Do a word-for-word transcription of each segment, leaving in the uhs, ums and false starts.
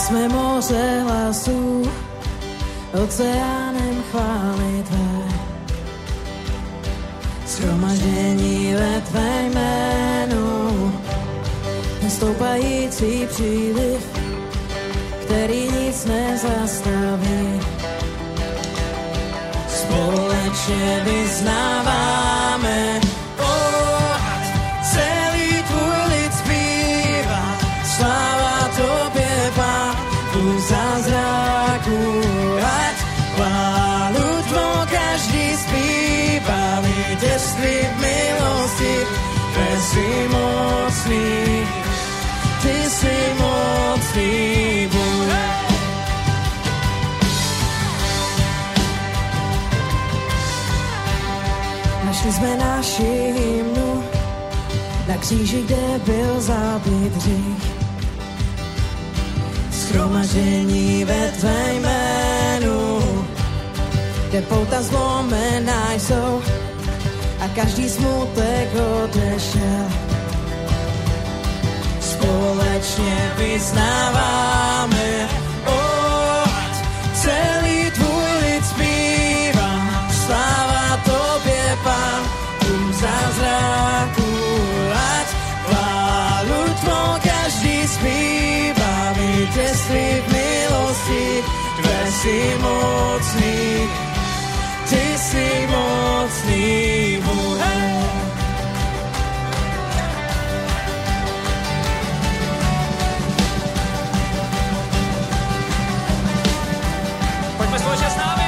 Jsme moře hlasů, oceánem chvály tvé. Shromaždění ve tvé jménu, nestoupající příliv, který nic nezastaví. Společně vyznáváme, oh, celý tvůj lid zpívá, sláva tobě, Pánu zázraků, ať chválu tvou každý zpívá, vítězství v milosti, tvé jsi mocný, ty jsi mocný Bůh. Našli jsme naši hymnu na kříži, kde byl zabit hřích. Shromaždění ve tvé jménu, kde pouta zlomená jsou a každý smutek odešel. Společně vyznáváme, oh, celý tvůj lid zpívá, sláva tobě, Pánu zázraků, ať chválu tvou každý zpívá, vítězství v milosti, tvé jsi mocný, ty jsi mocný Bůh. Pojďme společně s námi.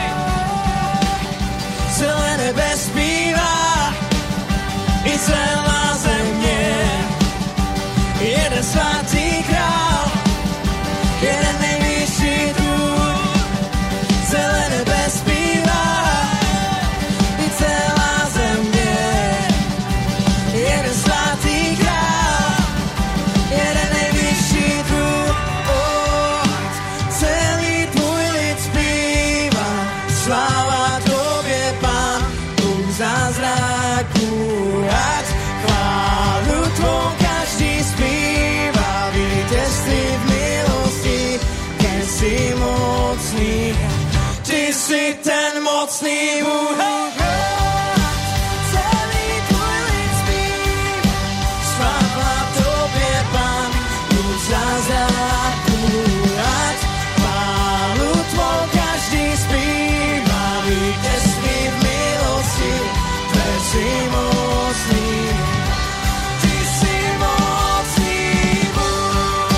Celé nebe zpívá, i celá země, jeden svatý král, jeden nejvyšší trůn. Celé nebe zpívá, i celá země, jeden svatý král, jeden nejvyšší trůn. Oh, celý tvůj lid zpívá, sláva tobě, Pánu zázraků, ať chválu tvou každý zpívá, vítězství v milosti, ty jsi mocný, ty jsi ten mocný Bůh. Celý tvůj lid zpívá, sláva tobě, Pánu zázraků, ať chválu tvou každý zpívá, vítězství v milosti, tvé jsi mocný, ty jsi mocný Bůh.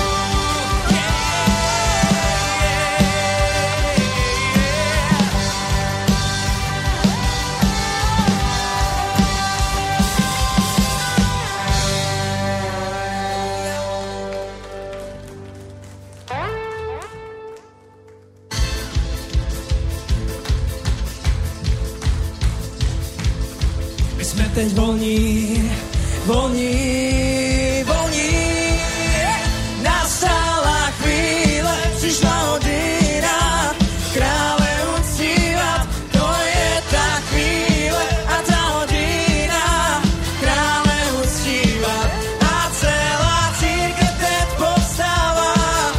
My jsme teď volní, volní, volní. Nastala chvíle, přišla hodina, krále uctívat, to je ta chvíle a ta hodina, krále uctívat. A celá církev teď povstává,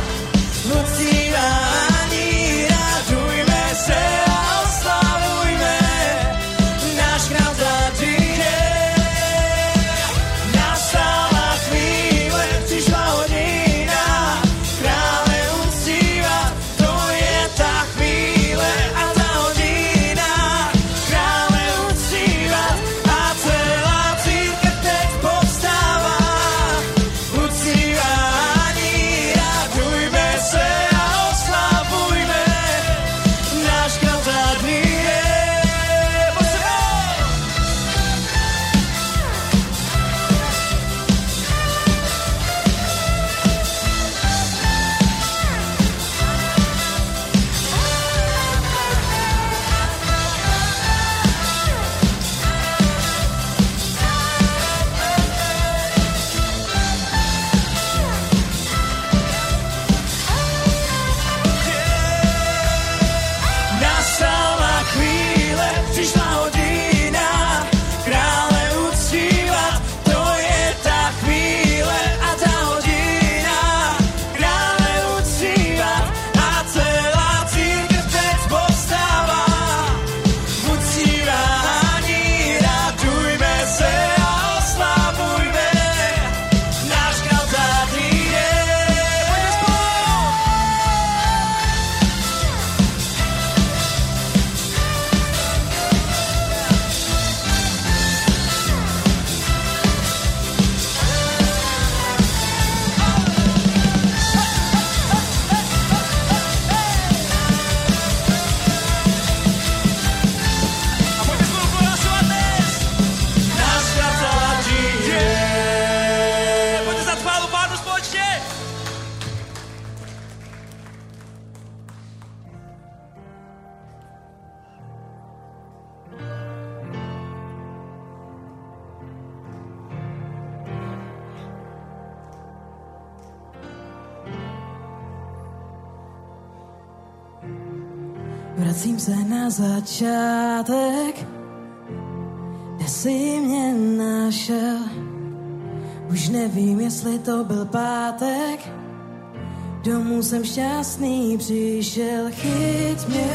uctívání, radujme se a oslavujme, náš král tady je. Nastala Vracím se na začátek, kde jsi mě našel. Už nevím, jestli to byl pátek, domů jsem šťastný přišel. Chyť mě,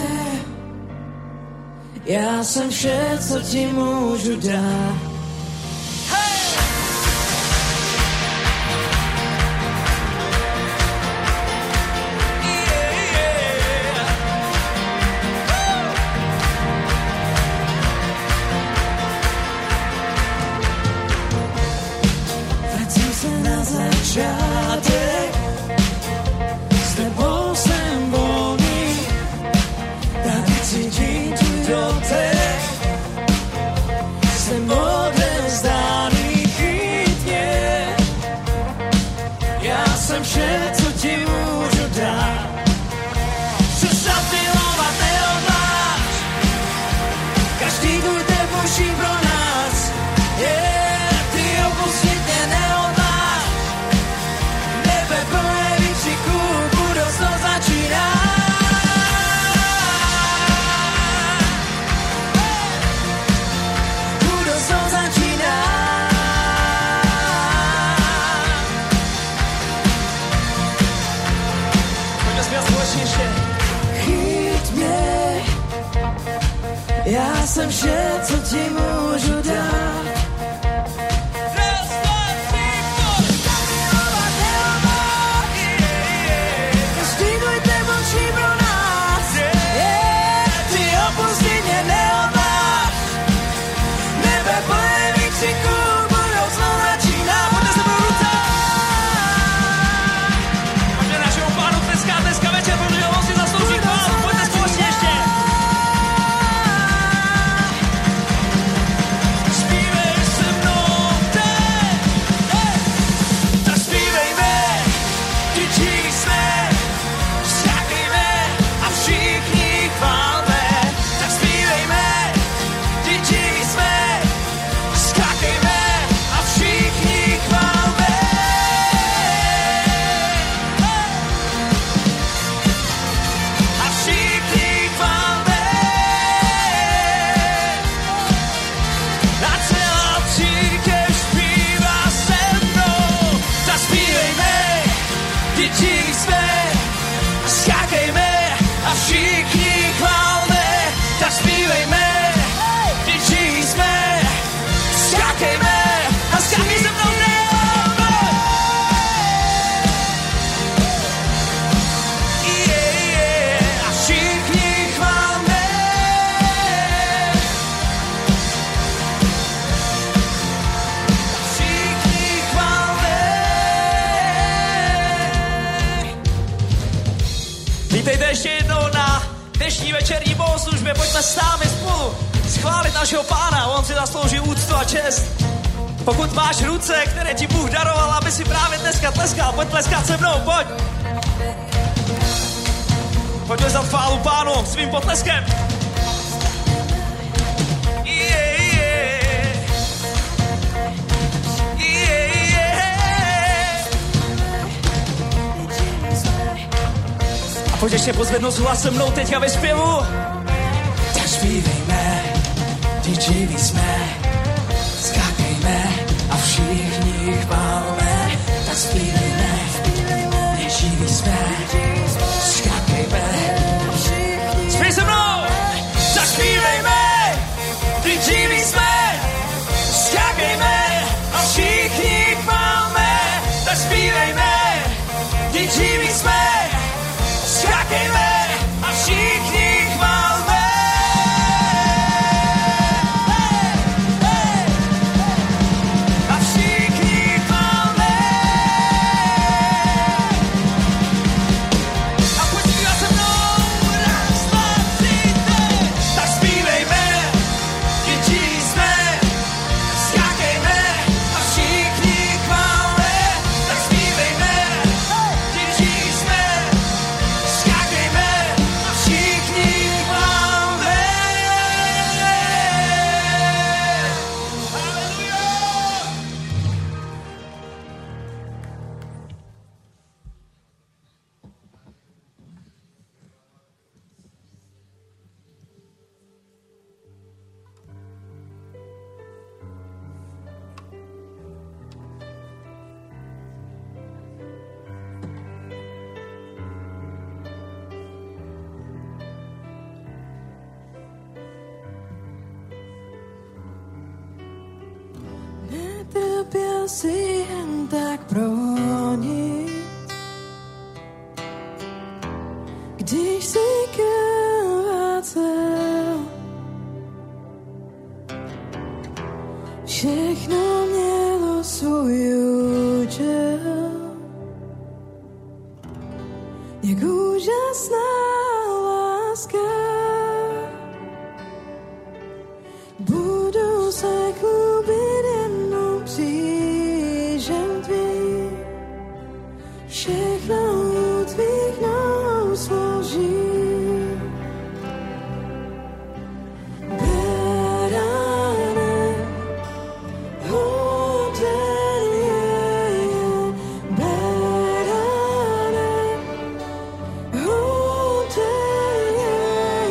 já jsem vše, co ti můžu dát. Začátek, s tebou jsem volný, taky cítím tvůj dotek, jsem odevzdaný. Chyť mě, já jsem vše, co ti můžu dát. Přestav milovat neodláš, každý tvůj teplší pro nás, yeah, ty opustit mě neodláš. Budoucnost začíná. Budoucnost začíná. Pojďme zpěvat společně ještě. Chyť mě, já jsem vše, co ti můžu dát. Vítejte ještě jednou na dnešní večerní bohoslužbě. Pojďme s námi spolu schválit našeho Pána. On si zaslouží úctu a čest. Pokud máš ruce, které ti Bůh daroval, aby si právě dneska tleskal, pojď tleskat se mnou, pojď. Pojďme za chválu Pánu svým potleskem. Yeah, yeah. Yeah, yeah. A pojď ještě pozvednout hlas se mnou teďka ve zpěvu. Tak zpívejme, ty živí jsme, skákejme a všichni chválme. Tak zpívejme, ty živí jsme, skákejme. Zpěj se mnou! Tak zpívejme, ty živí jsme, skákejme a všichni chválme. Tak zpívejme, ty živí jsme, skákejme a všichni chválme. A všichni chválme. si jen tak prohonit. Když si krvácel, všechno mělo svůj účel. Jak úžasná láska, budu se chlubit jenom křížem tvým, všechno u tvých nohou složím. Berane, hoden je, berane, hoden je.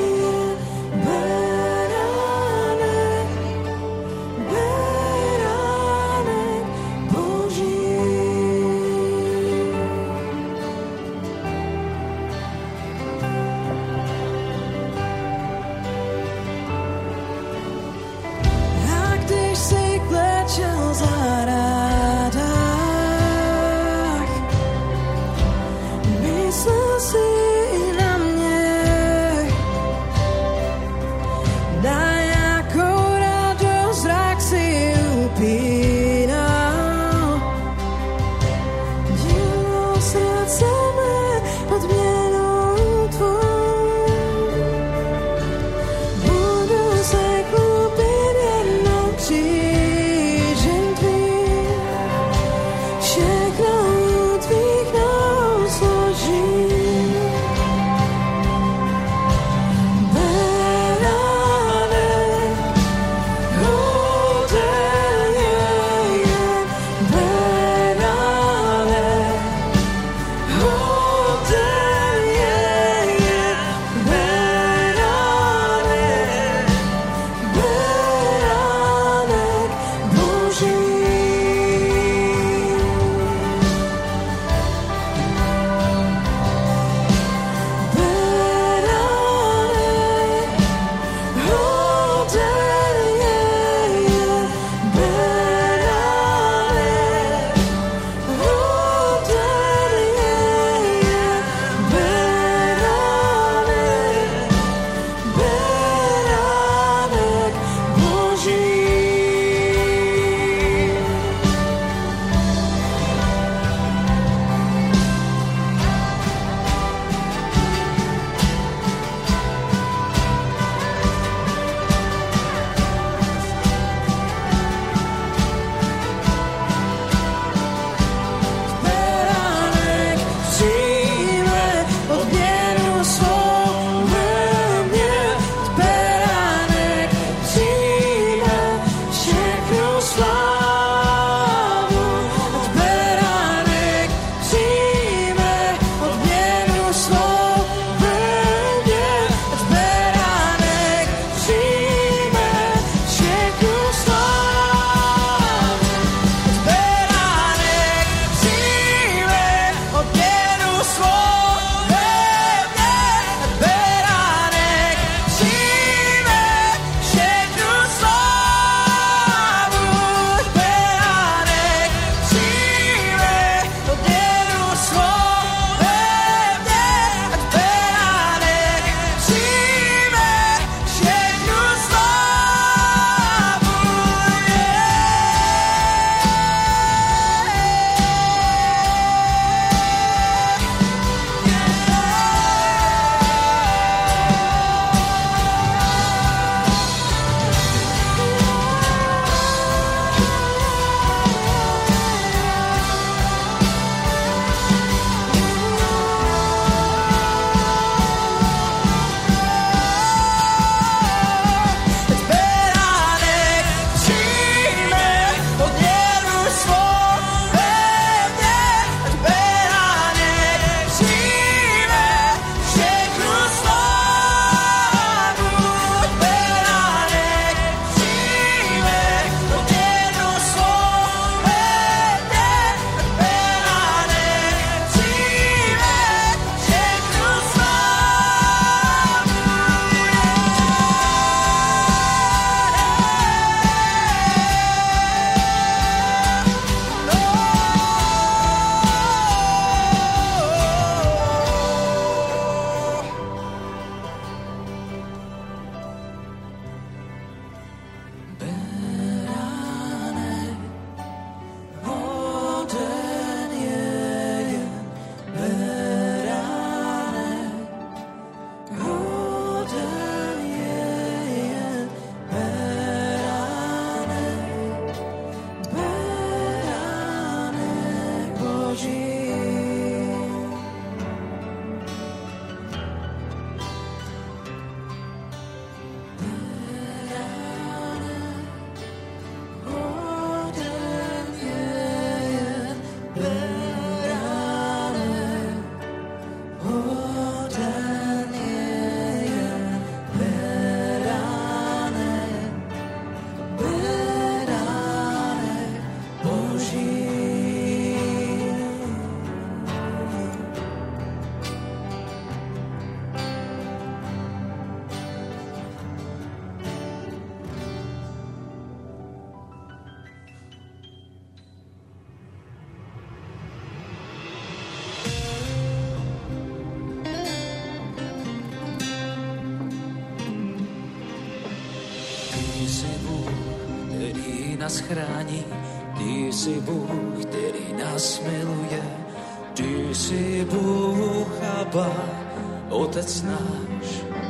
nás chrání. Ty jsi Bůh, který nás miluje. Ty jsi Bůh, Abba, Otec náš.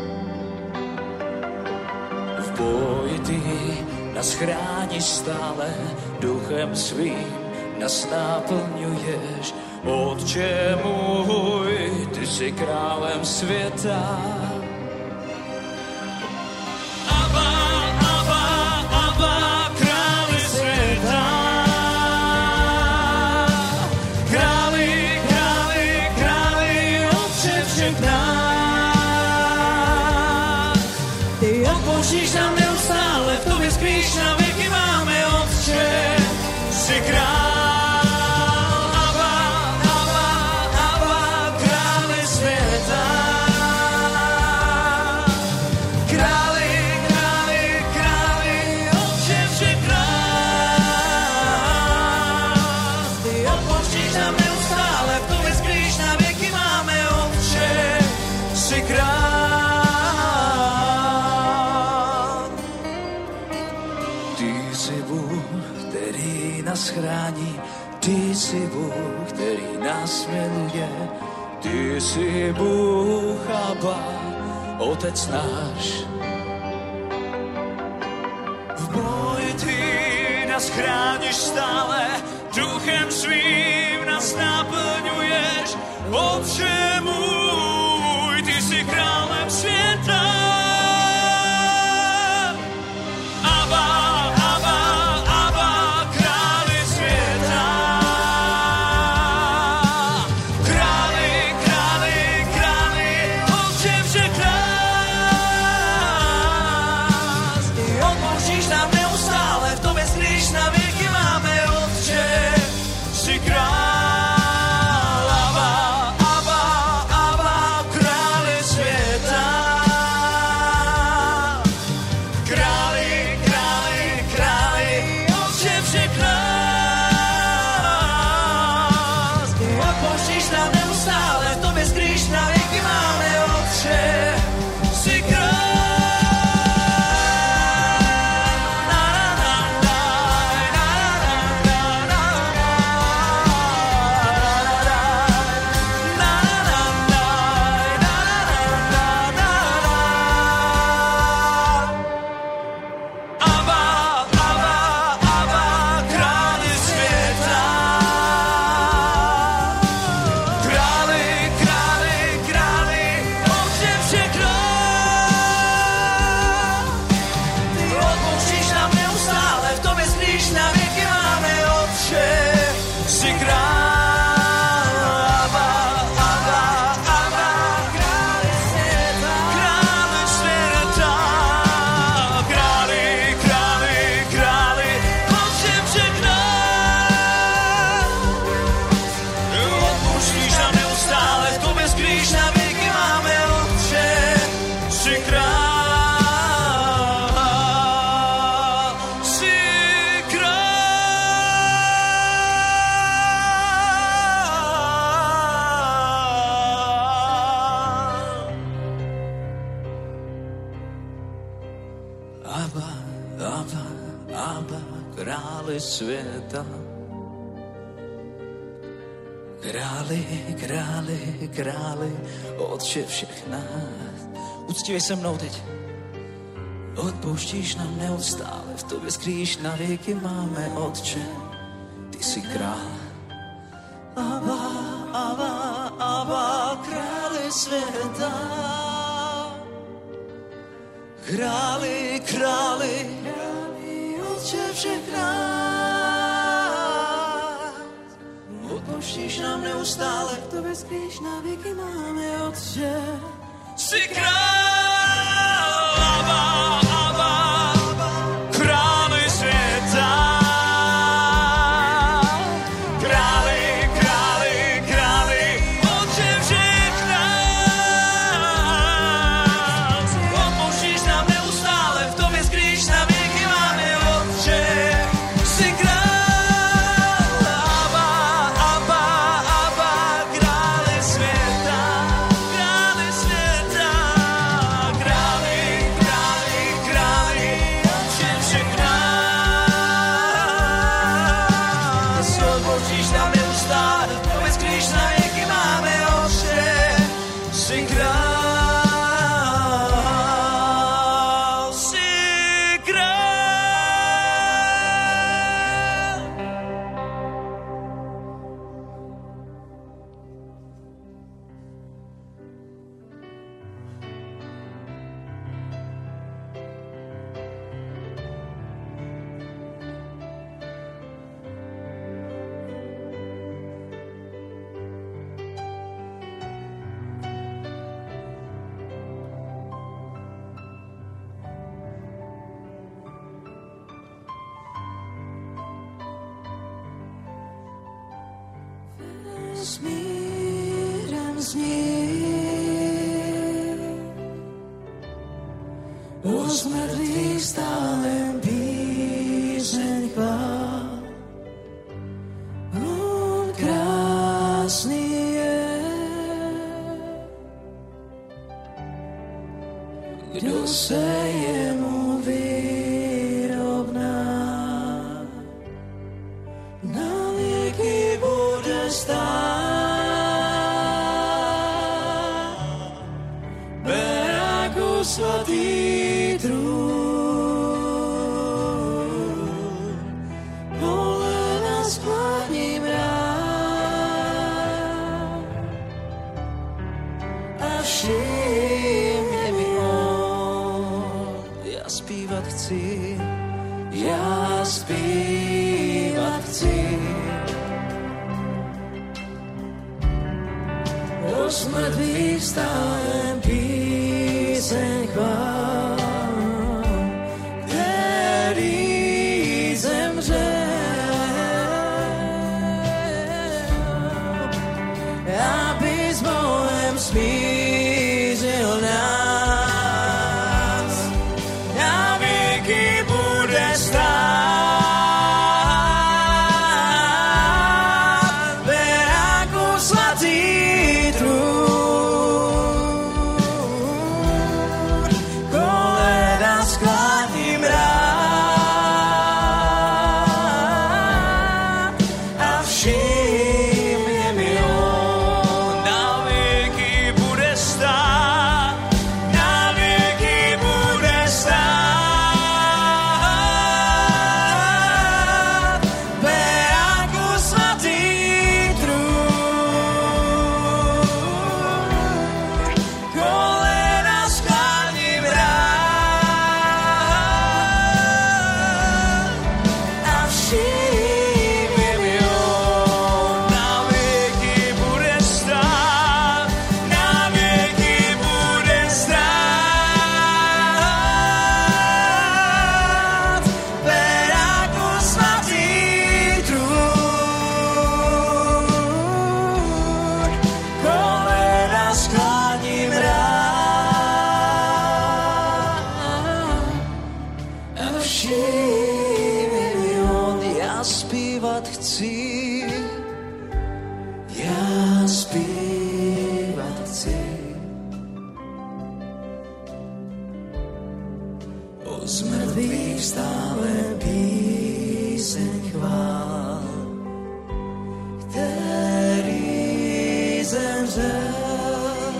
V boji ty nás chráníš stále, duchem svým nás naplňuješ. Otče můj, ty jsi králem světa. Abba, Abba, Abba, králi světa. Králi, králi, králi, Otče všech nás. Ty odpouštíš nám neustále, v tobě skrýš na věky máme, Otče, jsi král. Chrání. Ty jsi Bůh, který nás miluje. Ty jsi Bůh, Abba, Otec náš. V boji ty nás chráníš stále, duchem svým nás naplňuješ. Otče můj, ty jsi králem světa. Světa. Králi, králi, králi, Otče všech nás. Uctivě se mnou teď. Odpouštíš nám neustále, v tobě skrýš na věky máme, Otče, ty jsi král. Abba, Abba, Abba, králi světa. Králi, králi, králi, Otče všech nás. Odpouštíš nám neustále, v tobě skrýš na věky máme, Otče, jsi král. Abba, Abba, králi světa. Králi, králi, králi, Otče všech nás. Odpouštíš nám neustále, v tobě skrýš na věky máme, Otče, jsi král. Abba, Abba, králi světa, králi světa. jsi král, jsi král. Smírem zní, o smrtvých stálem píseň chvál. On krásný je, kdo se jemu vyrovná, na věky bude stát. Svatý trůn, kolena skláním rád a všimně mi on. Já zpívat chci, já zpívat chci, o smrtvých stálem píseň chvál, který zemřel, aby s Bohem smířil nás, na věky bude stát, beráku svatý trůn. Z mrtvých stále píseň chvál, který zemřel,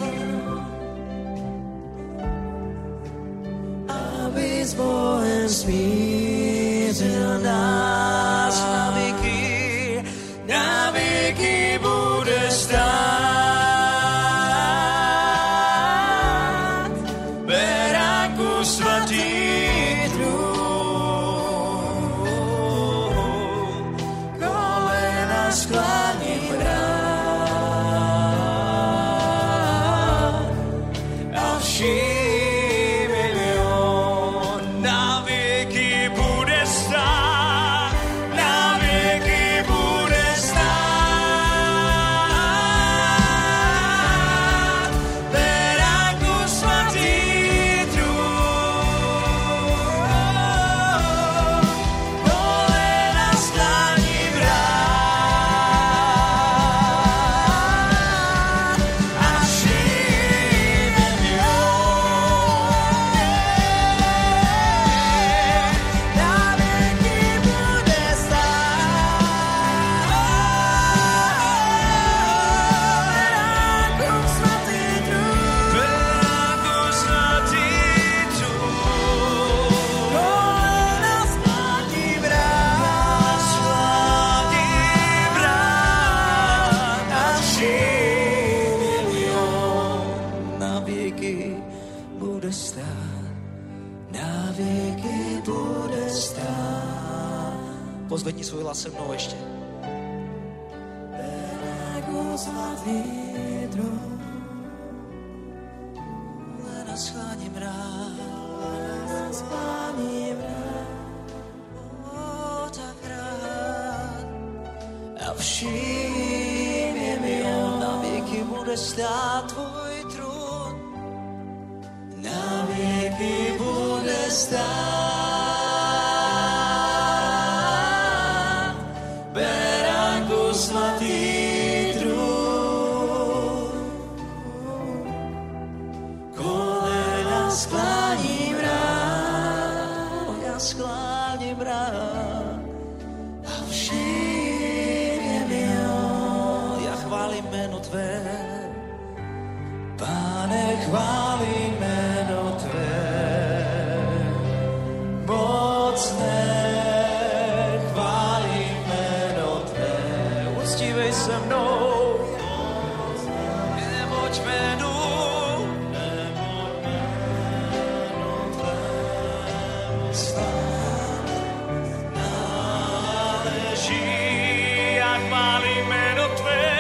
aby s Bohem smířil nás, na věky, na věky bude stát, beráku svatý. Skláním rád a všimil on, na věky věky bude stát, na věky bude stát. Pozvedni svůj hlas se mnou ještě. Jako zlatý trůn, Ale nás schláním rád, schláním rád, o, tak rád. A všim mi on, na věky bude stát tvůj trůn, na věky bude stát, beránku svatý trůn. Kolena skláním rád, já skláním rád, a všim mi on, já chválím jméno tvé, Pane, chválím jméno tvé, mocné, chválím jméno tvé, uctívej se mnou, neboť jménu, náleží, já chválím jméno tvé.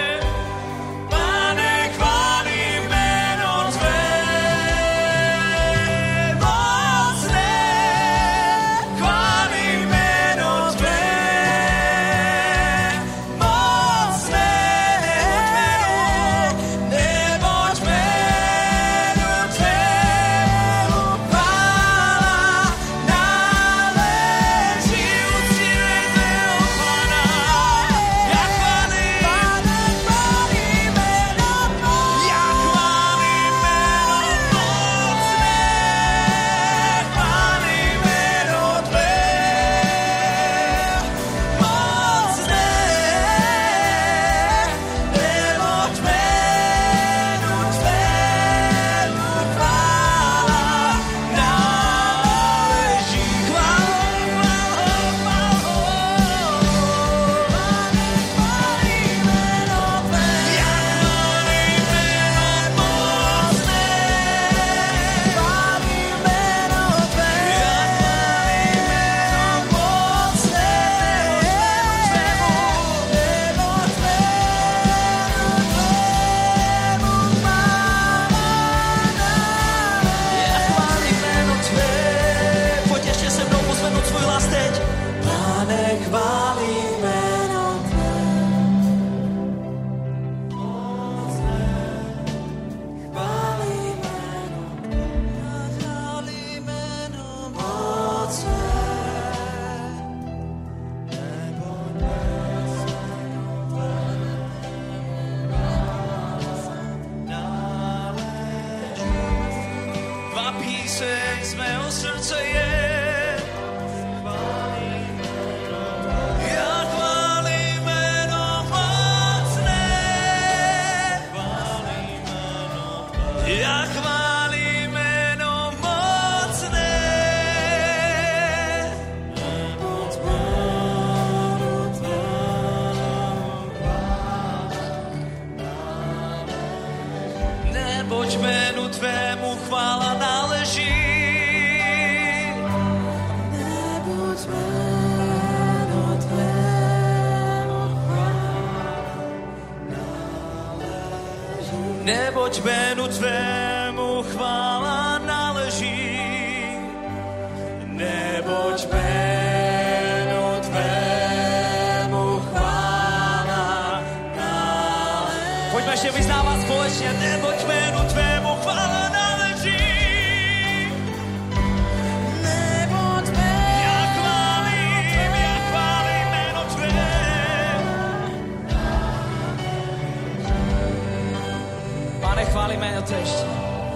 Neboť jménu tvému chvála náleží, neboť jménu tvému chvála náleží. Pojďme ještě vyznávat společně, neboť jménu tvému chvála náleží. neboť Já chválím, já chválím jméno tvé. Pane, chválím jméno tvé ještě.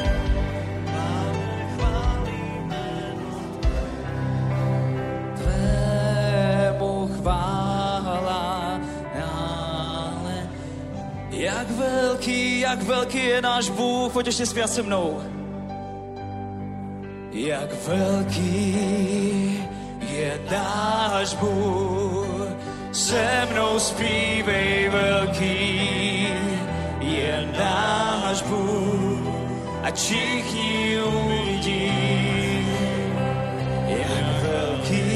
Jak velký, jak velký je náš Bůh, pojď ještě zpívat se mnou. Jak velký je náš Bůh, se mnou zpívej, velký je náš Bůh. ať všichni uvidí, jak velký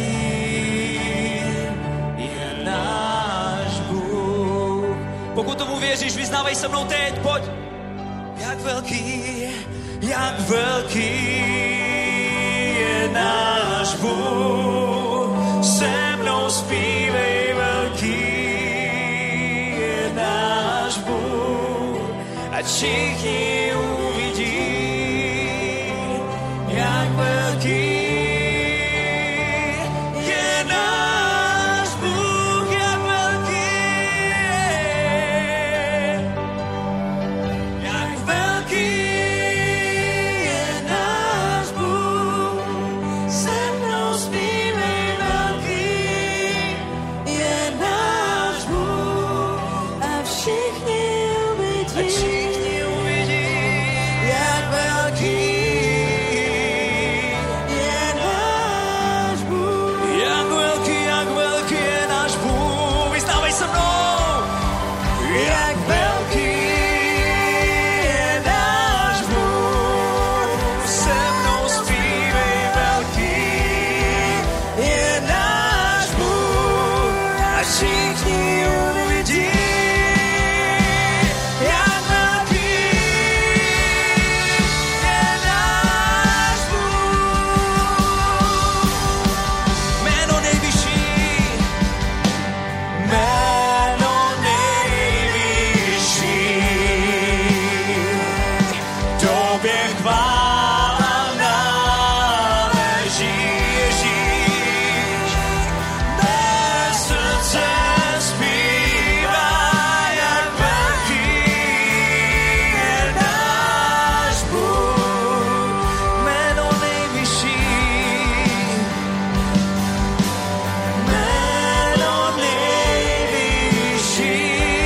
je náš Bůh. Pokud tomu věříš, vyznávej se mnou teď, pojď. Jak velký, jak velký je náš Bůh. Se mnou zpívej, velký je náš Bůh. Ať všichni uvidí, jak velký je náš Bůh, jak velký je. Jak velký je náš Bůh. Se mnou zpívej, velký je náš Bůh. A všichni uvidí, jak velký je náš Bůh. Jak velký, jak velký je náš Bůh. Vyznávej se mnou. Jak velký je náš Bůh. Se mnou zpívej, velký je náš Bůh. A všichni uvidí, jak velký je náš Bůh. Jméno nejvyšší, jméno nejvyšší, tobě chvála náleží, Ježíš. Mé srdce zpívá, jak velký je náš Bůh. Jméno nejvyšší, jméno nejvyšší,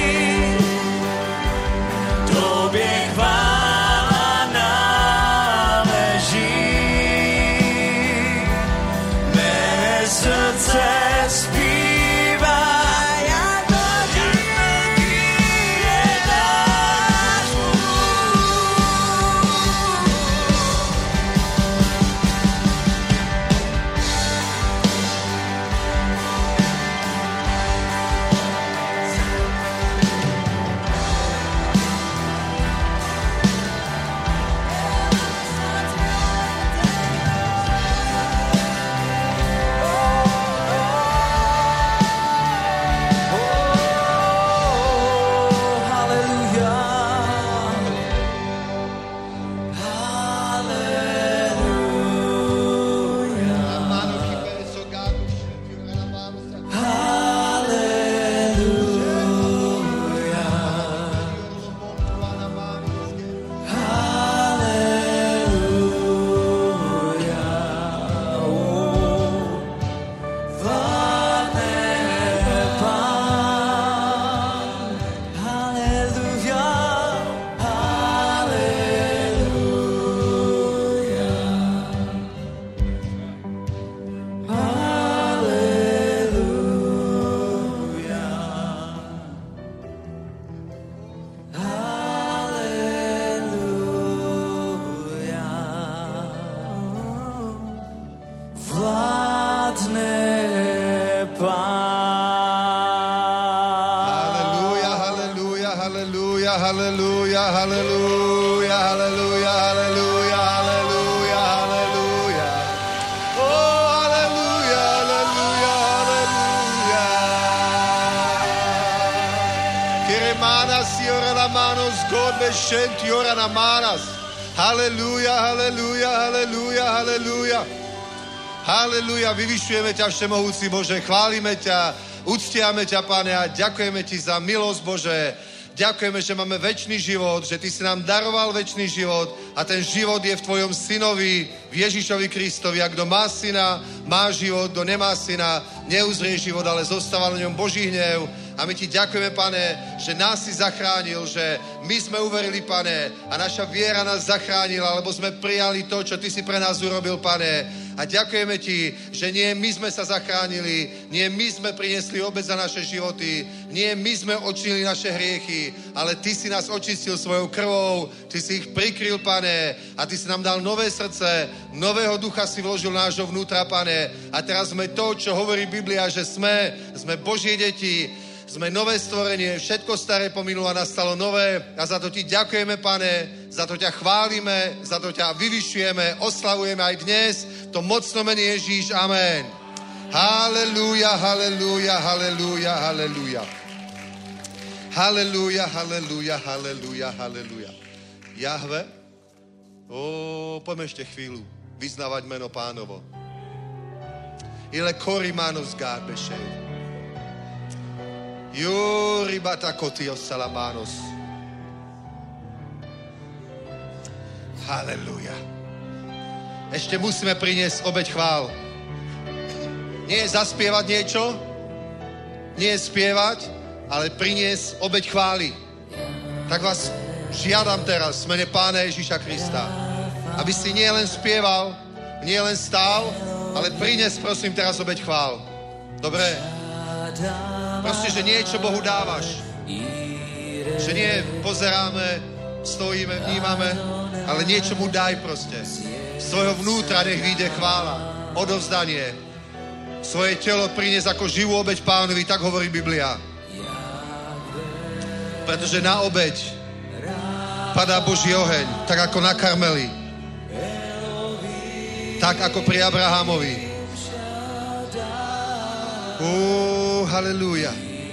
tobě chvála náleží. Mé srdce zpívá, jak velký je náš Hallelujah, hallelujah, hallelujah, hallelujah, hallelujah, hallelujah. Oh, hallelujah, hallelujah, hallelujah. Kiremanas, Yora la manos, God beshent, Yora na manas. Hallelujah, hallelujah, hallelujah, hallelujah. Hallelujah, vyvyšujeme ťa, Všemohúci Bože, chválime ťa, uctiame ťa, Pane, a ďakujeme ti za milosť, Bože. Ďakujeme, že máme večný život, že ty si nám daroval večný život a ten život je v tvojom synovi, v Ježišovi Kristovi. A kdo má syna, má život, kdo nemá syna, neuzrie život, ale zostáva na ňom Boží hnev. A my ti ďakujeme, Pane, že nás si zachránil, že my sme uverili, Pane, a naša viera nás zachránila, lebo sme prijali to, čo ty si pre nás urobil, Pane. A ďakujeme ti, že nie my sme sa zachránili, nie my sme priniesli obeť za naše životy, nie my sme očistili naše hriechy, ale ty si nás očistil svojou krvou, ty si ich prikryl, Pane, a ty si nám dal nové srdce, nového ducha si vložil nášho vnútra, Pane. A teraz sme to, čo hovorí Biblia, že sme, sme Božie deti, sme nové stvorenie, všetko staré pominulo a nastalo nové a za to ti ďakujeme, Pane, za to ťa chválime, za to ťa vyvyšujeme, oslavujeme aj dnes, to mocno mene Ježíš, amen. Halelúja, halelúja, halelúja, halelúja. Halelúja, halelúja, halelúja, halelúja. Jahve, ó, poďme ešte chvíľu vyznávať meno Pánovo. Ile korimanos garbešej. Juri batakotios salamanos. Halelúja. Ešte musíme priniesť obeť chvál. Nie je zaspievať niečo, nie je spievať, ale priniesť obeť chvály. Tak vás žiadam teraz v mene Pána Ježíša Krista, aby si nie len spieval, nie len stál, ale priniesť prosím teraz obeť chvál. Dobre? Proste, že niečo Bohu dávaš. Že nie pozeráme, stojíme, vnímame, ale niečo mu daj proste. Z svojho vnútra nech vyjde chvála, odovzdanie. Svoje telo priniesť ako živú obeť Pánovi, tak hovorí Biblia. Pretože na obeť padá Boží oheň, tak ako na Karmeli. Tak ako pri Abrahamovi. Oh, halleluja.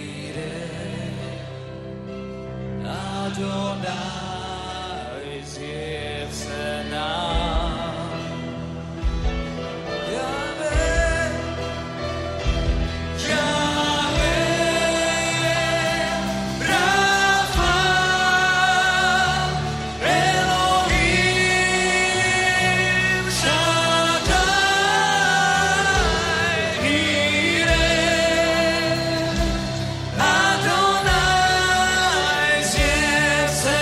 Adonai zjev se nám. Jahve, Jahve, Rafa, Elohim, Shaddai, Jireh, Adonai zjev se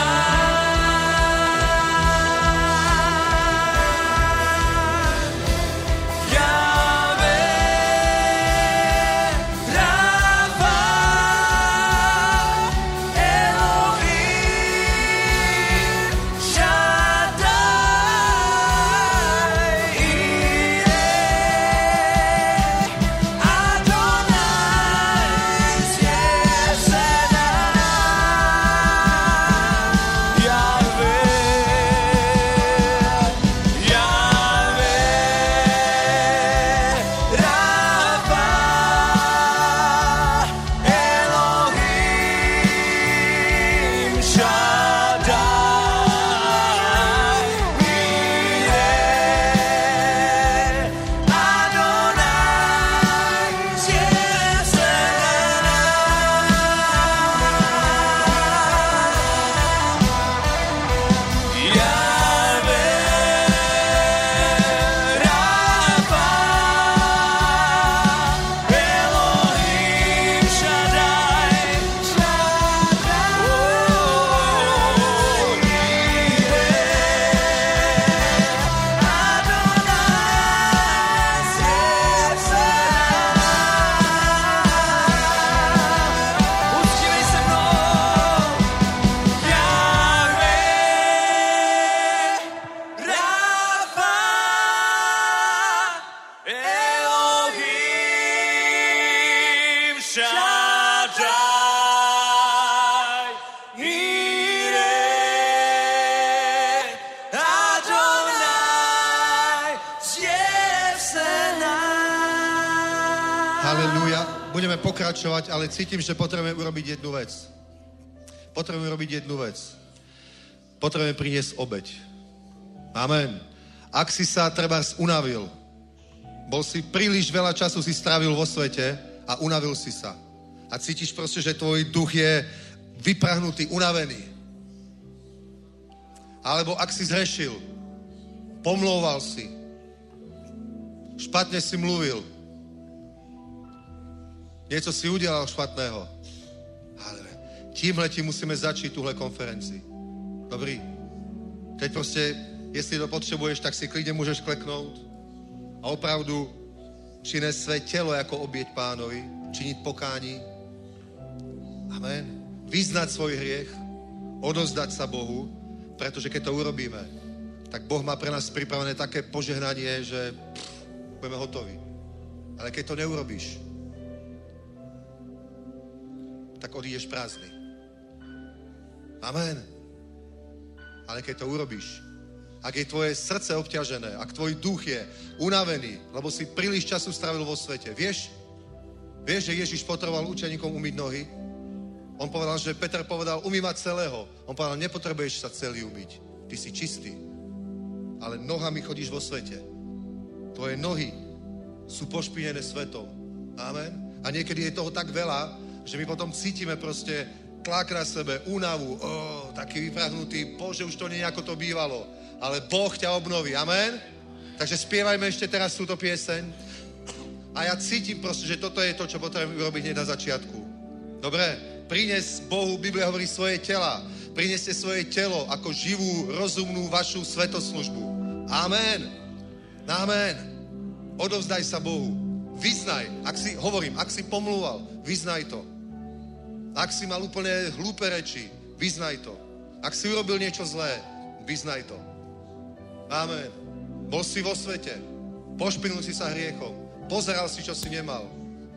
Budeme pokračovať, ale cítim, že potrebujeme urobiť jednu vec. Potrebujeme urobiť jednu vec. Potrebujeme priniesť obeť. Amen. Ak si sa trebárs unavil, bol si príliš veľa času si strávil vo svete a unavil si sa. A cítiš proste, že tvoj duch je vyprahnutý, unavený. Alebo ak si zhrešil, pomlouval si, špatne si mluvil, niečo si udelal špatného. Ale tímhle ti musíme začít tuhle konferencii. Dobrý? Teď prostě, jestli to potřebuješ, tak si klidně můžeš kleknout. a opravdu přinést své tělo jako oběť Pánovi, činit pokání. Amen. Vyznať svoj hriech, odozdať sa Bohu, pretože keď to urobíme, tak Boh má pre nás pripravené také požehnanie, že pff, budeme hotoví. Ale keď to neurobíš, tak odídeš prázdny. Amen. Ale keď to urobíš, ak je tvoje srdce obťažené, ak tvoj duch je unavený, lebo si príliš času strávil vo svete, vieš, vieš, že Ježiš potreboval učeníkom umyť nohy? On povedal, že Peter povedal, umývať celého. On povedal, nepotrebuješ sa celý umyť. Ty si čistý. Ale nohami chodíš vo svete. Tvoje nohy sú pošpinené svetom. Amen. A niekedy je toho tak veľa, že my potom cítime proste tlak na sebe, únavu, oh, taký vyprahnutý, Bože, už to nie ako to bývalo. Ale Boh ťa obnoví. Amen. Takže spievajme ešte teraz túto pieseň. A ja cítim proste, že toto je to, čo potrebujem urobiť hneď na začiatku. Dobre? Prines Bohu, Biblia hovorí, svoje tela. Prineste svoje telo ako živú, rozumnú vašu svetoslužbu. Amen. Amen. Odovzdaj sa Bohu. Vyznaj. Ak si, hovorím, ak si pomlúval, vyznaj to. Ak si mal úplne hlúpe reči, vyznaj to. Ak si urobil niečo zlé, vyznaj to. Amen. Bol si vo svete. Pošpinul si sa hriechom. Pozeral si, čo si nemal.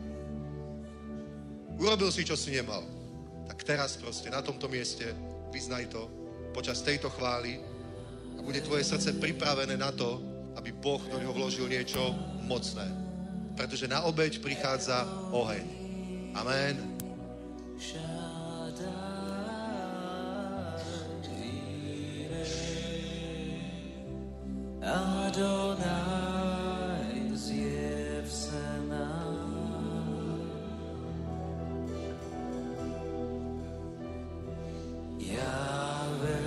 Urobil si, čo si nemal. Tak teraz proste na tomto mieste vyznaj to počas tejto chvály a bude tvoje srdce pripravené na to, aby Boh do ňoho vložil niečo mocné. Pretože na obeť prichádza oheň. Amen. Adonai, zjev se nám. Jahve,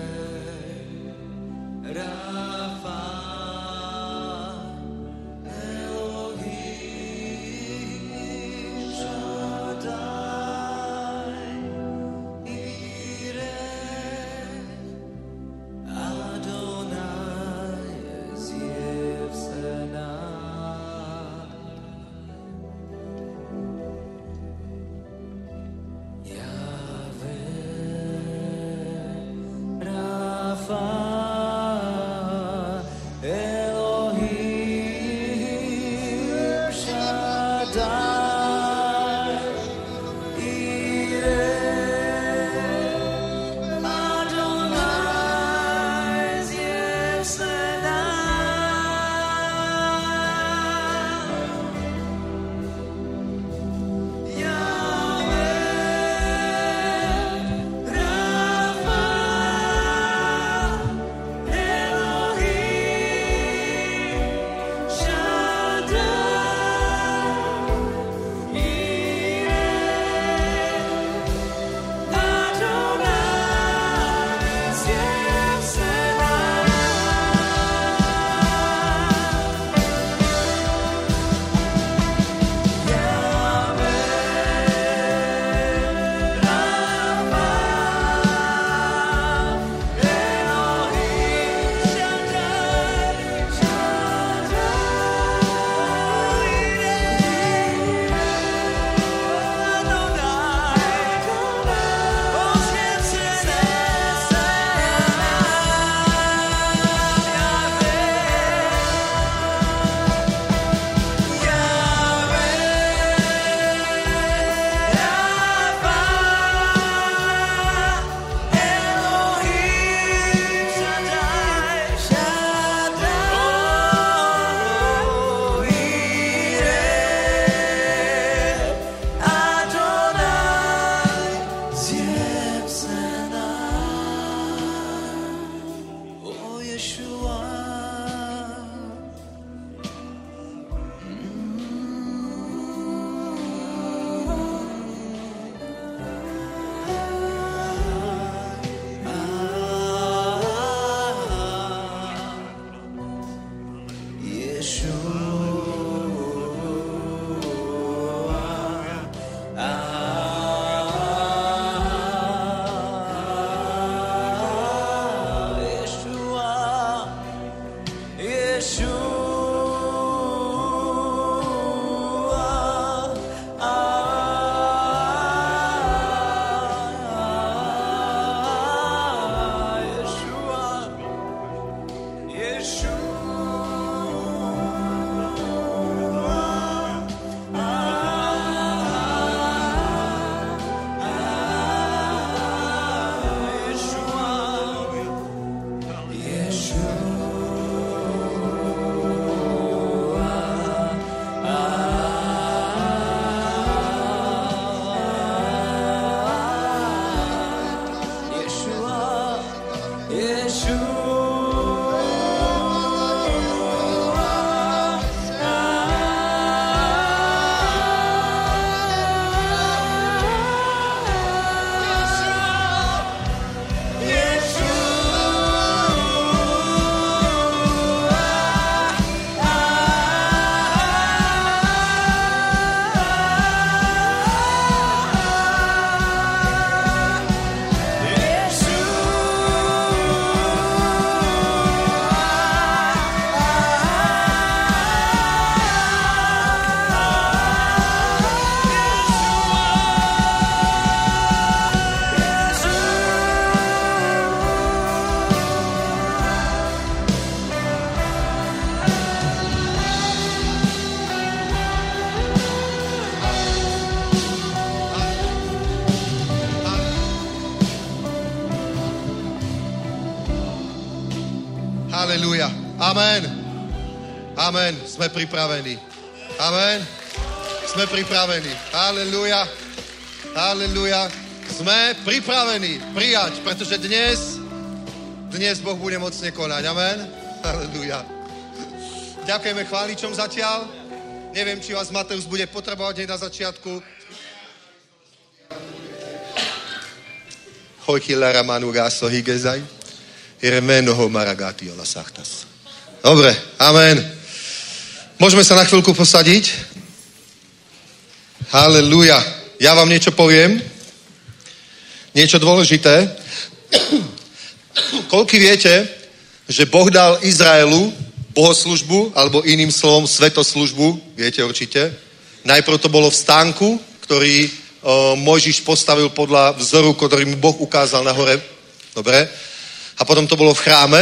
Rafa, Elohim, Shaddai, Ireh, Adonai, zjev. Halelúja. Amen. Amen. Sme pripravení. Amen. Sme pripravení. Halelúja. Halelúja. Sme pripravení prijať, pretože dnes, dnes Boh bude mocne konať. Amen. Halelúja. Ďakujeme chváličom zatiaľ. Neviem, či vás Mateus bude potrebovať hneď na začiatku. Hojchilera manugaso higezaj. Iremenoho maragati ola sachtas. Dobre, amen. Môžeme sa na chvíľku posadiť? Halelúja. Ja vám niečo poviem. Niečo dôležité. Koľko viete, že Boh dal Izraelu bohoslužbu, alebo iným slovom svetoslužbu, viete určite. Najprv to bolo v stánku, ktorý o, Mojžiš postavil podľa vzoru, ktorý mu Boh ukázal na hore. Dobre. A potom to bolo v chráme.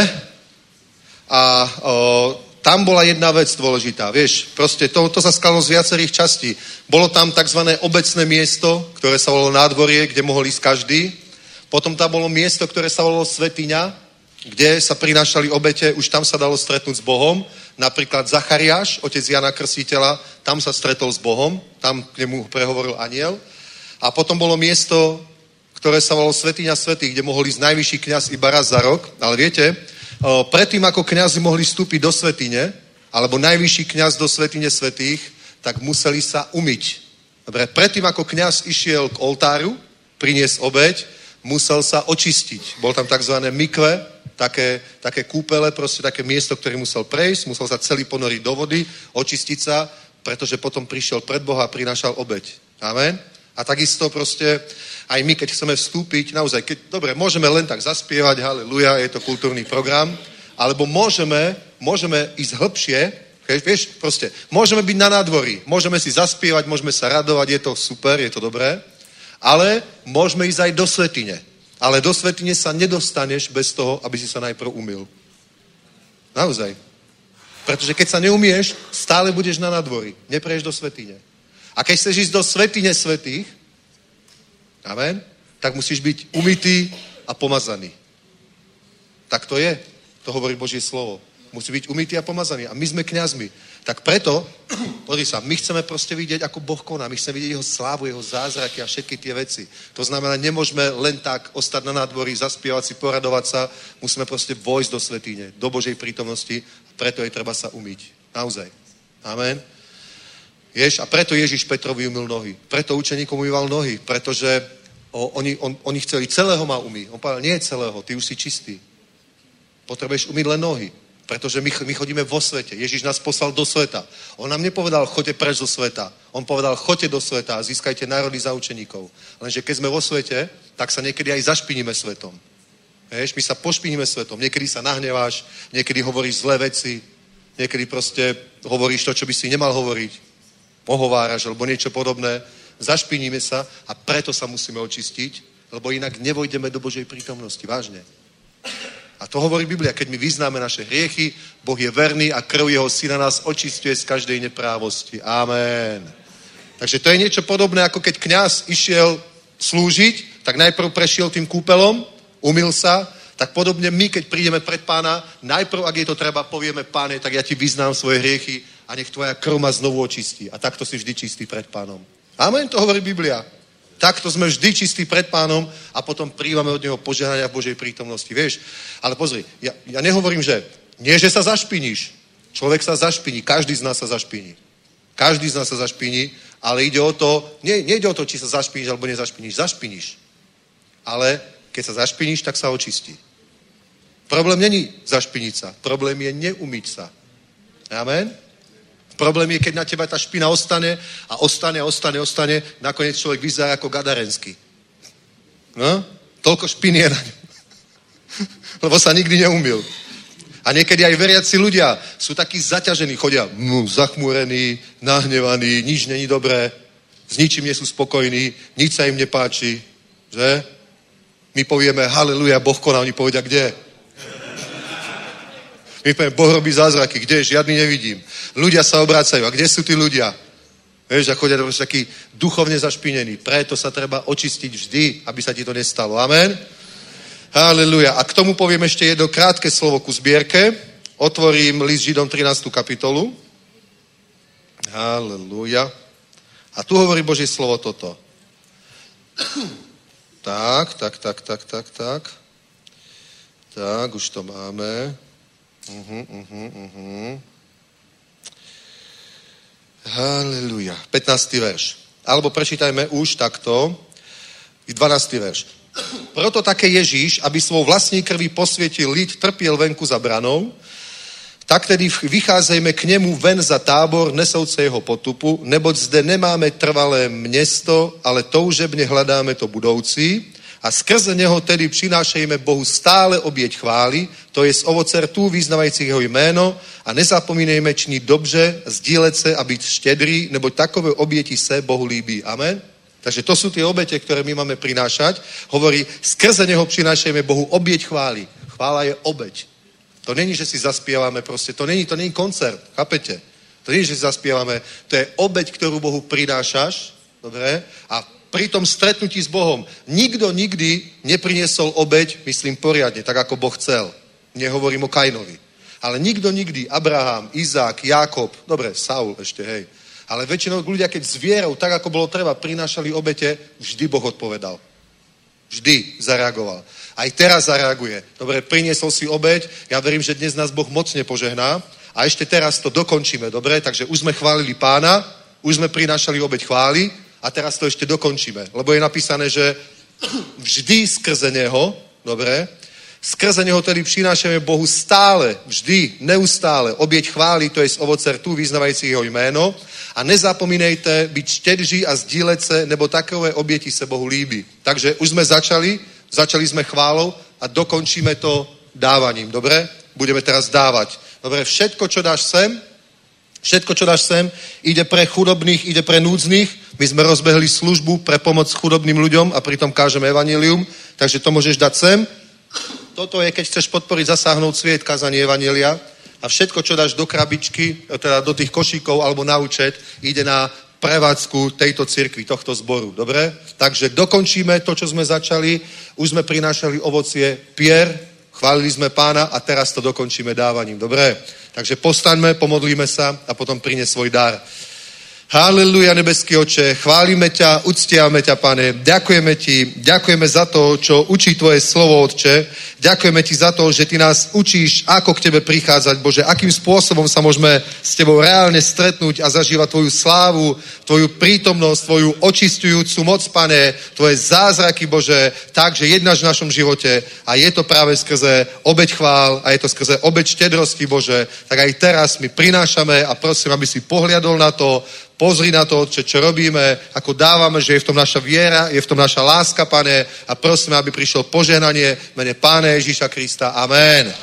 A o, tam bola jedna vec dôležitá. Vieš, proste to, to sa skladalo z viacerých častí. Bolo tam takzvané obecné miesto, ktoré sa volalo nádvorie, kde mohol ísť každý. Potom tam bolo miesto, ktoré sa volalo svätyňa, kde sa prinášali obete, už tam sa dalo stretnúť s Bohom. Napríklad Zachariáš, otec Jana Krstiteľa, tam sa stretol s Bohom, tam k nemu prehovoril anjel. A potom bolo miesto, ktoré sa volalo svätyňa svätých, kde mohol ísť najvyšší kňaz iba raz za rok. Ale viete, predtým ako kňazi mohli vstúpiť do svätyne, alebo najvyšší kňaz do svätyne svätých, tak museli sa umyť. Dobre, predtým ako kňaz išiel k oltáru, priniesť obeť, musel sa očistiť. Bol tam takzvané mikve, také, také kúpele, proste také miesto, ktoré musel prejsť, musel sa celý ponoriť do vody, očistiť sa, pretože potom prišiel pred Boha a prinášal obeť. Amen? A takisto proste aj my, keď chceme vstúpiť, naozaj, keď, dobre, môžeme len tak zaspievať, haleluja, je to kultúrny program, alebo môžeme, môžeme ísť hĺbšie, vieš, proste, môžeme byť na nádvorí, môžeme si zaspievať, môžeme sa radovať, je to super, je to dobré, ale môžeme ísť aj do svätyne. Ale do svätyne sa nedostaneš bez toho, aby si sa najprv umyl. Naozaj. Pretože keď sa neumieš, stále budeš na nádvorí. Nepreješ do svätyne. A keď chceš ísť do svätyne svätých, amen, tak musíš byť umytý a pomazaný. Tak to je. To hovorí Božie slovo. Musí byť umytý a pomazaný. A my sme kňazmi. Tak preto, pozri sa, my chceme proste vidieť, ako Boh koná. My chceme vidieť jeho slávu, jeho zázraky a všetky tie veci. To znamená, nemôžeme len tak ostať na nádvorí, zaspievať si, poradovať sa. Musíme proste vojsť do svätyne, do Božej prítomnosti. Preto je treba sa umyť. Naozaj. Amen. Jež, a preto Ježiš Petrovi umyl nohy. Preto učeníkom umýval nohy. Pretože o, oni, on, oni chceli celého ma umyť. On povedal, nie celého, ty už si čistý. Potrebuješ umyť len nohy. Pretože my, my chodíme vo svete. Ježiš nás poslal do sveta. On nám nepovedal, choďte preč do sveta. On povedal, choďte do sveta a získajte národy za učeníkov. Lenže keď sme vo svete, tak sa niekedy aj zašpiníme svetom. Vieš, my sa pošpiníme svetom. Niekedy sa nahneváš, niekedy hovoríš zlé veci, niekedy proste hovoríš to, čo by si nemal hovoriť. Pohováraš alebo niečo podobné. Zašpiníme sa a preto sa musíme očistiť, lebo inak nevojdeme do Božej prítomnosti. Vážne. A to hovorí Biblia, keď my vyznáme naše hriechy, Boh je verný a krv jeho syna nás očistuje z každej neprávosti. Amen. Takže to je niečo podobné, ako keď kňaz išiel slúžiť, tak najprv prešiel tým kúpelom, umyl sa, tak podobne my, keď prídeme pred Pána, najprv, ak je to treba, povieme, Páne, tak ja ti vyznám svoje hriechy a nech tvoja krv ma znovu očistí. A takto si vždy čistý pred Pánom. Amen, to hovorí Biblia. Takto sme vždy čistí pred Pánom a potom príjmame od neho požehnania v Božej prítomnosti. Vieš, ale pozri, ja, ja nehovorím, že nie, že sa zašpiníš. Človek sa zašpiní, každý z nás sa zašpiní. Každý z nás sa zašpiní, ale ide o to, nie, nejde o to, či sa zašpiníš alebo nezašpiníš. Zašpiníš. Ale keď sa zašpiníš, tak sa očistí. Problém není zašpiniť sa. Problém je neumyť sa. Amen? Problém je, keď na teba tá špina ostane a ostane, ostane, ostane, nakoniec človek vyzerá ako Gadarenský. No? Toľko špiny je na ňu. Lebo sa nikdy neumyl. A niekedy aj veriaci ľudia sú takí zaťažení, chodia no, zachmúrení, nahnevaní, nič není dobré, s ničím nie sú spokojní, nič sa im nepáči, že? My povieme, haleluja, Boh koná, oni povedia, kde? My povieme, Boh robí zázraky, kde? Žiadny nevidím. Ľudia sa obracajú, a kde sú tí ľudia? Vieš, a chodia takí duchovne zašpinení. Preto sa treba očistiť vždy, aby sa ti to nestalo. Amen? Haleluja. A k tomu poviem ešte jedno krátke slovo ku zbierke. Otvorím list Židom trinástu kapitolu. Haleluja. A tu hovorí Božie slovo toto. Tak, tak, tak, tak, tak, tak. Tak, už to máme. Uh-huh, uh-huh, uh-huh. Haleluja. pätnásty verš. Alebo prečítajme už takto. dvanásty verš. Proto také Ježíš, aby svou vlastní krví posvětil lid, trpěl venku za branou, tak tedy vycházejme k němu ven za tábor, nesouce jeho potupu, neboť zde nemáme trvalé město, ale toužebně hledáme to budoucí a skrze něho tedy přinášejme Bohu stále oběť chvály, to je z ovoce rtů vyznavajících jeho jméno a nezapomínejme činit dobře, sdílet se a být štědrý, neboť takové oběti se Bohu líbí. Amen. Takže to sú tie obete, ktoré my máme prinášať. Hovorí, skrze neho prinášajme Bohu obieť chvály. Chvála je obeť. To není, že si zaspievame proste, to není, to není koncert, chápete? To není, že si zaspievame, to je obeť, ktorú Bohu prinášaš, dobre? A pri tom stretnutí s Bohom nikto nikdy nepriniesol obeť, myslím poriadne, tak ako Boh chcel. Nehovorím o Kainovi. Ale nikto nikdy, Abraham, Izák, Jákob, dobre, Saul ešte, hej, ale väčšinou ľudia, keď s vierou, tak ako bolo treba, prinášali obete, vždy Boh odpovedal. Vždy zareagoval. Aj teraz zareaguje. Dobre, priniesol si obeť, ja verím, že dnes nás Boh mocne požehná a ešte teraz to dokončíme, dobre? Takže už sme chválili Pána, už sme prinášali obeť chvály a teraz to ešte dokončíme. Lebo je napísané, že vždy skrze Neho, dobre? Skrze Neho tedy přinášeme Bohu stále, vždy, neustále oběť chvály, to je z ovoce rtů vyznavajících jeho jméno. A nezapomínejte být štědří a sdílet se, nebo takové oběti se Bohu líbí. Takže už jsme začali, začali jsme chválou a dokončíme to dávaním, dobre? Budeme teraz dávať. Dobre, všetko, čo dáš sem, všetko, čo dáš sem, ide pre chudobných, ide pre núdznych. My sme rozbehli službu pre pomoc chudobným ľuďom a pritom kážeme evanjelium, takže to môžeš dať sem. Toto je, keď chceš podporiť zasáhnout sviet, kázanie evanjelia a všetko, čo dáš do krabičky, teda do tých košíkov alebo na účet, ide na prevádzku tejto cirkvi, tohto zboru. Dobre? Takže dokončíme to, čo sme začali. Už sme prinášali ovocie pier, chválili sme Pána a teraz to dokončíme dávaním. Dobre? Takže postaňme, pomodlíme sa a potom prinies svoj dar. Haleluja, nebeský Oče, chválime ťa, uctiame ťa, Pane, ďakujeme ti, ďakujeme za to, čo učí tvoje slovo, Otče, ďakujeme ti za to, že ty nás učíš, ako k tebe prichádzať, Bože, akým spôsobom sa môžeme s tebou reálne stretnúť a zažívať tvoju slávu, tvoju prítomnosť, tvoju očistujúcu moc, Pane, tvoje zázraky, Bože, tak, že jednáš v našom živote a je to práve skrze obeť chvál a je to skrze obeť štedrosti, Bože, tak aj teraz my prinášame a prosím, aby si pohliadol na to. Pozri na to, Otče, čo robíme, ako dávame, že je v tom naša viera, je v tom naša láska, Pane, a prosíme, aby prišiel požehnanie v mene Pána Ježíša Krista. Amen.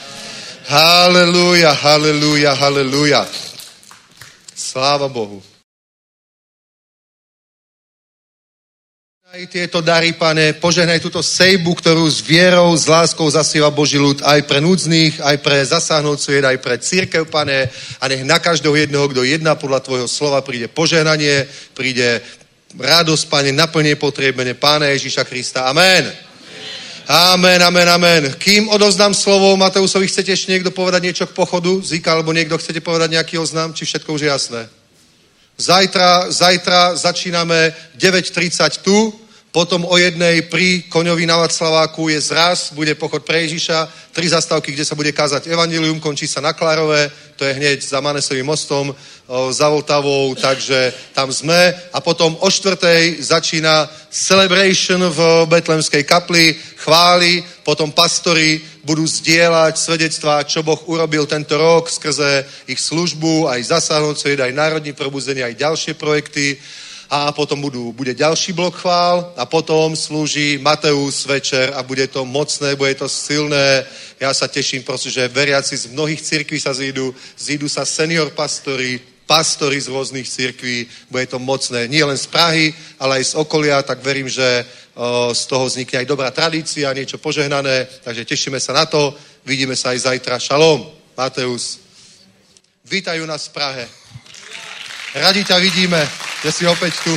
Haleluja, haleluja, haleluja. Sláva Bohu. Aj tieto dary, Pane, požehnaj túto sejbu, ktorú s vierou, s láskou zasíva Boží ľud aj pre núdznych, aj pre zasáhnúcu jed, aj pre církev, Pane, a nech na každého jedného, kto jedná podľa Tvojho slova, príde požehnanie, príde radosť, Pane, naplne potrebné Pána Ježíša Krista. Amen. Amen, amen, amen. Kým odovzdám slovo Mateusovi, chcete ešte niekto povedať niečo k pochodu? Zíka, alebo niekto chcete povedať nejaký oznám? Či všetko už je jasné? Zajtra, zajtra začíname deväť tridsať tu, potom o jednej pri Koňovi na Václaváku je zraz, bude pochod pre Ježiša, tri zastávky, kde sa bude kázať evanjelium, končí sa na Klárové, to je hneď za Manesovým mostom, o, za Vltavou, takže tam sme. A potom o štvrtej začína celebration v Betlemskej kapli, chvály, potom pastori budú zdieľať svedectvá, čo Boh urobil tento rok skrze ich službu, aj zasáhnúce, aj národní probuzenie, aj ďalšie projekty. A potom budú, bude ďalší blok chvál a potom slúži Mateus večer a bude to mocné, bude to silné. Ja sa teším proste, že veriaci z mnohých cirkví sa zídu, zídu sa senior pastori, pastori z rôznych cirkví, bude to mocné. Nie len z Prahy, ale aj z okolia, tak verím, že o, z toho vznikne aj dobrá tradícia, niečo požehnané, takže tešíme sa na to. Vidíme sa aj zajtra. Šalom, Mateus. Vítajú nás v Prahe. Radi ťa vidíme, že si opäť tu.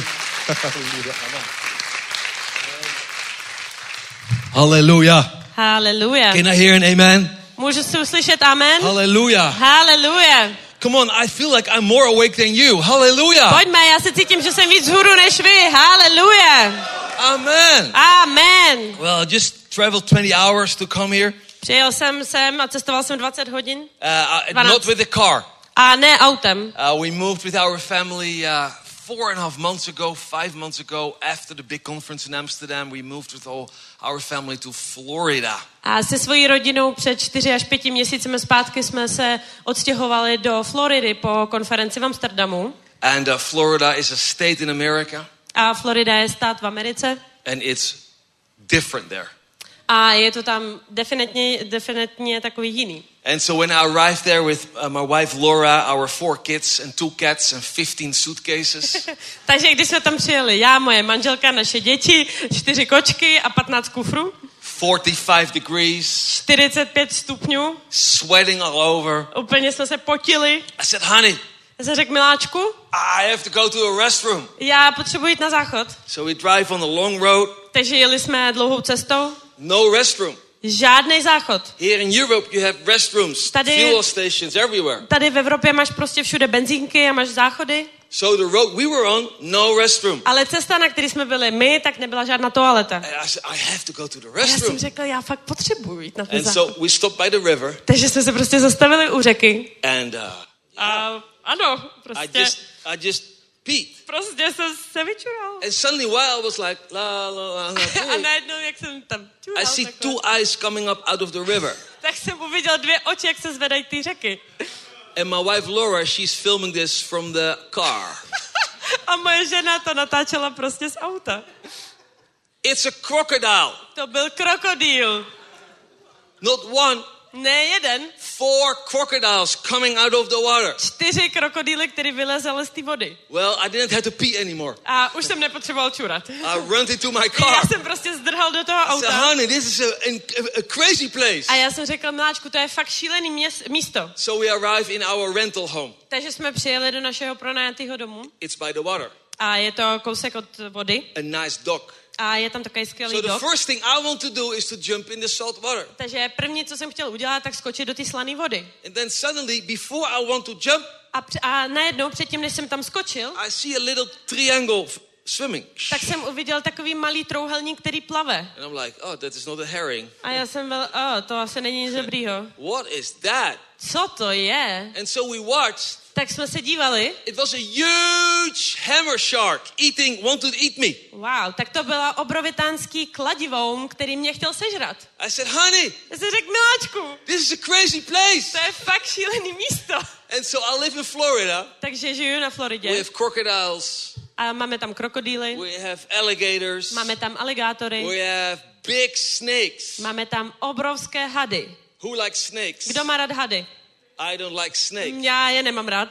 Hallelujah. Hallelujah. Can I hear an amen? Můžu si uslyšet amen? Hallelujah. Hallelujah. Come on, I feel like I'm more awake than you. Hallelujah. Pojďme, já se cítím, že jsem víc hůru než vy. Hallelujah. Amen. Amen. Well, I just traveled twenty hours to come here. Přijel jsem sem a cestoval jsem dvacet hodin. Uh, uh, not with the car. A ne autem. Uh, we moved with our family uh, four and a half months ago, five months ago, after the big conference in Amsterdam. We moved with all our family to Florida. A se svojí rodinou před čtyři až pěti měsícemi zpátky jsme se odstěhovali do Floridy po konferenci v Amsterdamu. And uh, Florida is a state in America. A Florida je stát v Americe. And it's different there. A je to tam definitně, definitně takový jiný. And so when I arrived there with uh, my wife Laura, our four kids and two cats and fifteen suitcases. Takže když jsme tam přijeli, já, moje manželka, naše děti, čtyři kočky a patnáct kufrů. forty-five degrees. čtyřicet pět stupňů. Sweating all over. Úplně jsme se potili. I said, honey. Já jsem řekl, miláčku. I have to go to a restroom. Já potřebuji jít na záchod. So we drive on the long road. Takže jeli jsme dlouhou cestou. No restroom. Žádnej záchod. Here in Europe you have restrooms, tady, fuel stations everywhere. Tady v Evropě máš prostě všude benzínky a máš záchody. So the road we were on, no restroom. Ale cesta, na které jsme byli my, tak nebyla žádná toaleta. And I said, I have to go to the A já restroom. jsem řekla, já fakt potřebuji jít na ten And záchod. so we stopped by the river. Takže jsme se prostě zastavili u řeky. And uh, a ano, prostě. I just, I just peed. Prostě jsem se vyčural. And suddenly while I was like, la, la, la, la, a najednou, jak jsem tam čural, I see takhle, two eyes coming up out of the river. tak jsem uviděl dvě oči, jak se zvedají ty řeky. And my wife Laura, she's filming this from the car. A moje žena to natáčela prostě z auta. It's a crocodile. To byl krokodýl. Not one. Ne jeden. Four crocodiles coming out of the water. Čtyři krokodýly, které vylezely z té vody. Well, I didn't have to pee anymore. A už jsem nepotřeboval čurat. I ran into my car. Já jsem prostě zdrhal do toho I said, auta. honey, this is a, a, a crazy place. A já jsem řekla, miláčku, to je fakt šílený měs- místo. So we arrive in our rental home. Takže jsme přijeli do našeho pronajatého domu. It's by the water. A je to kousek od vody. A nice dock. A je tam takový skvělý So the dok. first thing I want to do is to jump in the salt water. Takže první, co jsem chtěl udělat, tak skočit do té slané vody. And then suddenly, before I want to jump, A, pr- a najednou předtím, než jsem tam skočil, I see a little triangle f- swimming. tak jsem uviděl takový malý trouhelník, který plave. And I'm like, oh, that is not a herring. A já jsem byl, oh, to asi není nic dobrýho. What is that? Co to je? And so we watched. Tak jsme se dívali. It was a huge hammer shark eating, wanted to eat me. Wow, tak to byla obrovitánský kladivoun, který mě chtěl sežrat. I said, honey, Já jsem řekl, miláčku, this is a crazy place. to je fakt šílený místo. And so I live in Florida. Takže žiju na We Floridě. have crocodiles. A máme tam krokodýly. We have alligators. Máme tam aligátory. We have big snakes. Máme tam obrovské hady. Who likes snakes? Kdo má rád hady? I don't like snakes. Já je nemám rád.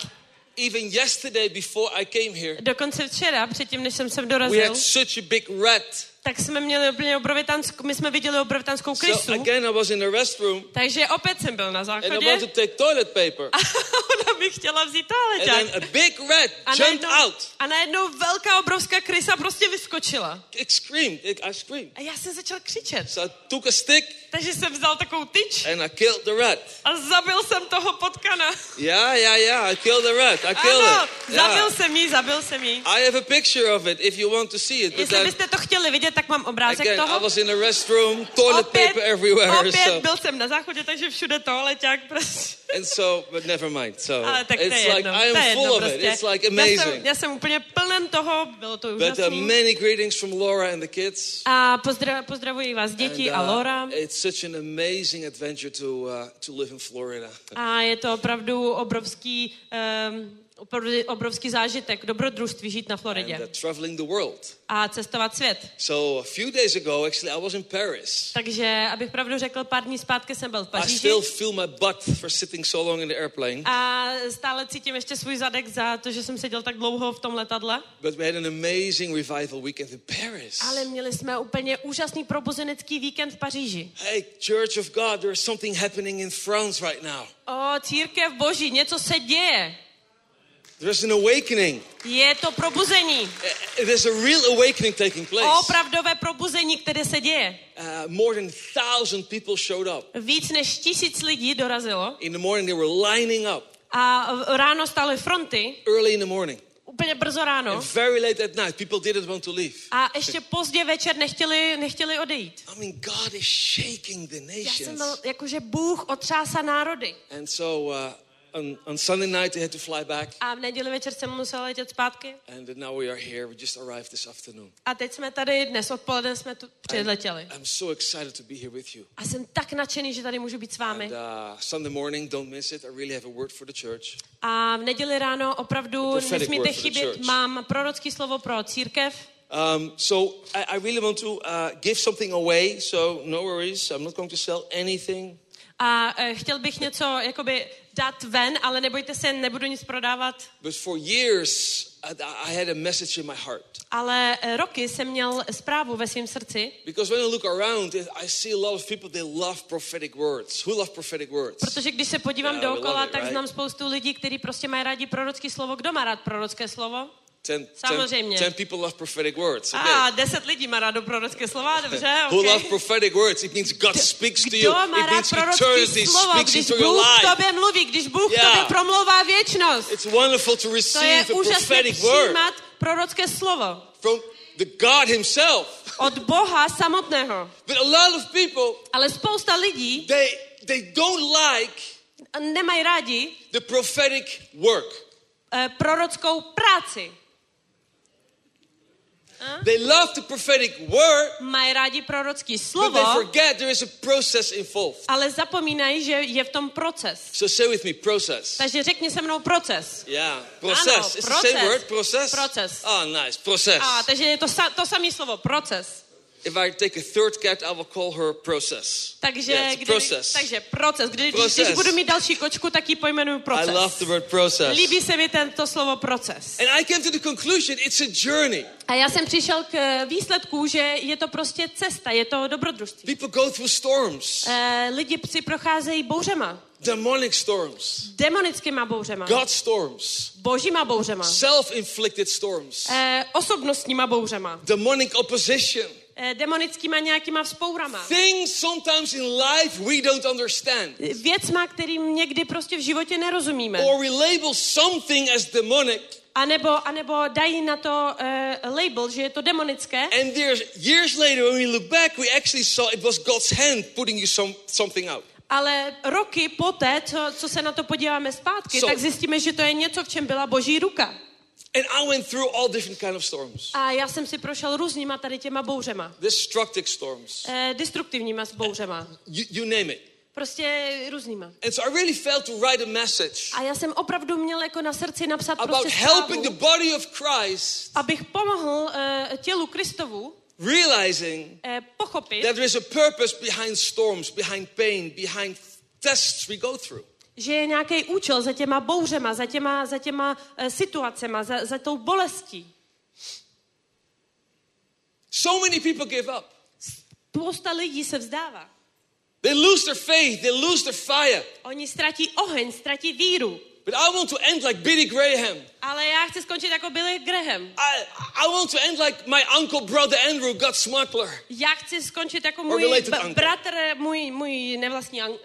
even yesterday before I came here, Dokonce včera, předtím, než jsem sem we dorazil, had such a big rat. tak jsme měli úplně obrovitánskou, my jsme viděli obrovitánskou krysu. So again, I was in the restroom, Takže opět jsem byl na and I záchodě. wanted to take toilet paper. A ona by chtěla vzít And toaleťák. then a big rat A jumped najednou, out. a najednou velká obrovská krysa prostě vyskočila. It screamed. It, I screamed. A já jsem začal křičet. So I took a stick Takže jsem vzal takovou tyč and I killed the rat. a zabil jsem toho potkana. Yeah, yeah, yeah. I killed the rat. I killed Ano, it. zabil Yeah. jsem jí, zabil jsem jí. I have a picture of it if you want to see it. But Jestli then, byste to chtěli vidět, tak mám obrázek again, I toho. was in the restroom, toilet Opět, paper everywhere. opět So. byl jsem na záchodě, takže všude toaleťák prostě. And so, but never mind. So Ale tak to it's je like jedno, I to je am full jedno of it. prostě. It's like Já jsem, amazing. já jsem úplně plnen toho, bylo to But uh, úžasný. many greetings from Laura and the kids. A pozdra, pozdravuji vás děti And, a Laura. It's such an amazing adventure to uh, to live in Florida. A je to opravdu obrovský, um, opravdu obrovský zážitek, dobrodružství žít na Floridě. And uh, traveling the world. A cestovat svět. So a few days ago, actually, I was in Paris. Takže, abych pravdu řekl, pár dní zpátky jsem byl v I Paříži. still feel my butt for sitting so long in the airplane. A stále cítím ještě svůj zadek za to, že jsem seděl tak dlouho v tom letadle. But we had an amazing revival weekend in Paris. Ale měli jsme úplně úžasný probuzenecký víkend v Paříži. Hey, Church of God, there is something happening in France right now. O, církev Boží, něco se děje. There's an awakening. Je to probuzení. There's a real awakening taking place. Opravdové probuzení, které se děje. Uh, more than thousand people showed up. Víc než tisíc lidí dorazilo. In the morning, they were lining up. A ráno stály fronty. Early in the morning. Úplně brzo ráno. And very late at night, people didn't want to leave. A ještě pozdě večer nechtěli, nechtěli odejít. I mean, God is shaking the Já jsem nations. byl, jakože Bůh otřásá národy. And so uh, on, on Sunday night, they had to fly back. A v neděli večer jsem musel letět zpátky. And now we are here. We just arrived this afternoon. A teď jsme tady, dnes odpoledne jsme tu přiletěli. I'm so excited to be here with you. A jsem tak nadšený, že tady můžu být s vámi. And uh, Sunday morning, don't miss it. I really have a word for the church. A v neděli ráno opravdu prophetic nesmíte word for the chybět. church. Mám prorocký slovo pro církev. Um, so I, I really want to uh, give something away. So no worries. I'm not going to sell anything. A e, chtěl bych něco jakoby dát ven, ale nebojte se, nebudu nic prodávat. But for years, I, I had a message in my heart. Ale e, roky jsem měl zprávu ve svém srdci, Because when I look around, I see a lot of people, they love prophetic words. Who love prophetic words? protože když se podívám Yeah, we dookola, love it, tak right? znám spoustu lidí, kteří prostě mají rádi prorocké slovo. Kdo má rád prorocké slovo? Ten, Samozřejmě. ten, ten people love prophetic words. Okay. A deset lidí má rádo prorocké slova, dobře, Who love okay. prophetic words? It means God speaks to you. Kdo má It rád means prorocké eternity slovo, speaks když into your Bůh life. tobě mluví, když Bůh Yeah. tobě promlouvá věčnost. It's wonderful to To je receive a úžasné prophetic word přijímat prorocké slovo from the God himself. od Boha samotného. But a lot of people, Ale spousta lidí they, they don't like nemají rádi the prophetic work. eh, prorockou práci. They love the prophetic word, Mají rádi prorocké but slovo, they forget there is a process involved. ale zapomínají, že je v tom proces. So say with me, process. Takže řekni se mnou proces. Yeah, process. Ano, It's the proces. same word, process? Proces. Oh, nice, process. A, takže je to, sa, to samé slovo, proces. If I take a third cat, I will call her process. Takže, Yeah, it's a kdy, process. takže proces. Kdy, Process. Když budu mít další kočku, tak ji pojmenuju proces. I love the word process. Líbí se mi tento slovo proces. And I came to the conclusion, it's a journey. A já jsem přišel k výsledku, že je to prostě cesta, je to dobrodružství. People go through storms, Eh, lidi si procházejí bouřema, demonic storms, demonickýma bouřema, God storms, božíma bouřema, self-inflicted storms, eh, osobnostníma bouřema, demonic opposition. eh, demonickýma nějakýma vzpourama. Things sometimes in life we don't understand. Věcma, kterým někdy prostě v životě nerozumíme. Or we label something as demonic. A nebo, a nebo dají na to uh, label, že je to demonické. And there's years later when we look back, we actually saw it was God's hand putting you some, something out. Ale roky poté, co, co se na to podíváme zpátky, So- tak zjistíme, že to je něco, v čem byla boží ruka. And I went through all different kind of storms. A já jsem si prošel různýma tady těma bouřema. Destructive storms. Eh, destruktivníma bouřema. You, you name it. Prostě různýma. And so I really felt to write a message A já jsem opravdu měl jako na srdci napsat about prostě helping the zprávu, body of Christ abych pomohl uh, tělu Kristovu realizing uh, pochopit, that there is a purpose behind storms, behind pain, behind tests we go through. že je nějaký účel za těma bouřema, za těma, za těma uh, situacema, za, za tou bolestí. So many people give up. Spousta lidí se vzdává. They lose their faith, they lose their fire. Oni ztratí oheň, ztratí víru. But I want to end like Billy Graham. Ale já chci skončit jako Billy Graham. I, I want to end like my uncle, brother Andrew, God Smuggler. Já chci skončit jako můj b- bratr, můj, můj nevlastní uh, uh,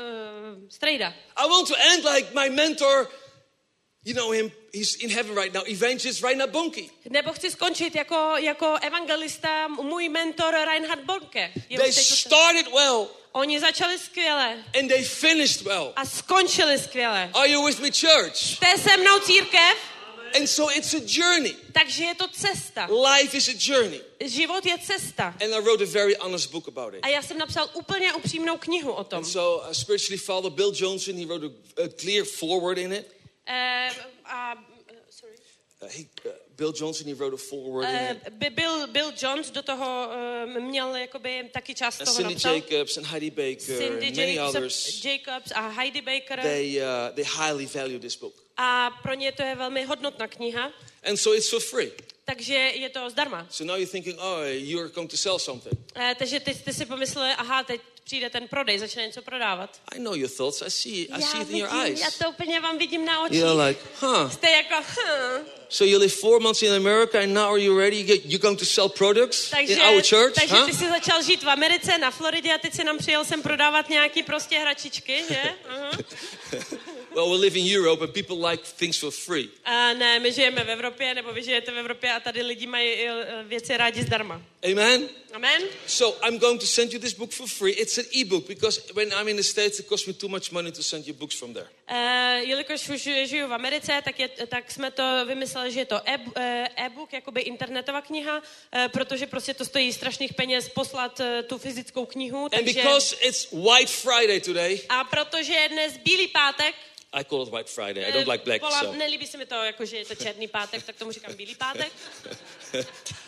strejda. I want to end like my mentor, you know him, he's in heaven right now, evangelist Reinhard Bonnke. Nebo chci skončit jako, jako evangelista, můj mentor Reinhard Bonnke. They started well. Oni začali skvěle. And they finished well. A skončili skvěle. Are you with me, church? Jste se mnou, církev? And so it's a journey. Takže je to cesta. Life is a journey. Život je cesta. And I wrote a very honest book about it. A já jsem napsal úplně upřímnou knihu o tom. And so uh, spiritually father Bill Johnson, he wrote a, a clear foreword in it. Uh, uh, sorry. Uh, he, uh, Bill Johnson, he wrote a foreword uh, in it. Bill, Bill Jones do toho uh, měl jakoby taky část toho Cindy napsal. Jacobs and Heidi Baker Cindy and many Jacobs, others. Jacobs a Heidi Baker. They, uh, they highly value this book. A pro ně to je velmi hodnotná kniha. And so it's for free. Takže je to zdarma. So now you're thinking, oh, you're going to sell something. Uh, takže teď jste si pomysleli, aha, teď přijde ten prodej, začne něco prodávat. I know your thoughts. I see, I já see it in vidím, your eyes. Já to úplně vám vidím na očích. You're like, huh. Jste jako, hm. So you live four months in America and now are you ready? You're going to sell products takže, in our church? Takže huh? ty jsi začal žít v Americe, na Floridě a teď si nám přijel sem prodávat nějaký prostě hračičky, že? Uh-huh. Well, we live in Europe and people like things for free. A ne, my žijeme v Evropě, nebo vy žijete v Evropě a tady lidi mají věci rádi zdarma. Amen? Amen? So I'm going to send you this book for free. It's an e-book because when I'm in the States it costs me too much money to send you books from there. Uh, jelikož už žiju v Americe, tak, je, tak jsme to vymysleli, že je to e- uh, e-book, jakoby internetová kniha, uh, protože prostě to stojí strašných peněz poslat uh, tu fyzickou knihu. And Takže, because it's White Friday today. A protože je dnes Bílý pátek. I call it White Friday. I don't like black. Pola, So. Nelíbí se mi to, jako, že je to černý pátek, tak tomu říkám Bílý pátek. uh,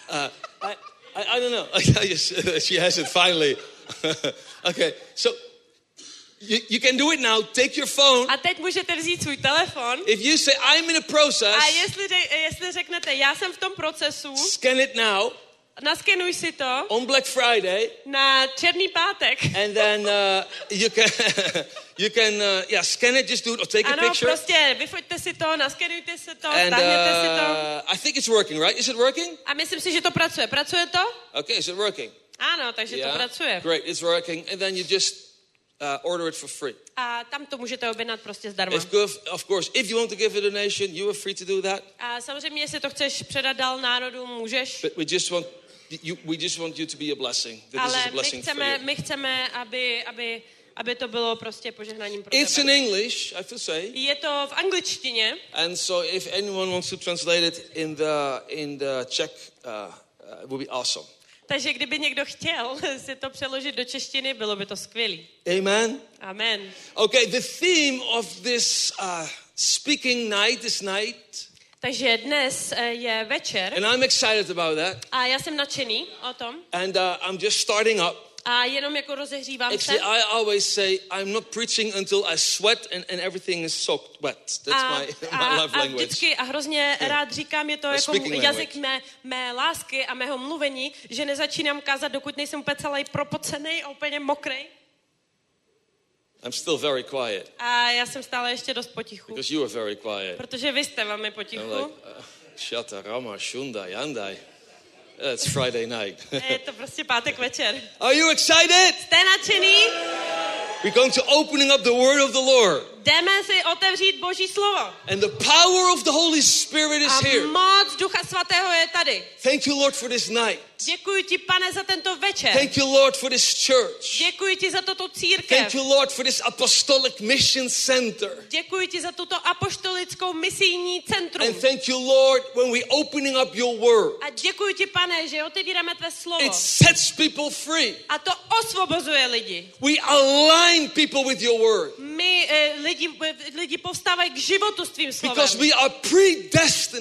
I, I, I don't know. She has it finally. Okay, so you, you can do it now. Take your phone. A teď můžete vzít svůj telefon. If you say I'm in a process. A jestli, jestli řeknete, já jsem v tom procesu. Scan it now. Naskenuj si to. On Black Friday. Na černý pátek. And then uh, you can you can uh, yeah scan it, just do it or take ano, a picture. Ano, prostě vyfoťte si to, naskenujte si to, and, stáhněte uh, si to. I think it's working, right? Is it working? A myslím si, že to pracuje. Pracuje to? Okay, is it working? Ano, takže yeah. to pracuje. Great, it's working. And then you just uh, order it for free. A tam to můžete objednat prostě zdarma. If, of course, if you want to give a donation, you are free to do that. A samozřejmě, jestli to chceš předat dál národu, můžeš. But we just want you, we just want you to be a blessing. That Ale this is a blessing my chceme, for you. my chceme, aby, aby, aby to bylo prostě požehnáním pro tebe. It's in English, I have to say. Je to v angličtině. And so if anyone wants to translate it in the in the Czech, uh, uh, it would be awesome. Takže kdyby někdo chtěl si to přeložit do češtiny, bylo by to skvělý. Amen. Amen. Okay, the theme of this uh, speaking night, this night. Takže dnes je večer. And I'm excited about that. A já jsem nadšený o tom. And uh, I'm just starting up. A jenom jako rozehřívám Actually, se. I always say I'm not preaching until I sweat and, and everything is soaked wet. That's a, my, my a, love a language. vždycky a hrozně rád říkám, je to The jako speaking jazyk mé, mé lásky a mého mluvení, že nezačínám kázat, dokud nejsem úplně celý propocený a úplně mokrý. I'm still very quiet. A já jsem stále ještě dost potichu. Because you are very quiet. Protože vy jste velmi potichu. I'm like, uh, Shata, Rama, Shunda, Yandai. It's Friday night. Je to prostě pátek večer. Are you excited? Jste nadšený? We're going to opening up the word of the Lord. Jdeme si otevřít Boží slovo. And the power of the Holy Spirit is a here. moc Ducha Svatého je tady. Thank you, Lord, for this night. Děkuji ti, Pane, za tento večer. Thank you, Lord, for this church. Děkuji ti za toto církev. Thank you, Lord, for this apostolic mission center. Děkuji ti za tuto apoštolickou misijní centrum. And thank you, Lord, when we opening up your word. A děkuji ti, Pane, že otevíráme tvé slovo. It sets people free. A to osvobozuje lidi. We align people with your word. My eh, lidi, lidi povstávají k životu s tvým slovem. Because we are predestined.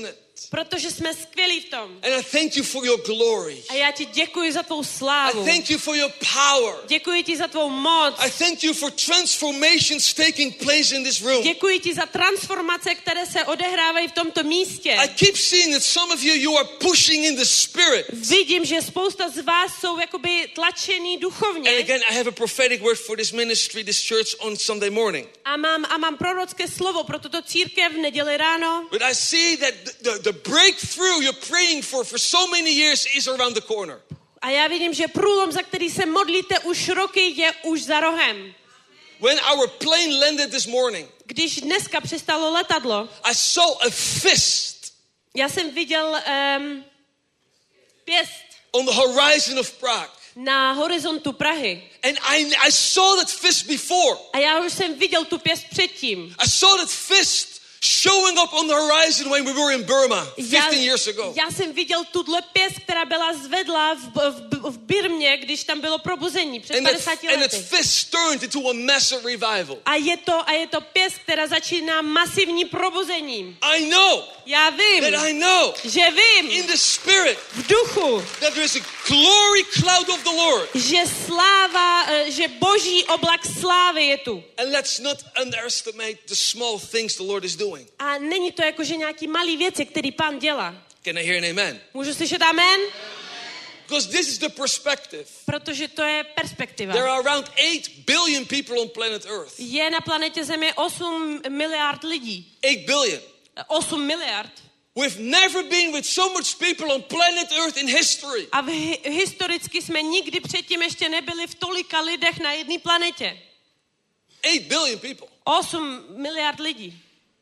Protože jsme skvělí v tom. And I thank you for your glory. A já ti děkuji za tvou I slávu. thank you for your power. Děkuji ti za tvou moc. I thank you for transformations taking place in this room. Děkuji ti za transformace, které se odehrávají v tomto místě. I keep seeing that some of you, you are pushing in the spirit. Vidím, že spousta z vás jsou jakoby tlačený duchovně. And again, I have a prophetic word for this ministry, this church on Sunday morning. A mám, a mám prorocké slovo pro tuto církev v neděli ráno. But I see that the, the breakthrough you're praying for for so many years is around the corner. A já vidím, že průlom, za který se modlíte už roky, je už za rohem. When our plane landed this morning, Když dneska přistalo letadlo, I saw a fist já jsem viděl um, pěst on the horizon of Prague. na horizontu Prahy. And I, I saw that fist before. A já už jsem viděl tu pěst předtím. I saw that fist showing up on the horizon when we were in Burma fifteen years ago. Já jsem viděl tuhle pěst, která byla zvedla v, v, v Birmě, když tam bylo probuzení před And padesáti that, and that lety. fist turned into a massive revival. A je to, a je to pěst, která začíná masivní probuzením. I know Já vím, that I know že vím in the spirit v duchu, that there is a glory cloud of the Lord. že sláva, eh, že boží oblak slávy je tu. And let's not underestimate the small things the Lord is doing. A není to jako, že nějaký malý věci, který Pán dělá. Can I hear an amen? Můžu slyšet amen? Because this is the perspective. Protože to je perspektiva. There are around eight billion people on planet Earth. Je na planetě Země osm miliard lidí. eight billion. osm miliard. We've never been with so much people on planet Earth in history. A v, historicky jsme nikdy předtím ještě nebyli v tolika lidech na jedné planetě. eight billion people. osm miliard lidí.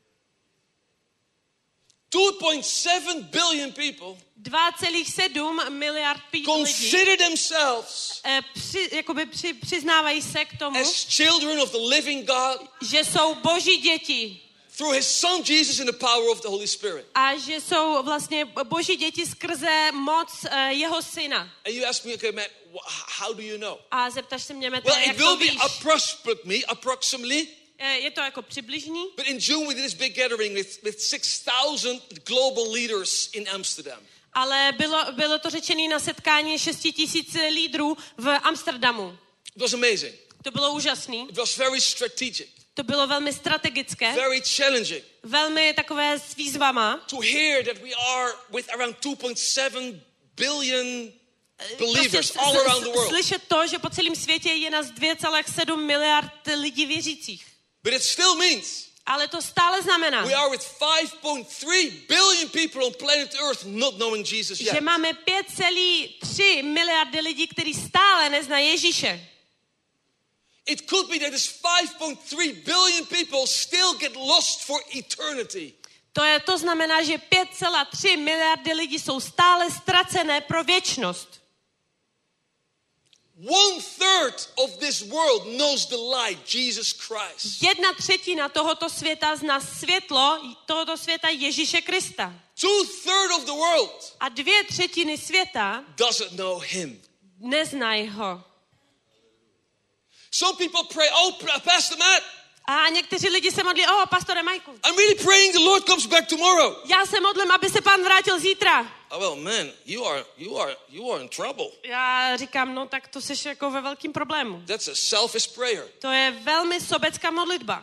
two point seven billion people dva celá sedm miliard lidí consider themselves eh, při, jakoby při, přiznávají se k tomu, as children of the living God že jsou boží děti through his son Jesus and the power of the Holy Spirit. a že jsou vlastně boží děti skrze moc eh, jeho syna. And you ask me, okay, man, wh- how do you know? A zeptáš se mě, Mete, Well, jak it to will be víš? approximately, approximately, Eh, Je to jako přibližný, but in June we did this big gathering with, with six thousand global leaders in Amsterdam. ale bylo, bylo to řečené na setkání šest tisíc lídrů v Amsterdamu. It was amazing. To bylo úžasný. It was very strategic, To bylo velmi strategické, very challenging velmi takové s výzvama. to hear that we are with around two point seven billion believers Prostě all s- around the s- world. Slyšet to, že po celém světě je nás dva celá sedm miliard lidí věřících. But it still means Ale to stále znamená, we are with five point three billion people on planet Earth not knowing Jesus yet. že máme pět celá tři miliardy lidí, kteří stále neznají Ježíše. It could be that this five point three billion people still get lost for eternity. To, je, to znamená, že pět celá tři miliardy lidí jsou stále ztracené pro věčnost. One third of this world knows the light, Jesus Christ. Jedna třetina tohoto světa zná světlo tohoto světa Ježíše Krista. Two third of the world A dvě třetiny světa doesn't know him. neznají ho. Some people pray, oh, Pastor Matt, A někteří lidi se modlí, o, pastore Majku, I'm really praying the Lord comes back tomorrow. já se modlím, aby se Pán vrátil zítra. Oh, well, man, you are, you are, you are in trouble. Já říkám, no tak to seš jako ve velkým problému. That's a selfish prayer. To je velmi sobecká modlitba.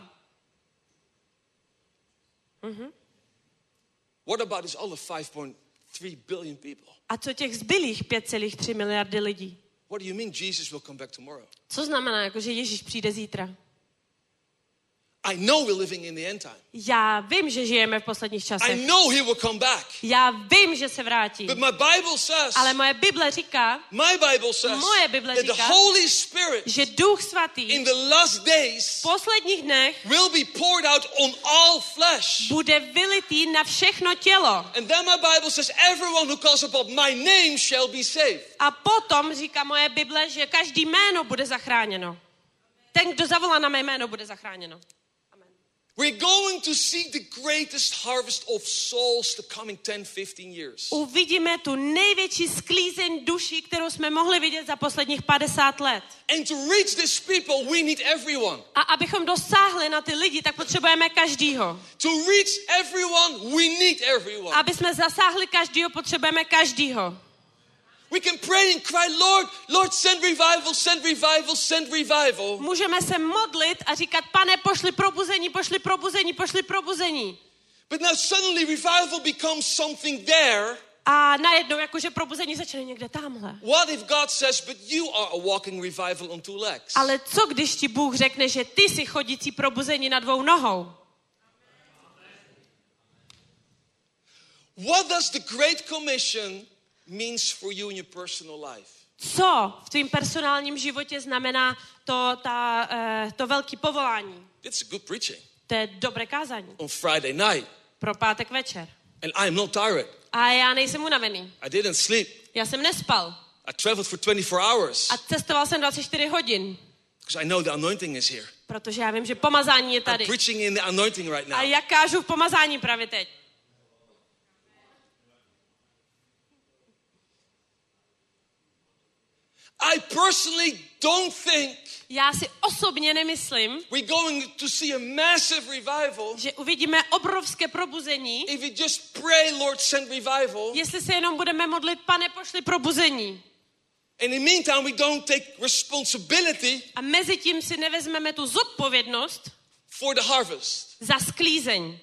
What about these other five point three billion people? A co těch zbylých pět celá tři miliardy lidí? What do you mean Jesus will come back tomorrow? Co znamená, jako, že Ježíš přijde zítra? I know we're living in the end time. Já vím, že žijeme v posledních I časech. know he will come back. Já vím, že se vrátí. But my Bible says, Ale moje Bible říká, my Bible says Moje Bible that the říká, Holy Spirit že Duch Svatý in the last v days posledních dnech will be poured out on all flesh. bude vylitý na všechno tělo. And then my Bible says, everyone who calls upon my name shall be saved. A potom říká moje Bible, že každý jméno bude zachráněno. Ten, kdo zavolá na mé jméno, bude zachráněno. We're going to see the greatest harvest of souls the coming ten, fifteen years. Uvidíme tu největší sklízeň duší, kterou jsme mohli vidět za posledních padesát let. And to reach these people, we need everyone. A abychom dosáhli na ty lidi, tak potřebujeme každýho. To reach everyone, we need everyone. Aby jsme zasáhli každýho, potřebujeme každýho. We can pray and cry, Lord, Lord, send revival, send revival, send revival. Můžeme se modlit a říkat, Pane, pošli probuzení, pošli probuzení, pošli probuzení. But now suddenly revival becomes something there. A najednou jakože probuzení začne někde tamhle. What if God says, but you are a walking revival on two legs? Ale co když ti Bůh řekne, že ty jsi chodící probuzení na dvou nohou? What does the Great Commission means for you in your personal life? Co v tvém personálním životě znamená to, ta, uh, to velké povolání? It's a good preaching. To je dobré kázání. On Friday night. Pro pátek večer. And I am not tired. A já nejsem unavený. I didn't sleep. Já jsem nespal. I traveled for twenty-four hours. A cestoval jsem dvacet čtyři hodin. Because I know the anointing is here. Protože já vím, že pomazání je tady. I'm preaching in the anointing right now. A já kážu v pomazání právě teď. I personally don't think já si osobně nemyslím, we're going to see a massive revival, že uvidíme obrovské probuzení, if we just pray, Lord, send revival, jestli se jenom budeme modlit, Pane, pošli probuzení. and in the meantime we don't take responsibility a mezi tím si nevezmeme tu zodpovědnost for the harvest. za sklízeň.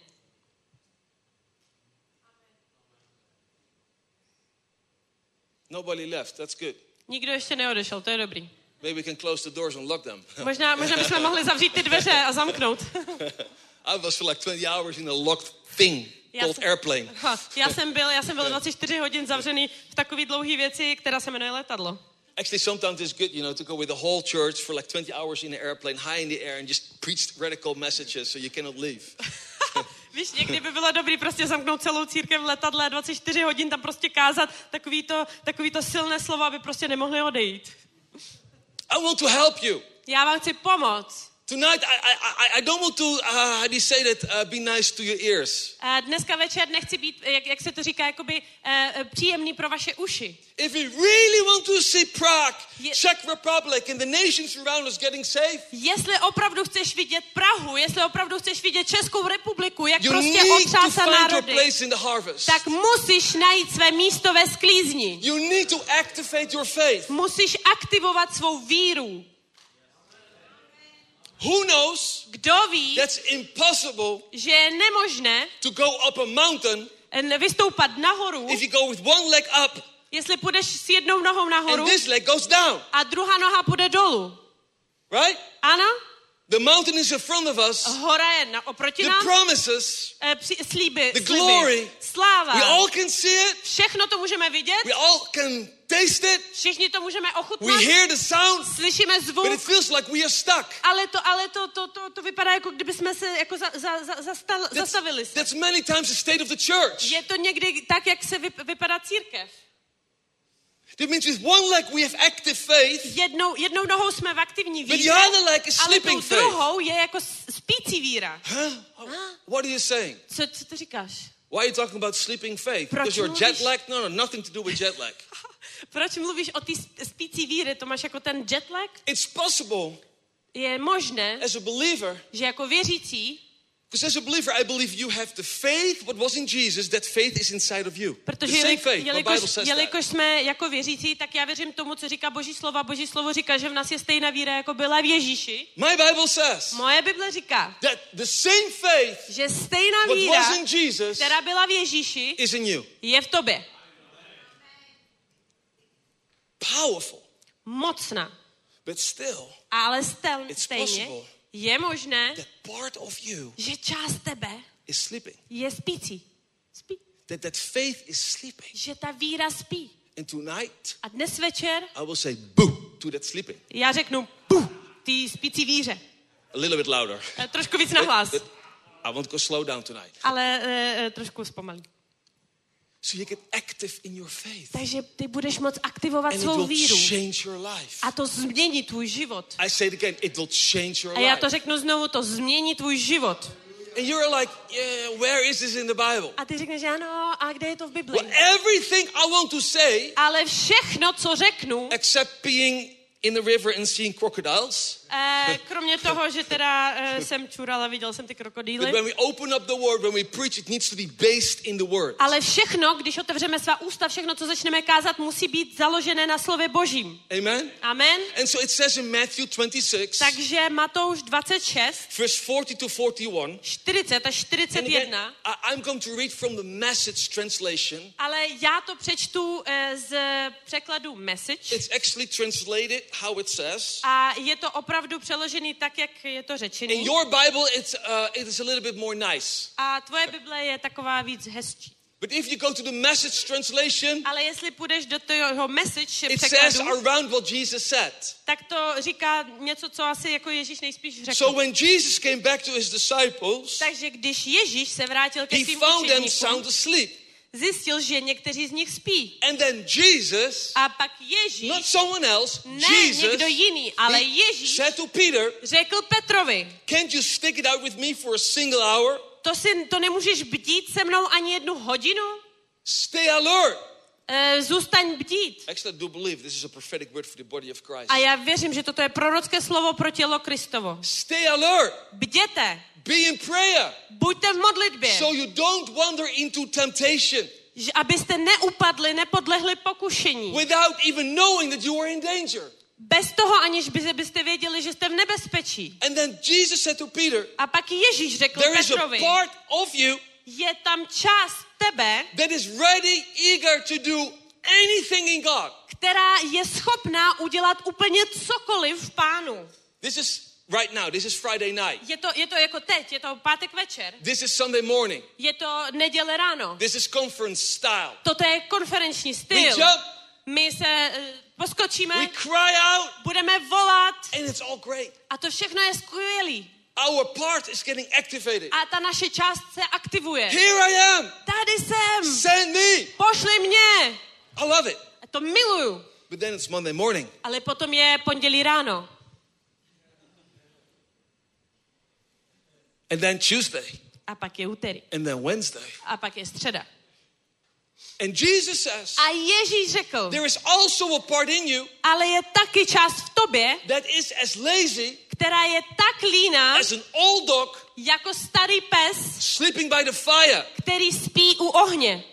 Nobody left, that's good. Nikdo ještě neodešel, to je dobrý. Maybe we can close the doors and lock them. možná, možná bychom mohli zavřít ty dveře a zamknout. I was for like twenty hours in a locked thing called jsem, airplane. já jsem byl, já jsem byl dvacet čtyři hodin zavřený v takové dlouhé věci, která se jmenuje letadlo. Actually, sometimes it's good, you know, to go with the whole church for like twenty hours in an airplane, high in the air, and just preach radical messages so you cannot leave. Víš, někdy by bylo dobrý prostě zamknout celou církev v letadle, dvacet čtyři hodin tam prostě kázat takový to, takový to silné slova, aby prostě nemohli odejít. I want to help you. Já vám chci pomoct. Tonight, I, I, I don't want to, uh, how do you say that, uh, be nice to your ears. Uh, dneska večer nechci být, jak, jak se to říká, jakoby uh, příjemný pro vaše uši. If we really want to see Prague, Je- Czech Republic, and the nations around us getting saved, Jestli opravdu chceš vidět Prahu, jestli opravdu chceš vidět Českou republiku, jak you prostě need to otřásá find your národy, place in the harvest. tak musíš najít své místo ve sklízni. You need to activate your faith. Musíš aktivovat svou víru. Who knows? Kdo ví, That's impossible že je nemožné to go up a mountain vystoupat nahoru, if you go with one leg up jestli půjdeš s jednou nohou nahoru and this leg goes down. a druhá noha půjde dolů. Right? Ano? The mountain is in front of us. Hora je na, oproti The nám. promises, Eh, při, slíby, the sliby, glory. sláva. We all can see it. Všechno to můžeme vidět, We all can taste it. všichni to můžeme We ochutnat, hear the sound, slyšíme but it zvuk, feels like we are stuck. ale to, ale to, to, to, to vypadá, jako kdyby jsme se jako za, za, za, zastal, That's, zastavili se. that's many times the state of the church. Je to někdy tak, jak se vyp, vypadá církev. That means with one leg we have active faith, Jednou, jednou nohou jsme v aktivní but the víře, other leg is ale tou sleeping faith. druhou je jako spící víra. Huh? What are you saying? Co, co ty říkáš? Why are you talking about sleeping faith? Proč Because you're mluvíš- jet lagged? No, no, nothing to do with jet lag. Proč mluvíš o té spící víry? To máš jako ten jet lag? It's possible Je možné, as a believer, že jako věřící, because as a believer I believe you have the faith what was in Jesus, that faith is inside of you. The protože same jelik, faith, the Bible jelikož, says that. jelikož jsme jako věřící, tak já věřím tomu, co říká Boží slovo. Boží slovo říká, že v nás je stejná víra, jako byla v Ježíši. My Bible says Moje Bible říká, that the same faith že stejná what víra, was in Jesus která byla v Ježíši, is in you. je v tobě. Powerful. Mocná. But still, Ale stel, It's stejně possible. je možné, that part of you že část tebe is sleeping. je spící. Spí. That that faith is sleeping. Že ta víra spí. And tonight A dnes večer I will say boo to that sleeping. já řeknu puh, ty spící víře. A little bit louder. Eh, Trošku víc nahlas, But I want to go slow down tonight. ale e, trošku zpomalí. So you get active in your faith. Takže ty budeš moct aktivovat And it svou will víru. change your life. A to změní tvůj život. I say it again, it will change your A já to life. řeknu znovu, to změní tvůj život. And you're like, yeah, where is this in the Bible? A ty řekneš, ano, a kde je to v Bibli? Well, everything I want to say, Ale všechno, co řeknu, except being in the river and seeing crocodiles. Eh, kromě toho, že teda eh, jsem čurala, viděl jsem ty krokodýly. When we open up the word, when we preach, it needs to be based in the word. Ale všechno, když otevřeme svá ústa, všechno, co začneme kázat, musí být založené na slově Božím. Amen. Amen. And so it says in Matthew twenty-six, Takže Matouš dvacet šest, verse forty to forty-one. čtyřicet až čtyřicet And again, jedna. I- I'm going to read from the Message translation. Ale já to přečtu eh, z překladu Message. It's actually translated how it says. A je to opravdu přeložený tak, jak je to In řečený. your Bible, it's uh, it is a little bit more nice. A tvoje Bible je taková víc hezčí. But if you go to the Message translation, Ale jestli půjdeš do toho Message it says překladu, around what Jesus said. tak to říká něco, co asi jako Ježíš nejspíš řekl. So when Jesus came back to his disciples, Takže když Ježíš se vrátil ke he svým found them učedníkům, sound asleep. zjistil, že někteří z nich spí. And then Jesus, A pak Ježíš, not someone else, ne Jesus, někdo jiný, ale he Ježíš said to Peter, řekl Petrovi, can't you stick it out with me for a single hour? to, si, to nemůžeš bdít se mnou ani jednu hodinu? Stay alert. E, zůstaň bdít. Actually, I do believe this is a prophetic word for the body of Christ. A já věřím, že toto je prorocké slovo pro tělo Kristovo. Stay alert. Bděte, Be in prayer. buďte v modlitbě, So you don't wander into temptation že abyste neupadli, nepodlehli pokušení. without even knowing that you are in danger. Bez toho, aniž by, byste věděli, že jste v nebezpečí. And then Jesus said to Peter, A pak Ježíš řekl there is a Petrovi, part of you je tam část tebe, that is ready, eager to do anything in God. která je schopná udělat úplně cokoliv v Pánu. This is right now. This is Friday night. Je to, je to jako teď, je to pátek večer, This is Sunday morning. je to neděle ráno. This is conference style. Toto je konferenční We styl. jump, My se uh, poskočíme, we cry out, budeme volat and it's all great. a to všechno je skvělý. Our part is getting activated. A ta naše část se aktivuje. Here I am. Tady jsem, Send me. pošli mě. I love it. A to miluju. But then it's Monday morning. Ale potom je pondělí ráno. And then Tuesday. A pak je úterý. And then Wednesday. A pak je středa. And Jesus says, A Ježíš řekl, there is also a part in you ale je taky část v tobě, that is as lazy která je tak líná, as an old dog jako starý pes, sleeping by the fire. který spí u ohně.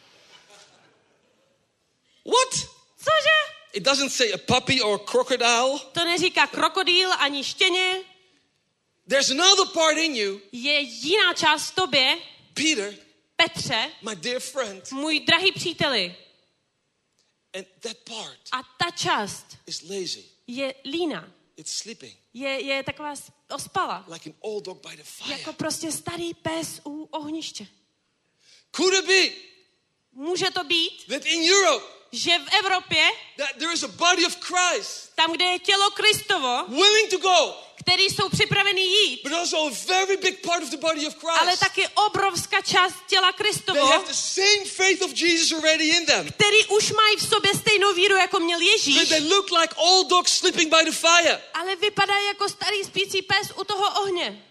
What? Cože? It doesn't say a puppy or a crocodile. To neříká krokodýl ani štěně. There's another part in you, Je jiná část v tobě, Peter, Petře, my dear friend. můj drahý příteli. And that part A ta část is lazy. je líná. It's sleeping Je, je taková ospala. like an old dog by the fire. Jako prostě starý pes u ohniště. Could it be Může to být, that in Europe, že v Evropě, that there is a body of Christ tam, kde je tělo Kristovo, willing to go, který jsou připraveni jít, but also a very big part of the body of ale Christ? taky obrovská část těla They Kristovo, have the same faith of Jesus already in them. který už mají v sobě stejnou víru, jako měl But Ježíš, they look like old dogs sleeping by the fire. ale vypadají jako starý spící pes u toho ohně.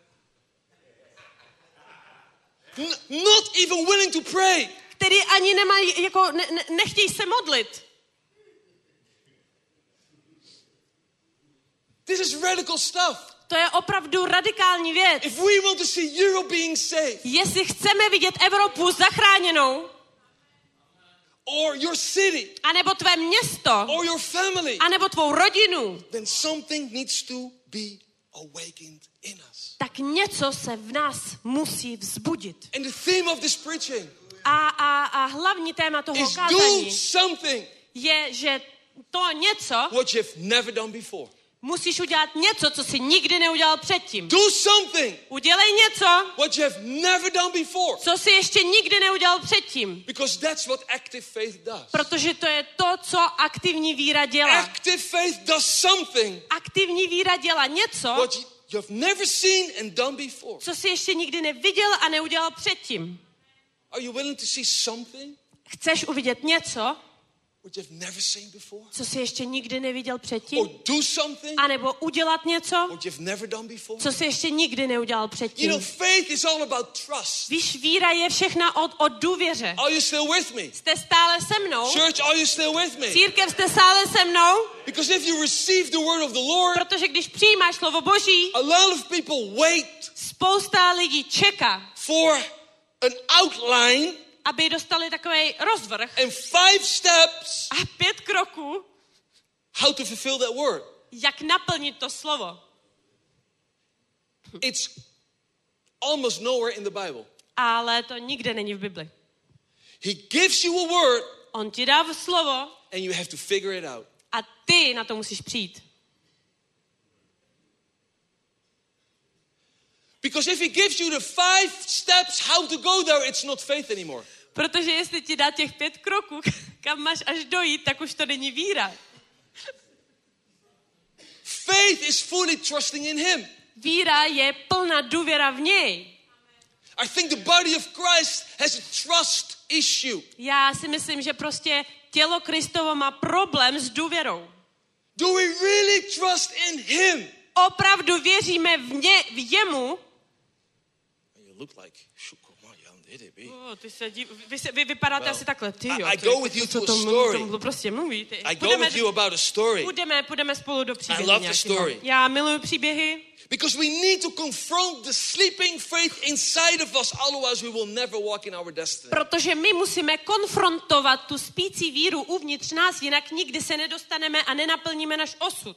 N- not even willing to pray. Který ani nemají, jako ne, ne, nechtějí se modlit. This is radical stuff. To je opravdu radikální věc. If we want to see Europe being saved, Jestli chceme vidět Evropu zachráněnou, or your city, anebo tvé město, or your family, anebo tvou rodinu, then something needs to be awakened in us. tak něco se v nás musí vzbudit. And the theme of this preaching A, a, a hlavní téma toho is do kázání something je, že to něco what you've never done before. musíš udělat něco, co jsi nikdy neudělal předtím. Do something Udělej něco, what you have never done before. co jsi ještě nikdy neudělal předtím. Because that's what active faith does. Protože to je to, co aktivní víra dělá. Active faith does something Aktivní víra dělá něco, what you you have never seen and done before. co jsi ještě nikdy neviděl a neudělal předtím. Are you willing to see something? Chceš uvidět něco? what you've never seen before, co jsi ještě nikdy neviděl předtím, or do something a nebo udělat něco, what you've never done before. co jsi ještě nikdy neudělal You předtím. know, faith is all about trust. Víš, víra je všechna od, od důvěře. Are you still with me? Jste stále se mnou? Church, are you still with me? Církev, jste stále se mnou? Because if you receive the word of the Lord, Protože když přijímáš slovo Boží, a lot of people wait spousta lidí čeká, for an outline aby dostali takový rozvrh and five steps a pět kroků, how to fulfill that word. jak naplnit to slovo. It's almost nowhere in the Bible. Ale to nikde není v Bibli. He gives you a word On ti dá slovo and you have to figure it out. a ty na to musíš přijít. Because if he gives you the five steps how to go there, it's not faith anymore. Protože jestli ti dá těch pět kroků, kam máš až dojít, tak už to není víra. Faith is fully trusting in him. Víra je plná důvěra v něj. I think the body of Christ has a trust issue. Já si myslím, že prostě tělo Kristovo má problém s důvěrou. Do we really trust in him? Opravdu věříme v, ně, v jemu. You look like Oh, ty se div, vy, se, vy vypadáte Well, asi takhle. Ty, jo, I ty, go with you co to a to story. mluví, to prostě mluví. Ty. I go Půjdeme, with you about a story. půjdeme, půjdeme spolu do příběhu. I love the nějakého. story. Já miluji příběhy. Because we need to confront the sleeping faith inside of us, otherwise we will never walk in our destiny. Protože my musíme konfrontovat tu spící víru uvnitř nás, jinak nikdy se nedostaneme a nenaplníme náš osud.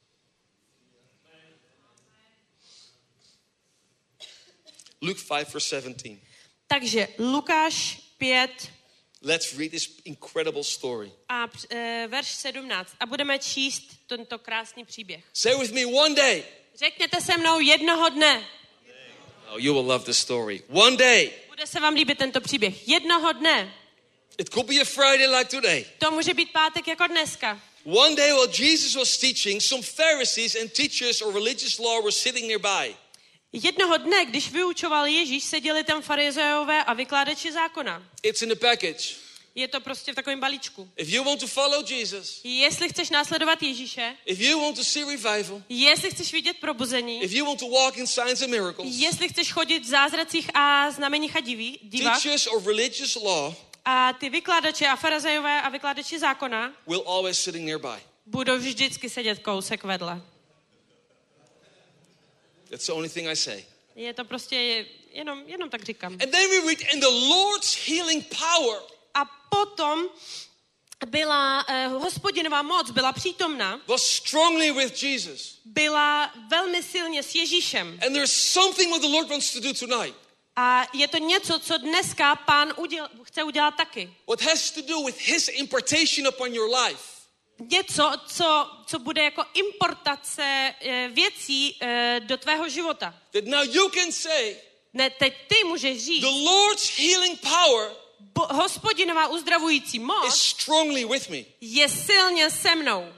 Luke five verse seventeen. Takže Lukáš pět Let's read this incredible story. a e, verš sedmnáct. A budeme číst tento krásný příběh. Say with me, one day. Řekněte se mnou jednoho dne. Oh, you will love this story. One day. Bude se vám líbit tento příběh. Jednoho dne. It could be a Friday like today. To může být pátek jako dneska. One day while Jesus was teaching, some Pharisees and teachers of religious law were sitting nearby. Jednoho dne, když vyučoval Ježíš, seděli tam farizeové a vykládači zákona. It's in the package. Je to prostě v takovém balíčku. If you want to follow Jesus, Jestli chceš následovat Ježíše, if you want to see revival, jestli chceš vidět probuzení, if you want to walk in signs and miracles, jestli chceš chodit v zázracích a znameních a diví, divách, teachers of religious law a ty vykládače a farizejové a vykládači zákona will always sitting nearby. budou vždycky sedět kousek vedle. That's the only thing I say. Je to prostě jenom, jenom tak říkám. And then we read, and the Lord's healing power A potom byla uh, hospodinová moc, byla přítomna, was strongly with Jesus. byla velmi silně s Ježíšem. And there's something what the Lord wants to do tonight. A je to něco, co dneska Pán uděl, chce udělat taky. What has to do with his impartation upon your life. Něco, co, co bude jako importace e, věcí e, do tvého života. That now you can say, Ne, teď ty můžeš říct, the Lord's healing power bo, Hospodinová uzdravující is moc strongly with me. je silně se mnou.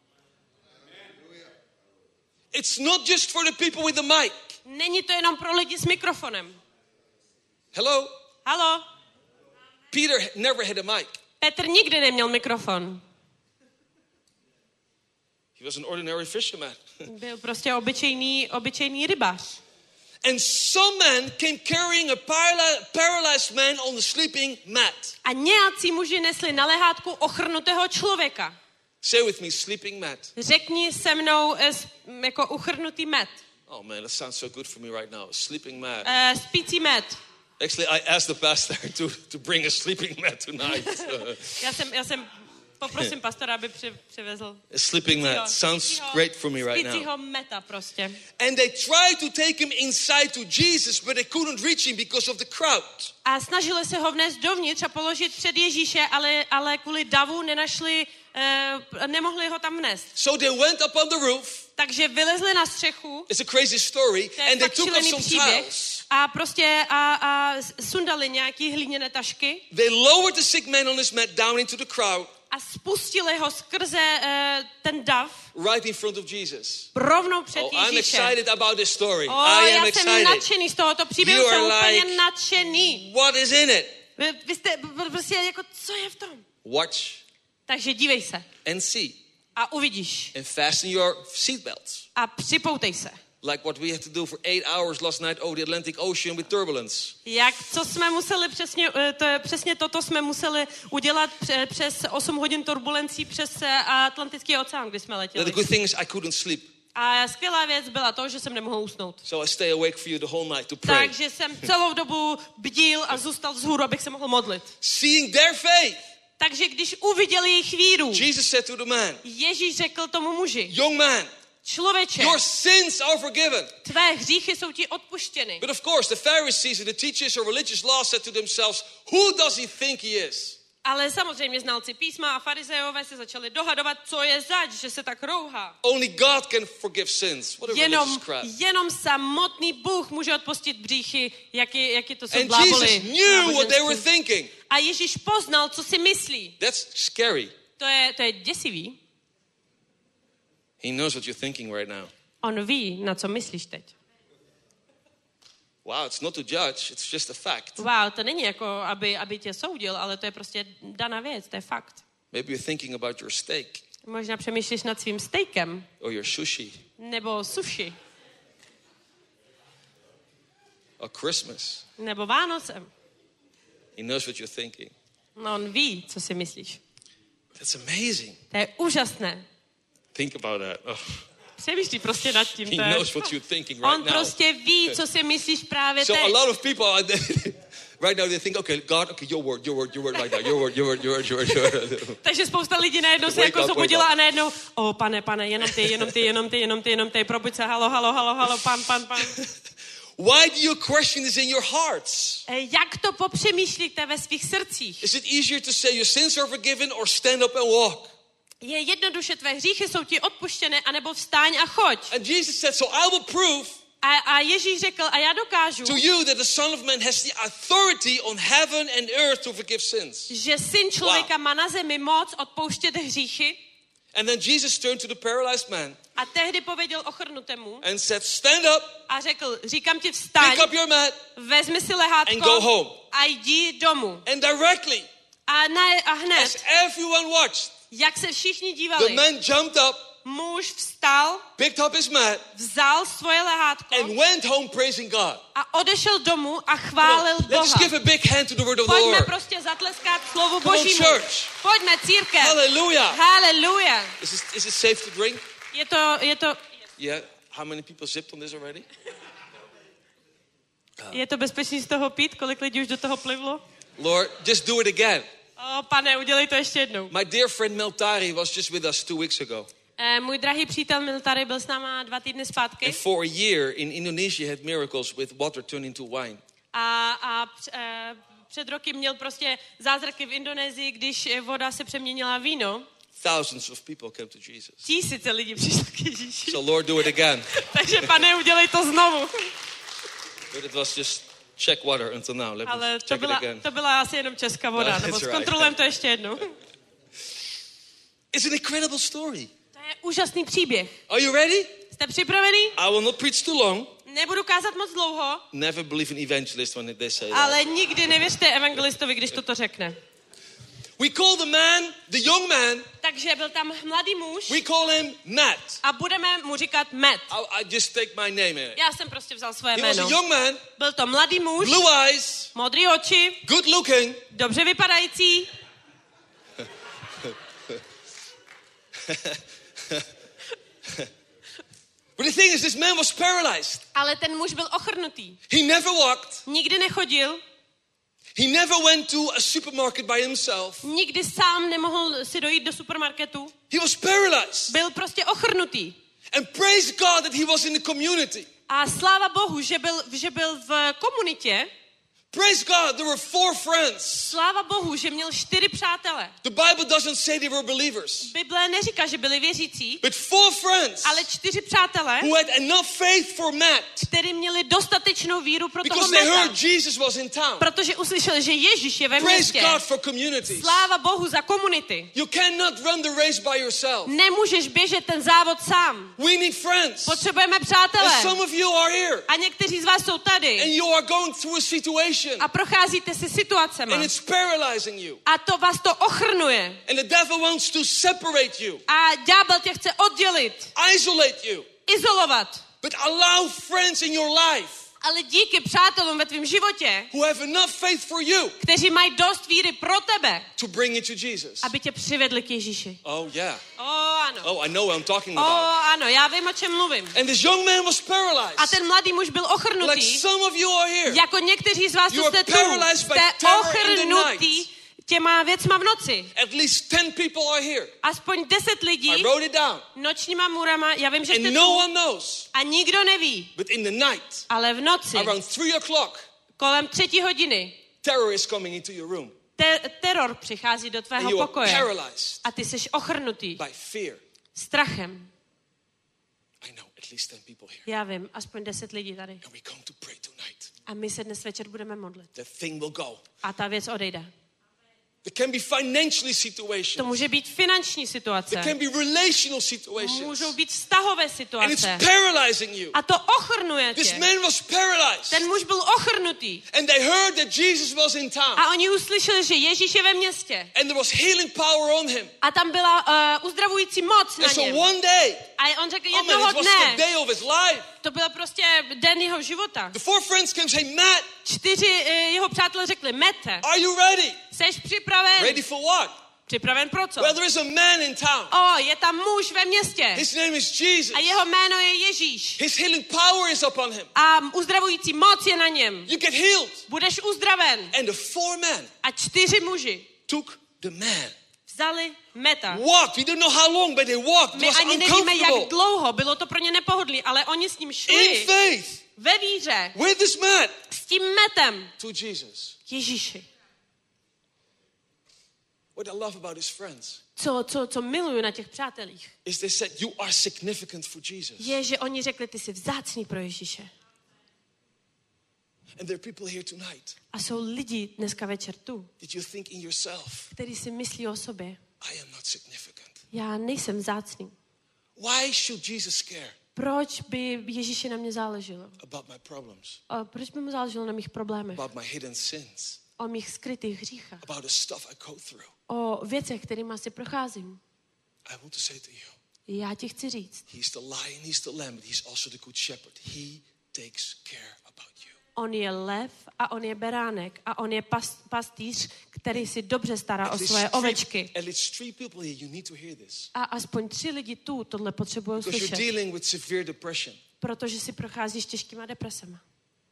It's not just for the people with the mic. Není to jenom pro lidi s mikrofonem. Hello? Halo? Peter never had a mic. Petr nikdy neměl mikrofon. He was an ordinary fisherman. Byl prostě obyčejný, obyčejný rybář. And some men came carrying a paraly- paralyzed man on the sleeping mat. A nějací muži nesli na lehátku ochrnutého člověka. Say with me, sleeping mat. Řekni se mnou eh, s- jako uchrnutý met. Oh man, that sounds so good for me right now. Sleeping mat. Eh, spící met. Actually, I asked the pastor to, to bring a sleeping mat tonight. Já jsem, já jsem poprosím pastora, aby při, přivezl a sleeping spícího- mat sounds spícího- great for me right now. spícího meta prostě. And they tried to take him inside to Jesus, but they couldn't reach him because of the crowd. A snažili se ho vnést dovnitř a položit před Ježíše, ale, ale kvůli davu nenašli, eh, nemohli ho tam vnést. So they went up on the roof. Takže vylezli na střechu, It's a crazy story. to je And they fakt took off šílený some příběh, tiles. a prostě a, a sundali nějaký hlíněné tašky They lowered the sick man on his mat down into the crowd, a spustili ho skrze uh, ten dav right in front of Jesus. rovnou před Oh, I'm Ježíšem. excited about this story. O, I am já jsem excited. nadšený z tohoto příběhu, You jsem are úplně like- nadšený. What is in it? Vy, vy jste b- prostě jako, co je v tom? Watch Takže dívej se. and see. A uvidíš. And fasten your seatbelts. A připoutej se. Like what we had to do for eight hours last night over the Atlantic Ocean with turbulence. Jak, co jsme museli přesně, to je přesně toto jsme museli udělat přes osm hodin turbulencí přes Atlantický oceán, kdy jsme letěli. The good thing is I couldn't sleep. A skvělá věc byla to, že jsem nemohl usnout. So I stay awake for you the whole night to pray. Takže jsem celou dobu bdil a zůstal vzhůru, abych se mohl modlit. Seeing their faith. Takže když uviděl jejich víru, Jesus said to the man, Ježíš řekl tomu muži, young man, člověče, your sins are forgiven. tvé hříchy jsou ti odpuštěny. But of course, the Pharisees and the teachers of religious law said to themselves, who does he think he is? Ale samozřejmě znalci písma a farizejové se začali dohadovat, co je zač, že se tak rouhá. Only God can forgive sins. What a Jenom, religious crap. jenom samotný Bůh může odpustit hříchy, jaký, jaký to jsou And bláboli. Jesus knew what they were thinking. A Ježíš poznal, co si myslí. That's scary. To je, to je děsivý. He knows what you're thinking right now. On ví, na co myslíš teď. Wow, it's not to judge, it's just a fact. Wow, to není jako, aby, aby tě soudil, ale to je prostě daná věc, to je fakt. Maybe you're thinking about your steak Možná přemýšlíš nad svým stejkem, or your sushi nebo sushi, or Christmas. nebo Vánocem. He knows what you're thinking. No, on ví, co si myslíš. That's amazing. To je úžasné. Think about that. Oh. Přemýšlí prostě nad tím. He To je... knows what you're thinking On right now. prostě ví, co si myslíš právě So teď. a lot of people are right now they think, okay, God, okay, your word, your word, your word right now, your word, your word, your word, your word, your word. Takže spousta lidí najednou se Wake jako up, zobudila wake a najednou, o pane, pane, jenom ty, jenom ty, jenom ty, jenom ty, jenom ty, probuď se, halo, halo, halo, halo, pan, pan, pan. Why do you question this in your hearts? E, Jak to popřemýšlíte ve svých srdcích? Is it easier to say your sins are forgiven or stand up and walk? Je jednoduše, tvé hříchy jsou ti odpuštěné, anebo vstáň a choď. And Jesus said, so I will prove A, a Ježíš řekl, a já dokážu, to you that the Son of Man has the authority on heaven and earth to forgive sins. že syn člověka Wow. má na zemi moc odpouštět hříchy. And then Jesus turned to the paralyzed man A tehdy pověděl ochrnutému and said, stand up, a řekl, říkám ti vstaň, pick up your mat, vezmi si and go lehátko home. a jdi domů. And directly, A, ne, a as hned, everyone watched, jak se všichni the dívali, man jumped up, muž vstal, picked up his mat, vzal svoje lehátko and went home praising God. a odešel domů a chválil Let's Boha. give a big hand to the word of the Pojďme Lord. prostě zatleskat slovu Come on, Božímu. church. Pojďme, církev. Hallelujah. Haleluja. Is it, is it safe to drink? Je to, je to, Yeah. How many people zipped on this already? je to bezpečný z toho pít? Kolik lidí už do toho plivlo? Lord, just do it again. O, pane, udělej to ještě jednou. My dear friend Meltari was just with us two weeks ago. Eh, můj drahý přítel Miltary byl s náma dva týdny zpátky And for a year in Indonesia had miracles with water turned into wine. a, a eh, před roky měl prostě zázraky v Indonésii, když voda se přeměnila v víno. Thousands of people came to Jesus. Tisíce lidí přišlo k Ježíši. So Lord, do it again. Takže pane, udělej to znovu. But it was just check water until now. Let me Ale to check it byla, again. to byla asi jenom česká voda, No, nebo that's zkontrolujeme right. to ještě jednou. It's an incredible story. To je úžasný příběh. Are you ready? Jste připravený? I will not preach too long. Nebudu kázat moc dlouho, Never believe in evangelists when they say that. ale nikdy nevěřte evangelistovi, když toto řekne. We call the man, the young man, Takže byl tam mladý muž we call him Matt. a budeme mu říkat Matt. I, I just take my name here. Já jsem prostě vzal své He was a jméno. young man, Byl to mladý muž, blue eyes, modrý oči, good looking. dobře vypadající. But the thing is, this man was paralyzed. Ale ten muž byl ochrnutý. He never walked. Nikdy nechodil, He never went to a supermarket by himself. nikdy sám nemohl si dojít do supermarketu. He was paralyzed. Byl prostě ochrnutý. And praise God that he was in the community. A sláva Bohu, že byl, že byl v komunitě. Praise God, there were four friends. Sláva Bohu, že měl čtyři přátele. The Bible doesn't say they were believers. Bible neříká, že byli věřící, But four friends ale čtyři přátelé, who had enough faith for Matt kteří měli dostatečnou víru pro toho because they heard Meta. Jesus was in town. Protože uslyšeli, že Ježíš je ve Praise městě. God for communities. Sláva Bohu za komunity. You cannot run the race by yourself. Nemůžeš běžet ten závod sám. We need friends. Potřebujeme And přátele. some of you are here A někteří z vás jsou and tady. you are going through a situation situation. A procházíte si situacema. And it's paralyzing you. A to vás to ochrnuje. And the devil wants to separate you. A ďábel tě chce oddělit. Isolate you. Izolovat. But allow friends in your life. Ale díky přátelům ve tvém životě, who have enough faith for you, kteří mají dost víry pro tebe, to bring you to Jesus. aby tě přivedli k Ježíši. Oh yeah. Oh, ano. Oh, I know what I'm talking Oh, about. ano, já vím, o čem mluvím. And this young man was paralyzed. A ten mladý muž byl Like ochrnutý, some of you are here. jako někteří z vás, You co are jste tu, paralyzed by jste terror in the ochrnutý night. těma věcma v noci. At least ten people are here. Aspoň deset I lidí wrote it down. nočníma můrama, já vím, že jste And no tu one knows. a nikdo neví, But in the night, ale v noci, around three o'clock, kolem třetí hodiny, terror is coming into your room. te- teror přichází do And tvého you are pokoje paralyzed a ty jsi ochrnutý by fear. strachem. I know at least ten people here. Já vím, aspoň deset lidí tady. And we come to pray tonight. A my se dnes večer budeme modlit. The thing will go. A ta věc odejde. It can be financially To situations. může být finanční situace. It can be relational situations. Můžou být vztahové And it's situace. paralyzing you. A to ochrnuje This tě. man was paralyzed. Ten muž byl ochrnutý. And they heard that Jesus was in town. A oni uslyšeli, že Ježíš je ve městě. And there was healing power on him. A tam byla uh, uzdravující moc na And so něm. one day, A on řekl oh man, jednoho it was the dne, day of his life. to byl prostě den jeho života. The four friends came and say, Matt, Čtyři uh, jeho přátelé řekli, Mete, are you ready? seš připraven? Ready for what? Připraven pro co? Well, there is a man in town. O, je tam muž ve městě. His name is Jesus. A jeho jméno je Ježíš. His healing power is upon him. A uzdravující moc je na něm. You get healed. Budeš uzdraven. And the four men A čtyři muži took the man. vzali Meta. Walked. We don't know how long, but they walked. It My was ani nevíme, jak uncomfortable. dlouho. Bylo to pro ně nepohodlí, ale oni s ním In šli faith. ve víře With this man. s tím Metem To Jesus. k Ježíši. What I love about his friends Co, co, co miluju na těch přátelích, is they said, you are significant for Jesus. je, že oni řekli, ty jsi vzácný pro Ježíše. And there are people here tonight. A jsou lidi dneska večer tu, Did you think in yourself, kteří si myslí o sobě, I am not significant? já nejsem vzácný. Why should Jesus care Proč by Ježíši na mě záleželo? about my problems, A proč by mu záleželo na mých problémech? about my hidden sins, O mých skrytých hříchách? about the stuff I go through? O věcech, kterými si procházím? I want to say to you, Já ti chci říct, he's the lion, he's the lamb, but he's also the good shepherd. He takes care about you. on je lev a on je beránek a on je pas, pastýř, který si dobře stará o At least svoje three- ovečky. at least three people here, you need to hear this. A aspoň tři lidi tu tohle potřebují Because you're slyšet, dealing with severe depression. protože si procházíš těžkýma depresema.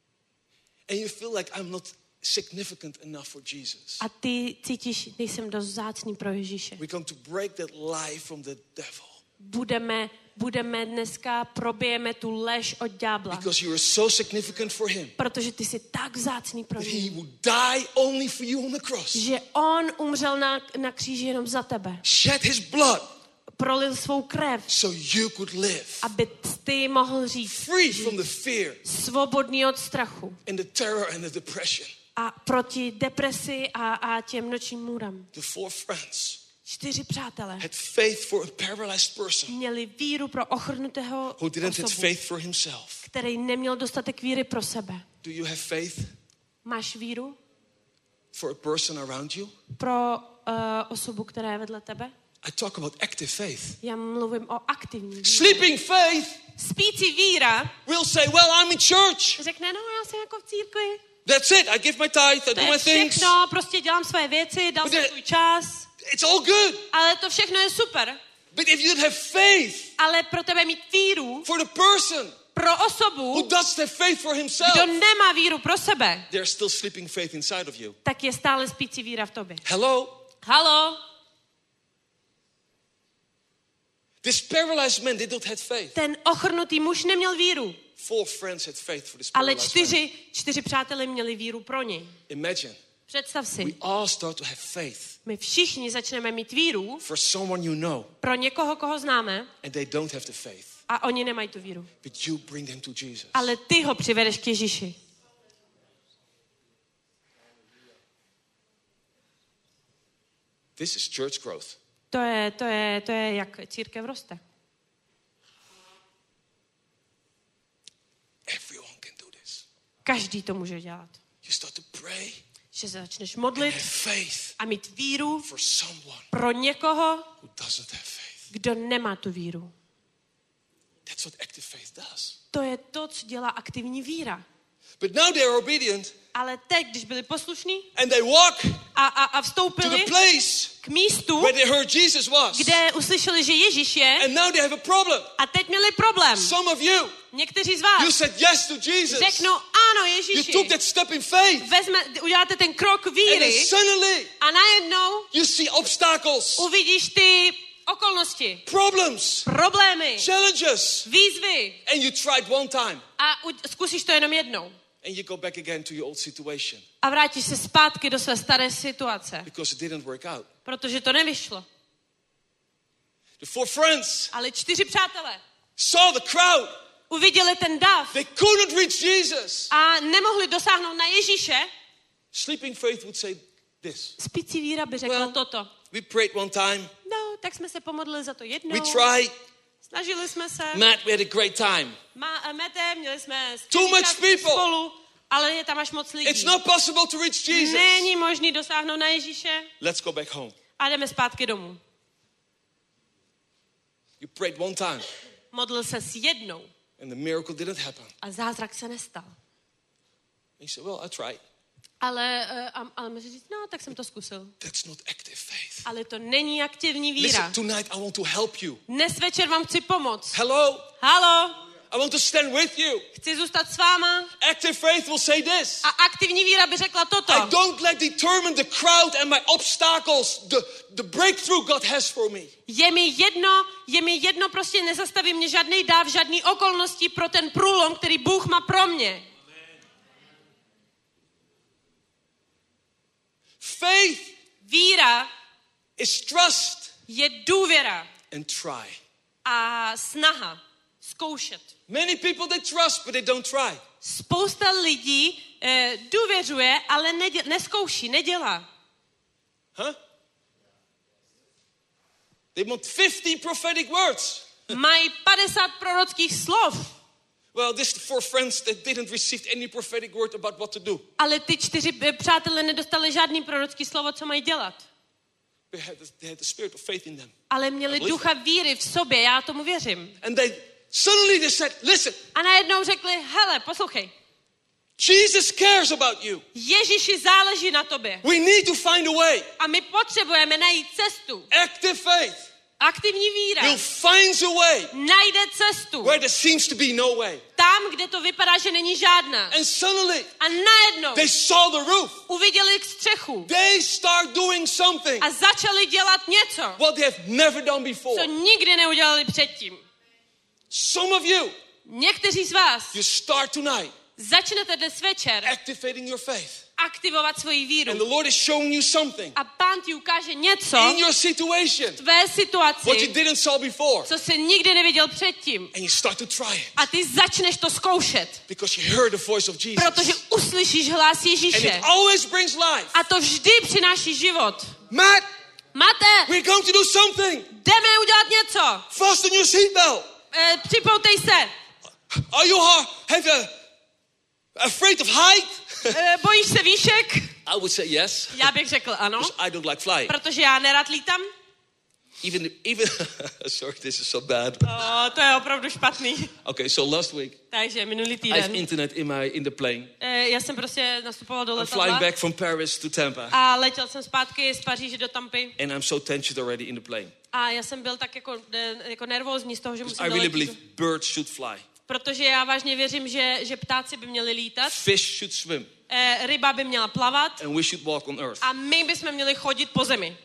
And you feel like I'm not significant enough for Jesus. A ty cítíš, nejsem dost vzácný pro Ježíše. We come to break that lie from the devil. Budeme, budeme dneska, probijeme tu lež od ďábla. Because you are so significant for him. Protože ty jsi tak vzácný pro That he něj, would die only for you on the cross. že on umřel na, na kříži jenom za tebe. Shed his blood Prolil svou krev, so you could live. aby ty mohl říct Free from the fear svobodný od strachu and the terror and the depression. a proti depresi a, a těm nočním můrám. The four friends Čtyři přátelé had faith for a paralyzed person měli víru pro ochrnutého who didn't have osobu, faith for himself. který neměl dostatek víry pro sebe. Do you have faith Máš víru for a person around you? pro uh, osobu, která je vedle tebe? I talk about active faith. Já mluvím o aktivní víře. Sleeping faith Spící víra will say, well, I'm in church. řekne, no já jsem jako v církvi. That's it. I give my tithe, I To do je my things. všechno, prostě dělám své věci, dal But jsem the- svůj čas, It's all good. ale to všechno je super. But if you don't have faith Ale pro tebe mít víru, for the person pro who osobu, doesn't have faith for himself, kdo nemá víru pro sebe, there's still sleeping faith inside of you. tak je stále spící víra v tobě. Hello? Halo? This paralyzed man did not have faith. Ten ochrnutý muž neměl víru, Four friends had faith for this ale paralyzed man. čtyři, čtyři přátelé měli víru pro něj. Imagine, Představ we si, all start to have faith my všichni začneme mít víru for someone you know, pro někoho, koho známe, and they don't have the faith. a oni nemají tu víru. But you bring them to Jesus. Ale ty ho přivedeš k Ježíši. This is church growth. To je, to je, to je jak církev roste. Everyone can do this. Každý to může dělat. you start to pray že začneš modlit and have faith a mít víru for someone pro někoho, who doesn't have faith. kdo nemá tu víru. That's what active faith does. To je to, co dělá aktivní víra. But now they are obedient Ale teď, když byli poslušní and they walk a, a, a to vstoupili the place k místu, where they heard Jesus was. kde uslyšeli, že Ježíš je, And now they have a problem. a teď měli problém. Some of you, Někteří z you vás said yes to Jesus. řeknou ano You Ježíši. took that step in faith. Vezme, uděláte ten krok And then víry suddenly a najednou you see obstacles, uvidíš ty okolnosti, problems, problémy, challenges. výzvy And you tried one time. a u, zkusíš to jenom jednou. And you go back again to your old situation. A vrátíš se zpátky do své staré situace, Because it didn't work out. protože to nevyšlo. The four friends Ale čtyři přátelé saw the crowd. uviděli ten dav They couldn't reach Jesus. a nemohli dosáhnout na Ježíše. Sleeping faith would say this. Spící víra by řekla Well, toto. We prayed one time. No, tak jsme se pomodlili za to We jednou. tried. Snažili jsme se. Matt, we had a great time. Má, Mete, měli jsme Too much čas people. spolu, ale je tam až moc lidí. It's not possible to reach Jesus. Není možný dosáhnout na Ježíše Let's go back home. a jdeme zpátky domů. You prayed one time Modlil se s jednou and the miracle didn't happen. a zázrak se nestal. He said, well, I tried. Ale, uh, a, ale může říct, no, tak jsem to zkusil. That's not active faith. Ale to není aktivní víra. Listen, tonight I want to help you. Dnes večer vám chci pomoct. Hello? Halo, I want to stand with you. chci zůstat s váma. Active faith will say this. A aktivní víra by řekla toto. I don't let determine the crowd and my obstacles, the, the breakthrough God has for me. Je mi jedno, je mi jedno, prostě nezastaví mě žádnej dáv, žádný okolnosti pro ten průlom, který Bůh má pro mě. Faith Víra is trust je důvěra and try. a snaha zkoušet. Many people, they trust, but they don't try. Spousta lidí eh, důvěřuje, ale nedě, neskouší, nedělá. Huh? They want fifty prophetic words. Mají padesát prorockých slov, Well, these four friends that didn't receive any prophetic word about what to do. ale ty čtyři eh, přátelé nedostali žádný prorocký slovo, co mají dělat. They had, the, they had the spirit of faith in them. Ale měli ducha víry v sobě, já tomu věřím. And they suddenly they said, listen, A najednou řekli, hele, poslouchej, Jesus cares about you. Ježíši záleží na tobě. We need to find a way. A my potřebujeme najít cestu. Active faith Aktivní víra will find a way najde cestu where there seems to be no way. tam, kde to vypadá, že není žádná. And suddenly A najednou they saw the roof. uviděli k střechu They start doing something a začali dělat něco, what they have never done co before. nikdy neudělali předtím. Some of you, Někteří z vás you start tonight začnete dnes večer activating your faith. aktivovat svoji And víru. the Lord is showing you something A Pán ti ukáže něco in your situation v tvé what you situaci, didn't saw before. co jsi nikdy neviděl předtím. And you start to try it A ty začneš to zkoušet, because you heard the voice of Jesus. protože uslyšíš hlas And it Ježíše. always brings life. A to vždy přináší život. Matt, Mate, we're going to do something. jdeme udělat něco. Fasten your seatbelt. E, připoutej se. Are you ha- have a, afraid of height? E, bojíš se výšek? I would say yes. Já bych řekl ano, Because I don't like flying. protože já nerad lítám. Even, even, sorry, this is so bad. O, to je opravdu špatný. Okay, so last week Takže minulý I have týden. internet in my in the plane. E, já jsem prostě nastupoval do I'm letadla flying back from Paris to Tampa, a letěl jsem zpátky z Paříže do Tampy. and I'm so tensioned already in the plane. A já jsem byl tak jako, e, jako nervózní z toho, že musím I really doletět. believe birds should fly, Protože já vážně věřím, že, že ptáci by měli lítat, fish should swim, e, ryba by měla plavat and we should walk on earth. a my bychom měli chodit po zemi.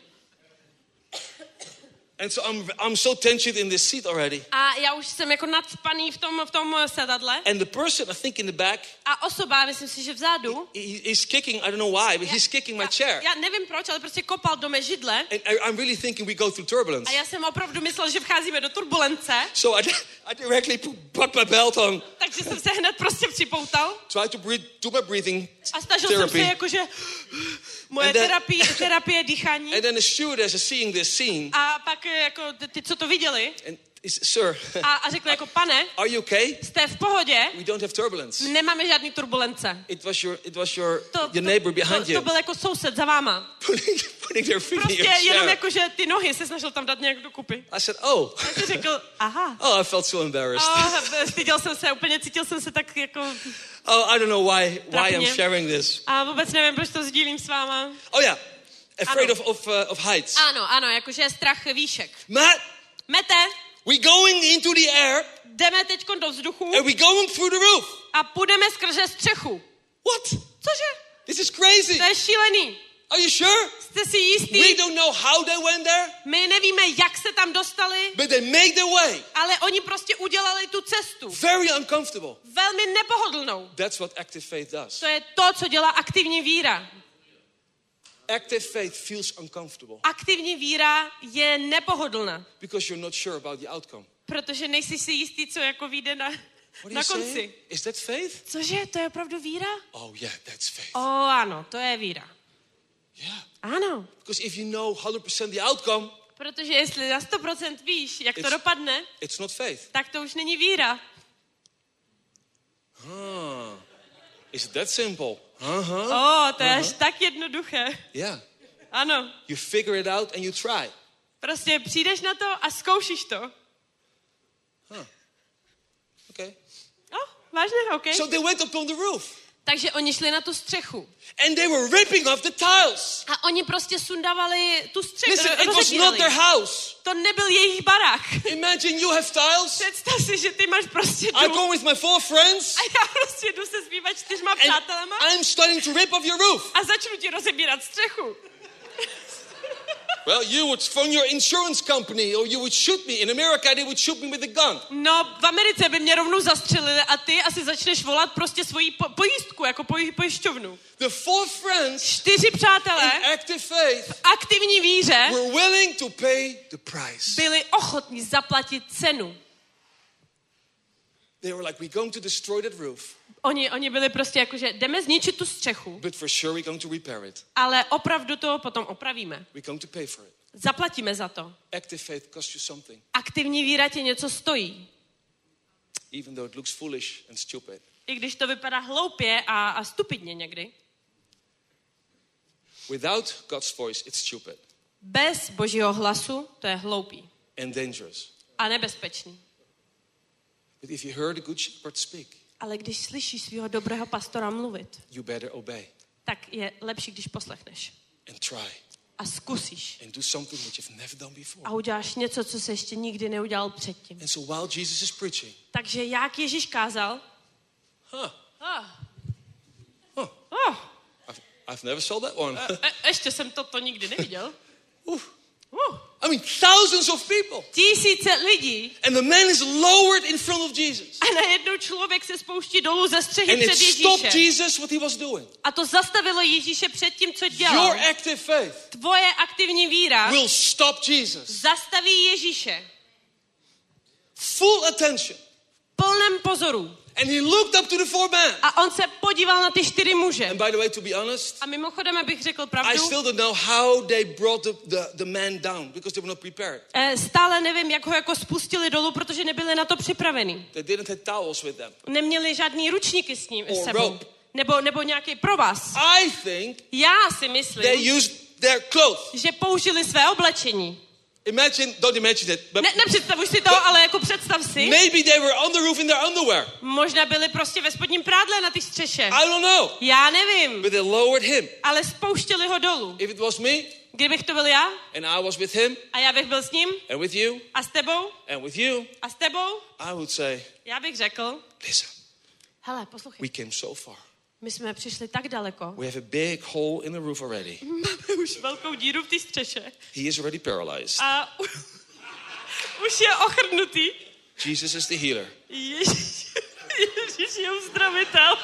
And so I'm I'm so tensioned in this seat already. A já už jsem jako nadspaný v tom, v tom sedadle. And the person, I think in the back, A osoba, myslím si, že vzadu, he, he's kicking, I don't know why, but he's kicking my chair. já nevím proč, ale prostě kopal do mé židle. And I, I'm really thinking we go through turbulence. A já jsem opravdu myslel, že vcházíme do turbulence, So I, I directly put, put my belt on, takže jsem se hned prostě připoutal try to breathe, do my breathing a snažil jsem therapy. se jakože moje And then- terapie, terapie dýchání. And then the stewardess is seeing this scene, A pak jako ty, co to viděli, and Sir, A, a řekl jako, pane, are you okay? jste v pohodě? We don't have turbulence. Nemáme žádný turbulence. It was your, it was your, To, your neighbor behind to, you. to byl jako soused za váma. Putting, putting their feet in Prostě your jenom chair. jako, že ty nohy se snažil tam dát nějak dokupy. I said, oh. A ty řekl, aha. Oh, I felt so embarrassed. Oh, styděl jsem se, úplně cítil jsem se tak jako... Oh, I don't know why, why Trapně. I'm sharing this. A vůbec nevím, proč to sdílím s váma. Oh yeah, afraid Ano. of, of, uh, of heights. Ano, ano, jakože strach výšek. Matt, Mete, we're going into the air jdeme teďkon do vzduchu and we're going through the roof. a půjdeme skrze střechu. What? Cože? This is crazy. To je šílený. Are you sure? Jste si jistý? We don't know how they went there, My nevíme, jak se tam dostali, but they made their way. ale oni prostě udělali tu cestu. Very uncomfortable. Velmi nepohodlnou. That's what active faith does. To je to, co dělá aktivní víra. Active faith feels uncomfortable Aktivní víra je nepohodlná, because you're not sure about the outcome. protože nejsi si jistý, co jako vyjde na, What do na you konci. say? Is that faith? Cože, to je opravdu víra? Oh yeah, that's faith. O, ano, to je víra. Yeah. Ano, Because if you know one hundred percent the outcome, protože jestli na sto procent víš, jak to It's- dopadne, it's not faith. tak to už není víra. Ah. Is it that simple? Uh-huh. O, to je až tak jednoduché. Yeah. Ano, You figure it out and you try. prostě přijdeš na to a zkoušíš to. Okay. O, vážně, OK. So they went up on the roof Takže oni šli na tu střechu. and they were ripping off the tiles. A oni prostě sundavali tu střechu. Listen, it was not their house. To nebyl jejich barák. Imagine you have tiles. Představ si, že ty máš prostě I dům go with my four friends a já prostě jdu se svýma čtyřma and přátelema I'm starting to rip off your roof. a začnu ti rozebírat střechu. Well, you would phone your insurance company or you would shoot me. In America, they would shoot me with a gun. No, v Americe by mě rovnou zastřelili a ty asi začneš volat prostě svoji po- pojistku, jako poj- pojišťovnu. The four friends Čtyři přátelé in active faith v aktivní víře were willing to pay the price. byli ochotní zaplatit cenu. They were like, we're going to destroy that roof, Oni, oni byli prostě jako, že jdeme zničit tu střechu, but for sure we're going to repair it. ale opravdu to potom opravíme. We're going to pay for it. Zaplatíme za to. Active faith costs you something, Aktivní víra tě něco stojí. even though it looks foolish and stupid. I když to vypadá hloupě a, a stupidně někdy. Without God's voice, it's stupid Bez Božího hlasu to je hloupý and dangerous. a nebezpečný. But if you heard a good shepherd speak, Ale když slyšíš svého dobrého pastora mluvit, you better obey tak je lepší, když poslechneš and try a zkusíš and do something which you've never done before. a uděláš něco, co se ještě nikdy neudělal předtím. And so while Jesus is preaching, Takže jak Ježíš kázal, huh, oh, huh, oh, I've, I've never saw that one. e- ještě jsem toto nikdy neviděl. Oof. Uh, I mean, thousands of people. tisíce lidí And the man is lowered in front of Jesus. a najednou člověk se spouští dolů ze střechy And it před stopped Ježíšem. Jesus what he was doing. A to zastavilo Ježíše před tím, co Your dělal. active faith Tvoje aktivní víra will stop Jesus. zastaví Ježíše Full attention. v plném pozoru. And he looked up to the four men. A on se podíval na ty čtyři muže. And by the way, to be honest, A mimochodem, abych řekl I pravdu, still don't know how they brought the, the, the man down because they were not prepared. eh, stále nevím, jak ho jako spustili dolů, protože nebyli na to připraveni. They didn't have towels with them. Neměli žádný ručníky s ním s Or sebou. rope. Nebo, nebo nějaký provaz. I think Já si they myslím, used their clothes. že použili své oblečení. Imagine, don't imagine it, but Ne, nepředstavuj si to, But- ale jako představ si. maybe they were on the roof in their underwear. Možná byli prostě ve spodním prádle na ty střeše. I don't know. Já nevím, But they lowered him. ale spouštěli ho dolů. If it was me Kdybych to byl já and I was with him a já bych byl s ním and with you a s tebou and with you, a s tebou, I would say, já bych řekl, listen, hele, poslouchej, we came so far. my jsme přišli tak daleko, We have a big hole in the roof already. máme už velkou díru v té střeše He is already paralyzed. a u, už je ochrnutý. Jesus is the healer. Ježíš, Ježíš je uzdravitel.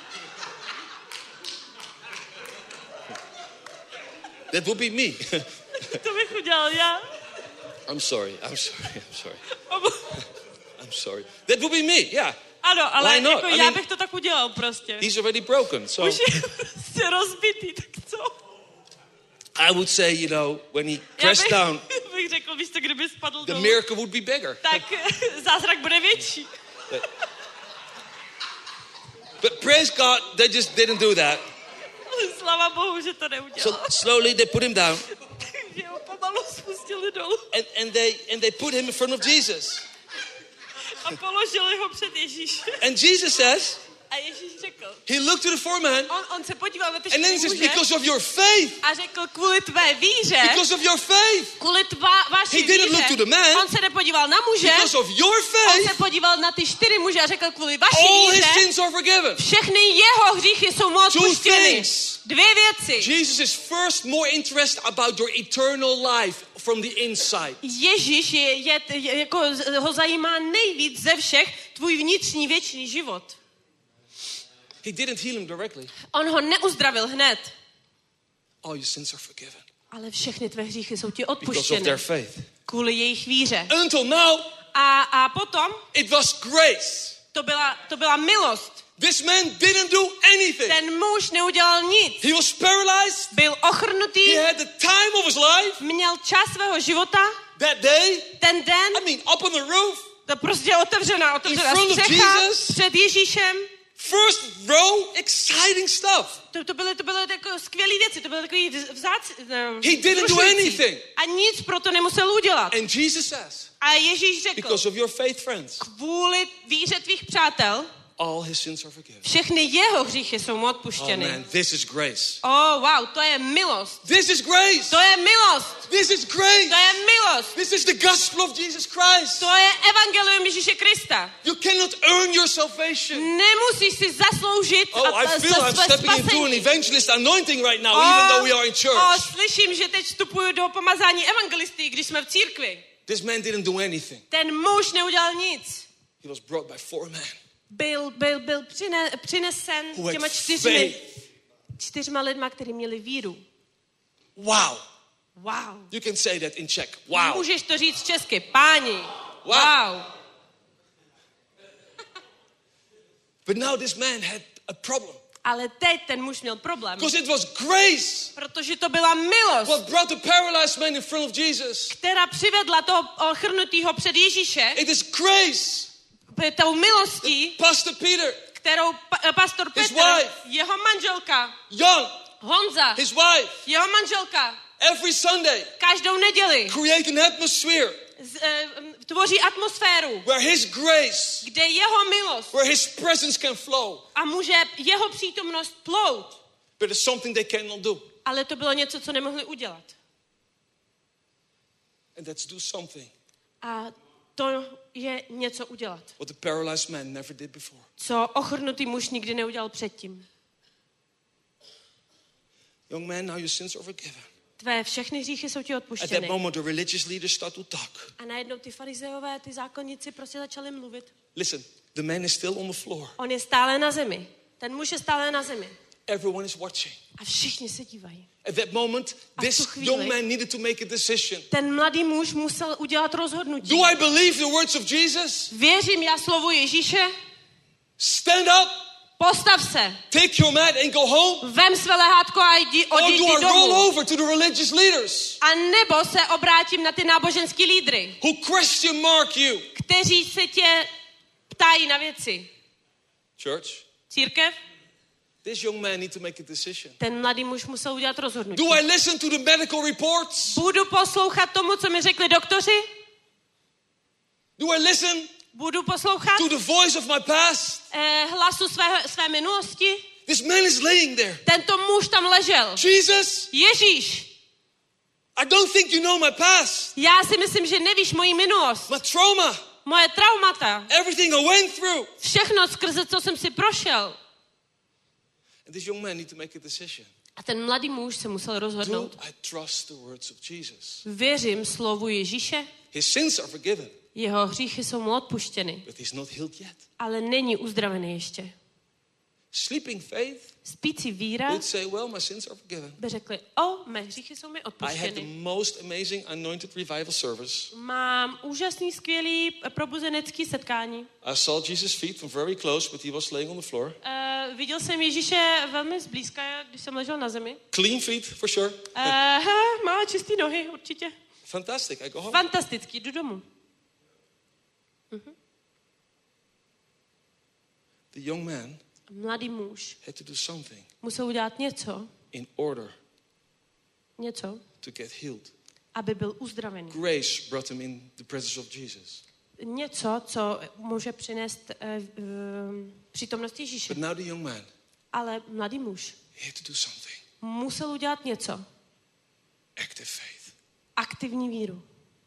That would be me. To bych udělal já. I'm sorry. I'm sorry. I'm sorry. Obo- I'm sorry. That would be me. Yeah. Ano, ale Why not? jako I já mean- bych to tak udělal prostě. He's already broken. So Už je prostě rozbitý, tak co? I would say, you know, when he Já pressed bych, down bych řekl, víš to, kdyby spadl the dolů, miracle would be bigger. tak zázrak bude větší. But praise God, they just didn't do that. Slava Bohu, že to neudělal. So slowly they put him down. Že ho pomalu spustili dolů. And, and they and they put him in front of Jesus. A položili ho před Ježíše. And Jesus says, A Ježíš řekl, he looked to the four men, on, on se podíval na ty and then he čtyři says, muže because of your faith, a řekl, kvůli tvé víře, because of your faith, kvůli tvá, vaší he didn't look víře, to the man, on se nepodíval na muže, because of your on faith, se podíval na ty čtyři muže a řekl, kvůli vaší all his víře, sins are forgiven. všechny jeho hříchy jsou mu Two odpuštěny. things. Dvě věci. Jesus is first more interested about your eternal life from the inside. Ježíš je, je, je, jako ho zajímá nejvíc ze všech tvůj vnitřní věčný život. He didn't heal him directly. On ho neuzdravil hned, All your sins are forgiven ale všechny tvé hříchy jsou ti because of odpuštěny their faith. kvůli jejich víře. Until now, A, a potom it was grace. to byla, to byla milost. This man didn't do anything. Ten muž neudělal nic. He was paralyzed. Byl ochrnutý, He had the time of his life měl čas svého života, that day. ten den, I mean, up on the roof, to prostě otevřená, otevřená In front of střecha Jesus. před Ježíšem. first row, exciting stuff. To, to byly, to byly jako skvělé věci, to byly takový vzáci. He didn't do anything. A nic pro to nemusel udělat. And Jesus says, A Ježíš řekl, because of your faith, friends, kvůli víře tvých přátel, all his sins are forgiven. všechny jeho hříchy jsou mu Oh odpuštěny. man, this is grace. Oh, wow, to je milost. This is grace. To je milost. This is grace. To je milost. This is the gospel of Jesus Christ. To je evangelium Ježíše Krista. You cannot earn your salvation. Nemusíš si zasloužit Oh, a, I a, feel I'm své stepping into an spasení. evangelist anointing right now, even though we are in Oh, church. slyším, že teď vstupuju do pomazání evangelisty, když jsme v církvi. This man didn't do anything. Ten muž neudělal nic. He was brought by four men Byl, byl, byl přine, přinesen who těma had čtyřmi, faith. čtyřma lidma, kteří měli víru. Wow. Wow. You can say that in Czech. Wow. Můžeš to říct česky. Páni. Wow. Wow. But now this man had a problem. Ale teď ten muž měl problém. Because it was grace Protože to byla milost, what brought the paralyzed man in front of Jesus. která přivedla toho ochrnutýho před Ježíše. It is grace. Tou milostí, Pastor Peter, kterou pa, pastor His Petr, wife. jeho manželka, Young, Honza, his wife, jeho manželka, every Sunday každou neděli create an atmosphere z, e, tvoří atmosféru, where his grace, kde jeho milost where his presence can flow. a může jeho přítomnost plout. But it's something they cannot do. Ale to bylo něco, co nemohli udělat. And that's do something A to je něco udělat, what the paralyzed man never did before. co ochrnutý muž nikdy neudělal předtím. Young man, now your sins are forgiven. Tvé všechny hříchy jsou ti At that odpuštěny. moment, the religious leaders start to talk. A najednou ty farizeové, ty zákonníci prostě začali mluvit. Listen, the man is still on the floor. On je stále na zemi. Ten muž je stále na zemi. Everyone is watching. A všichni se dívají. At that moment, A v tu this chvíli- young man needed to make a decision. Ten mladý muž musel udělat rozhodnutí. Do I believe the words of Jesus? Věřím já slovu Ježíše? Stand up, Postav se. take your mat and go home? Vem své lehátko a jdi, Or odjdi do I roll domů. over to the religious leaders A nebo se obrátím na ty náboženský lídry, who question mark you? kteří se tě ptají na věci. Church, Církev? this young man need to make a decision. Ten mladý muž musel udělat rozhodnutí. Do I listen to the medical reports? Budu poslouchat tomu, co mi řekli doktoři? Do I listen Budu poslouchat to the voice of my past? eh, hlasu své, své minulosti? This man is laying there. Tento muž tam ležel. Jesus, Ježíš, I don't think you know my past. já si myslím, že nevíš moji minulost. My trauma, Moje traumata. everything I went through. Všechno, skrze co jsem si prošel. And this young man need to make a decision. A ten mladý muž se musel Do rozhodnout. I trust the words of Jesus? Věřím slovu Ježíše, His sins are forgiven, jeho hříchy jsou mu odpuštěny, but he's not healed yet. ale není uzdravený ještě. Sleeping faith Spící víra would say, well, my sins are forgiven. by řekli, o, mé hříchy jsou mi I had the odpuštěny. most amazing anointed revival service. Mám úžasný, skvělý probuzenecký setkání. I saw Jesus' feet from very close, but he was laying on the floor. Uh, viděl jsem Ježíše velmi zblízka, když jsem ležel na zemi. Clean feet, for sure. Uh, má čistý nohy, určitě. Fantastic, I go home. Fantastický, jdu domů. Mhm. The young man Mladý muž had to do something musel udělat něco, in order něco, to get healed. aby byl uzdravený. Grace brought him in the presence of Jesus. Něco, co může přinést uh, uh, přítomnost Ježíše. But now the young man, Ale mladý muž he had to do something. musel udělat něco. Active faith. Aktivní víru.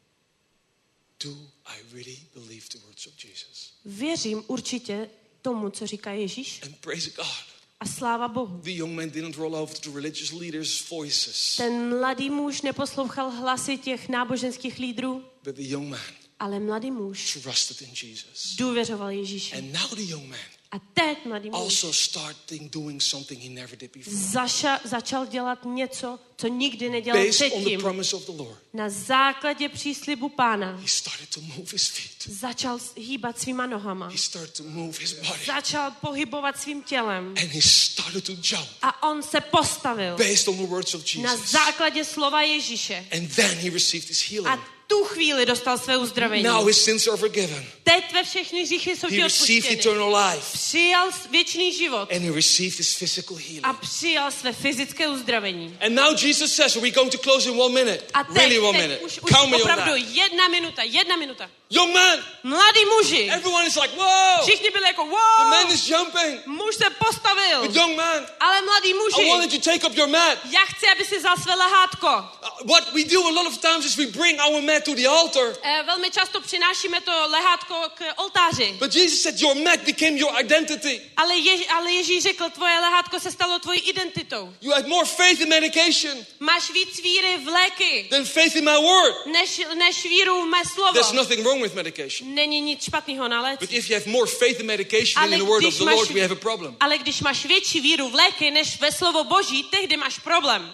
Do I really believe the words of Jesus? Věřím určitě tomu, co říká Ježíš. And praise God. A sláva Bohu. The young man didn't roll over to the religious leaders' voices. Ten mladý muž neposlouchal hlasy těch náboženských lídrů, But the young man ale mladý muž trusted in Jesus. důvěřoval Ježíši. And now the young man A teď mladý muž also starting doing something he never did before. zaša, začal dělat něco, co nikdy nedělal Based on the předtím. promise of the Lord. Na základě příslibu Pána He started to move his feet. začal hýbat svýma nohama. He started to move his body. Začal pohybovat svým tělem. And he started to jump A on se postavil based on the words of na Jesus. základě slova Ježíše. And then he received his healing. A tu chvíli dostal své uzdravení. Now his sins are forgiven. Teď ve všechny hříchy jsou He ti received odpuštěny. eternal life. Přijal věčný život And he received his physical healing. a přijal své fyzické uzdravení. And now Jesus says, we're going to close in one minute. A teď, Really one teď minute. už, už Count me on opravdu that. jedna minuta, jedna minuta. Young man, Mladí muži, everyone is like, whoa. všichni byli jako The wow, man is jumping. muž se postavil. But young man, Ale mladí I muži, wanted you to take up your mat. já chci, aby si vzal své lehátko. Uh, what we do a lot of times is we bring our mat to the altar. Eh, velmi často přinášíme to lehátko k oltáři. But Jesus said your mat became your identity. Ale, Jež, ale Ježíš řekl, tvoje lehátko se stalo tvojí identitou. You had more faith in medication Máš víc víry v léky, than faith in my word. než, než víru v mé slovo. There's nothing wrong with medication. Není nic špatného na léci. But if you have more faith in medication than Ale in the word of když the máš- Lord, we have a problem. Ale když máš větší víru v léky než ve slovo Boží, tehdy máš problém.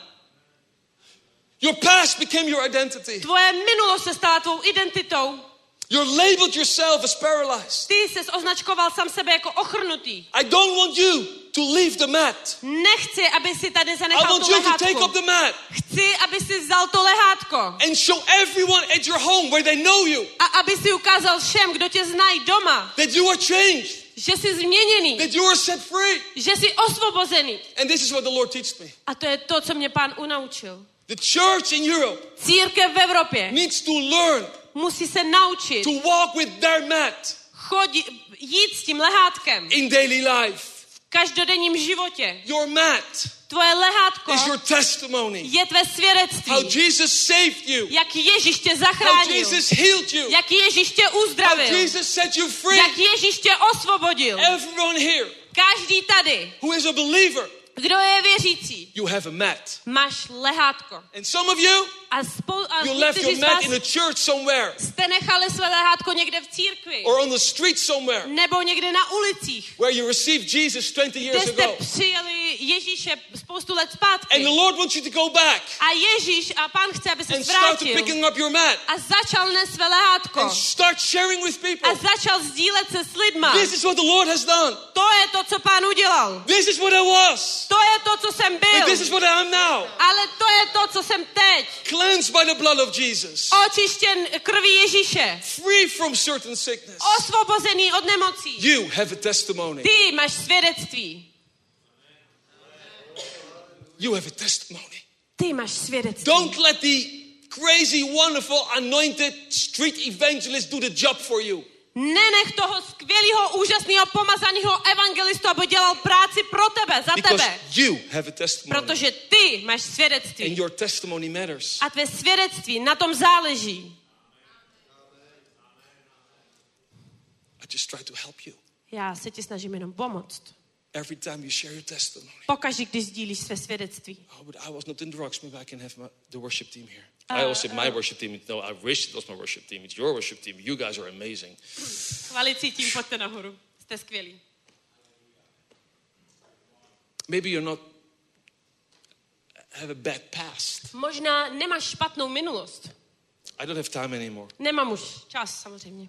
Your past became your identity. Tvoje minulost se stala tvou identitou. You labeled yourself as paralyzed. Ty ses označkoval sám sebe jako ochrnutý. I don't want you to leave the mat. Nechci, aby si tady I zanechal want to you to take lehátko. up the mat Chci, aby si vzal to lehátko. and show everyone at your home where they know you A aby si ukázal všem, kdo tě znají doma, that you are changed, že jsi změněný, that you are set free. že jsi osvobozený. And this is what the Lord teaches me. A to je to, co mě Pán unaučil. The church in Europe Církev v Evropě needs to learn musí se naučit to walk with their mat chodit, jít s tím lehátkem in daily life. v každodenním životě. Your mat Tvoje lehátko is your testimony. je tvé svědectví. How Jesus saved you. Jak Ježíš tě How zachránil. Jesus healed you. Jak Ježíš tě How uzdravil. Jesus set you free. Jak Ježíš tě osvobodil. Everyone here Každý tady, who is a believer, kdo je věřící, you have a mat. máš lehátko. And some of you, A, spou- a you left your někteří z mat vás in a church somewhere jste nechali své lehátko někde v církvi. or on the street somewhere Nebo někde na ulicích, where you received Jesus twenty kde years jste ago. přijeli Ježíše spoustu let And zpátky. the Lord wants you to go back A Ježíš a Pán chce, aby se and start to zvrátil picking up your mat a začal nést své lehátko and start sharing with a people. začal sdílet se s lidma. This is what the Lord has done. To je to, co Pán udělal. This is what I was. To je to, co jsem But byl. this is what I am now. Ale to je to, co jsem teď. Cleansed by the blood of Jesus. Očištěn krví Ježíše. Free from certain sickness. Osvobozený od nemocí. You have a testimony. Ty máš svědectví. You have a testimony. Ty máš svědectví. Don't let the crazy, wonderful, anointed street evangelist do the job for you. Nenech toho skvělého, úžasného, pomazaného evangelistu, aby dělal práci pro tebe, za Because tebe. you have a testimony. Protože ty máš And svědectví. your testimony matters. A tvé svědectví, na tom záleží. I just try to help you. Já se ti snažím jenom pomoct. Every time you share your testimony. Pokaždý, když sdílíš své svědectví. Oh, but I was not in drugs. Maybe I can have my, the worship team here. I also have my worship team. No, I wish it was my worship team. It's your worship team. You guys are amazing. Chvalicí tím, pojďte nahoru. Jste skvělí. Maybe you're not have a bad past. Možná nemáš špatnou minulost. I don't have time anymore. Nemám už čas, samozřejmě.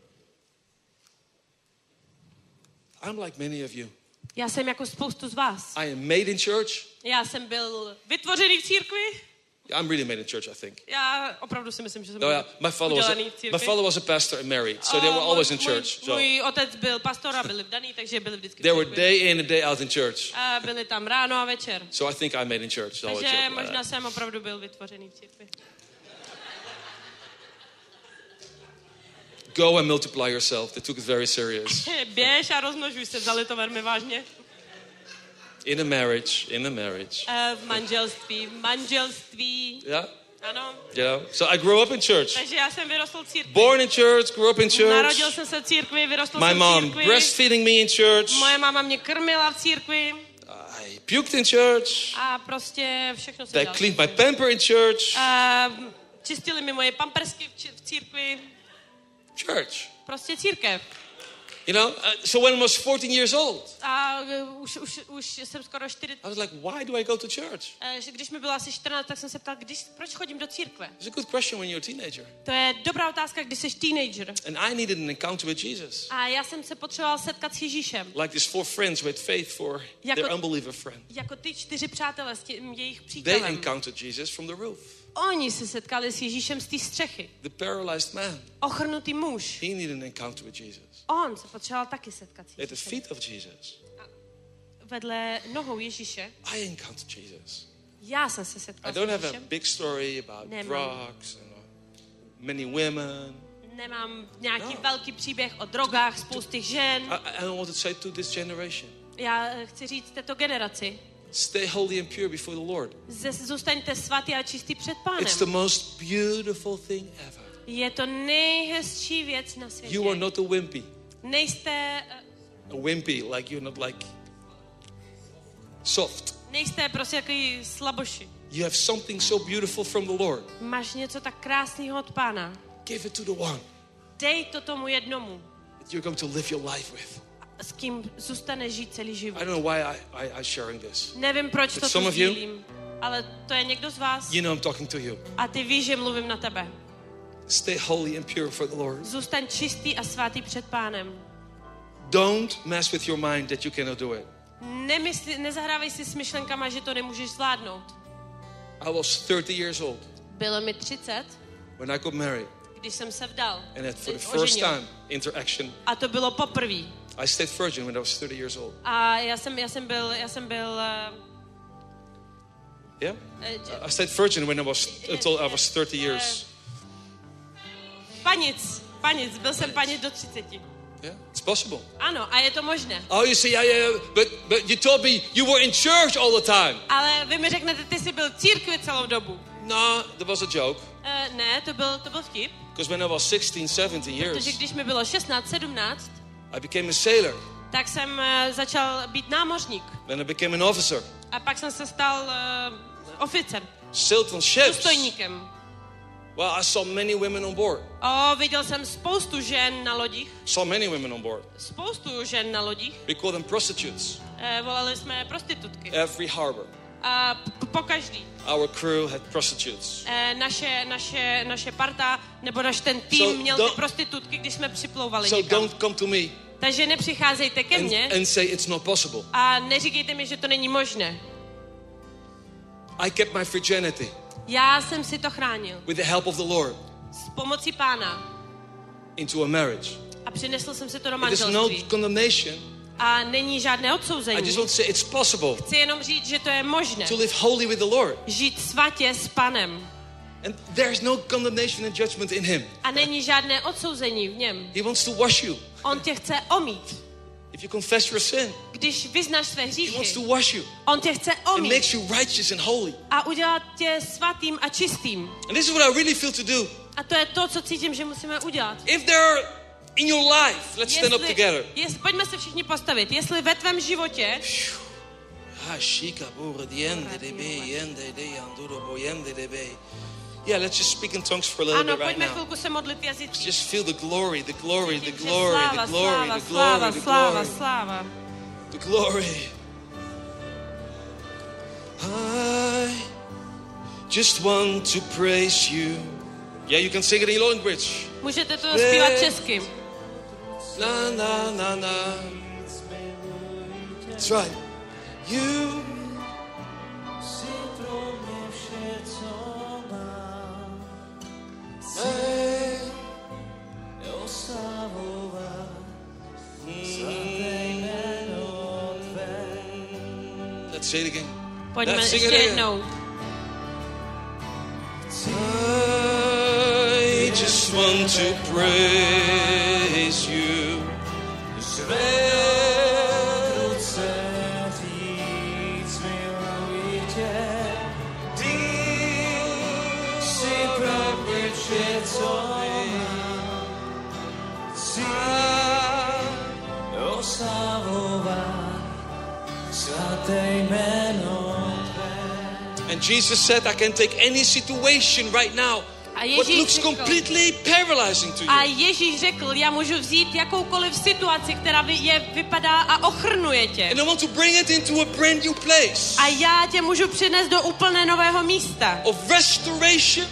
I'm like many of you. Já jsem jako spoustu z vás. I am made in church. Já jsem byl vytvořený v církvi. I'm really made in church, I think. Já opravdu si myslím, že jsem No, yeah. My father was a, udělaný v církvi. my father was a pastor and married, so they were O, always in můj- church. So Můj otec byl pastor a byli vdaný, takže byli vždycky v they were církvi. day in and day out in church. A byli tam ráno a večer. So I think I made in church. So I would Takže joke about možná that. jsem opravdu byl vytvořený v církvi. Go and multiply yourself. They took it very serious. Běž a rozmnožuj se, vzali to velmi vážně. In a marriage, in a marriage. E, v manželství, v manželství. Yeah, Ano. you know. So I grew up in church. Takže já jsem vyrostl v církvi. Born in church, grew up in church. Narodil jsem se v církvi, vyrostl My jsem v mom církvi. breastfeeding me in church. Moje máma mě krmila v církvi I puked in church. a prostě všechno se They dělalo. cleaned my pamper in church. A čistili mi moje pampersky v či- v církvi. Church. Prostě církev. You know, uh, so when I was fourteen years old, A uh, už, už, už jsem skoro čtyři. I was like, why do I go to church? Uh, že když mi bylo asi čtrnáct, tak jsem se ptal, když, proč chodím do církve? It's a good question when you're a teenager. To je dobrá otázka, když jsi teenager. And I needed an encounter with Jesus. A já jsem se potřeboval setkat s Ježíšem. Like these four friends who had faith for Jako- their unbeliever friend. Jako ty čtyři přátelé s tím jejich They přítelem. encountered Jesus from the roof. Oni se setkali s Ježíšem z té střechy. The paralyzed man, Ochrnutý muž. he needed an encounter with Jesus. On se potřeboval taky setkat s At the Ježíšem. feet of Jesus, Vedle nohou Ježíše. I encountered Jesus. Já jsem se I setkal s don't have a Ježíšem. big story about Nemám. drugs and uh, many women. Nemám nějaký No. velký příběh o drogách, spousty žen. I, I want to say to this generation, Já eh, chci říct této generaci. stay holy and pure before the Lord. Ze- Zůstaňte svatý a čistý před Pánem. It's the most beautiful thing ever. Je to nejhezčí věc na světě. You are not a wimpy. Nejste, eh, A wimpy, like you're not like soft. nejste prostě takový slaboši. You have something so beautiful from the Lord. Máš něco tak krásného od Pána. Give it to the one Dej to tomu jednomu, that you're going to live your life with. s kým zůstane žít celý život. I don't know why I, I, I'm sharing this. Nevím, proč But to some tu of you- sdílím, ale to je někdo z vás You know I'm talking to you. a ty víš, že mluvím na tebe. Stay holy and pure for the Lord. Zůstaň čistý a svatý před Pánem. Don't mess with your mind that you cannot do it. Nemysli, nezahrávej si s myšlenkama, že to nemůžeš zvládnout. I was thirty years old Bylo mi třicet, when I got married. když jsem se vdal. And that for the Oženil. first time, interaction, A to bylo poprvé. I stayed virgin when I was thirty years old. A já jsem, já jsem byl, já jsem byl, uh, Yeah? uh, I stayed virgin when I was, until I was thirty years. panic, panic, byl jsem panic do třiceti. Yeah? It's possible. Ano, a je to možné. Oh, you say, yeah, yeah, yeah, but, but you told me you were in church all the time. Ale vy mi řeknete, ty jsi byl v církvi celou dobu. No, that was a joke. Uh, ne, to byl, to byl vtip. Because when I was sixteen, seventeen Protože years, když mi bylo šestnáct, sedmnáct, I became a sailor. tak jsem uh, začal být námořník. Then I became an officer. A pak jsem se stal uh, oficer, Sailed on ships. důstojníkem. Well, I saw many women on board. O, viděl jsem spoustu žen na lodích. Saw many women on board. Spoustu žen na lodích. We call them prostitutes. E, volali jsme prostitutky. Every harbor, A p- po každý. our crew had prostitutes. E, naše, naše, naše parta, nebo naš ten tým So měl ty don't- prostitutky, když jsme připlouvali So někam. don't come to me Takže nepřicházejte ke and, mně and say it's not possible. a neříkejte mi, že to není možné. I kept my virginity Já jsem si to chránil. with the help of the Lord S pomocí Pána. into a marriage. A přinesl jsem si to do There's no manželství. condemnation. A není žádné I odsouzení. just want to say it's possible Chci jenom říct, že to je možné. to live holy with the Lord. Žít svatě s Panem. And there's no condemnation and judgment in Him. A není žádné odsouzení v něm. He wants to wash you. On tě chce omít. If you confess your sin, Když vyznáš své He wants hříchy, to wash you on tě chce and omít makes you righteous and holy. a udělat tě svatým a čistým. And this is what I really feel to do. A to je to, co cítím, že musíme udělat. If there are in your life, let's stand up together. jestli, pojďme se všichni postavit. Jestli ve tvém životě Ah, shika bura diende de be yende de anduro boyende de be. Yeah, let's just speak in tongues for a little ano, bit right pojďme now. chvilku se modlit v jazycích. Just feel the glory, the glory, the Cítím, že glory, the sláva, glory, sláva, the sláva, glory, the sláva, glory, sláva. the glory. I just want to praise you. Yeah, you can sing it in your language. Můžete to zpívat česky. Na na na na. That's right. You. Say it again. Pojďme Let's sing ještě it again. jednou. I just want to praise you. Své ruce víc miluji tě. Ty jsi pro mě vše, co mám. Chci oslavovat svaté jméno tvé. And Jesus said, I can take any situation right now. A What Ježíš looks řekl, completely paralyzing to a you. Ježíš řekl, já můžu vzít jakoukoliv situaci, která vy- je, vypadá a ochrnuje tě. And I want to bring it into a brand new place A já tě můžu přinést do úplně nového místa. of restoration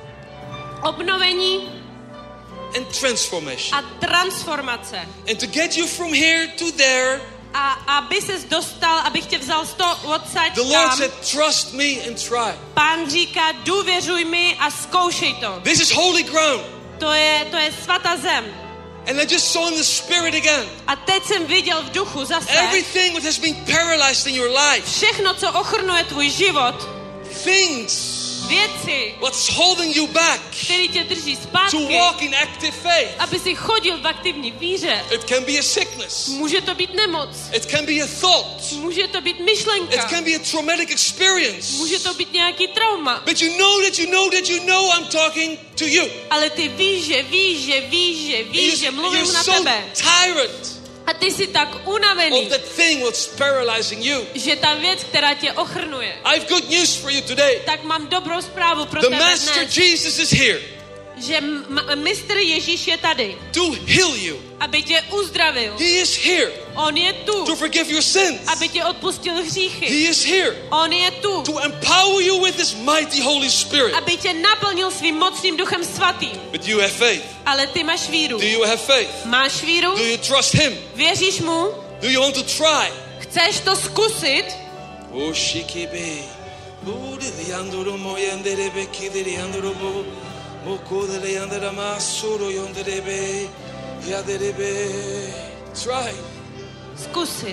Obnovení and transformation. a transformace. And to get you from here to there, A aby ses dostal, abych tě vzal z toho odsaď the Lord tam, said, trust me and try. Pán říká, důvěřuj mi a zkoušej to. This is holy ground. To je, to je svatá zem. And I just saw in the spirit again, A teď jsem viděl v duchu zase everything that has been paralyzed in your life, všechno, co ochrnuje tvůj život, things, věci, what's holding you back které tě drží to zpátky, walk in active faith. aby si chodil v aktivní víře. It can be a sickness. Může to být nemoc, It can be a thought. může to být It myšlenka, can be a traumatic experience. může to být nějaký trauma. But you know that you know that you know I'm talking to you. Ale ty víš, že víš, že víš, že víš, že You're, mluvím you're na so tebe. tired A ty jsi tak unavený, of that thing what's paralyzing you. že ta věc, která tě ochrnuje. I have good news for you today. Tak mám dobrou zprávu pro The tebe Master dnes, Jesus is here že m- mistr Ježíš je tady, to heal you. aby tě uzdravil. He is here On je tu, to forgive your sins. aby tě odpustil hříchy. He is here On je tu, to empower you with His mighty Holy Spirit. aby tě naplnil svým mocným duchem svatým. But you have faith. Ale ty máš víru. Do you have faith? Máš víru? Do you trust Him? Věříš mu? Do you want to try? Chceš to zkusit? Oh, shikibi. Oh, the andoro moyandere beki the andoro mo moko the andara masoro yonderebe yaderebe. Try. Zkusit.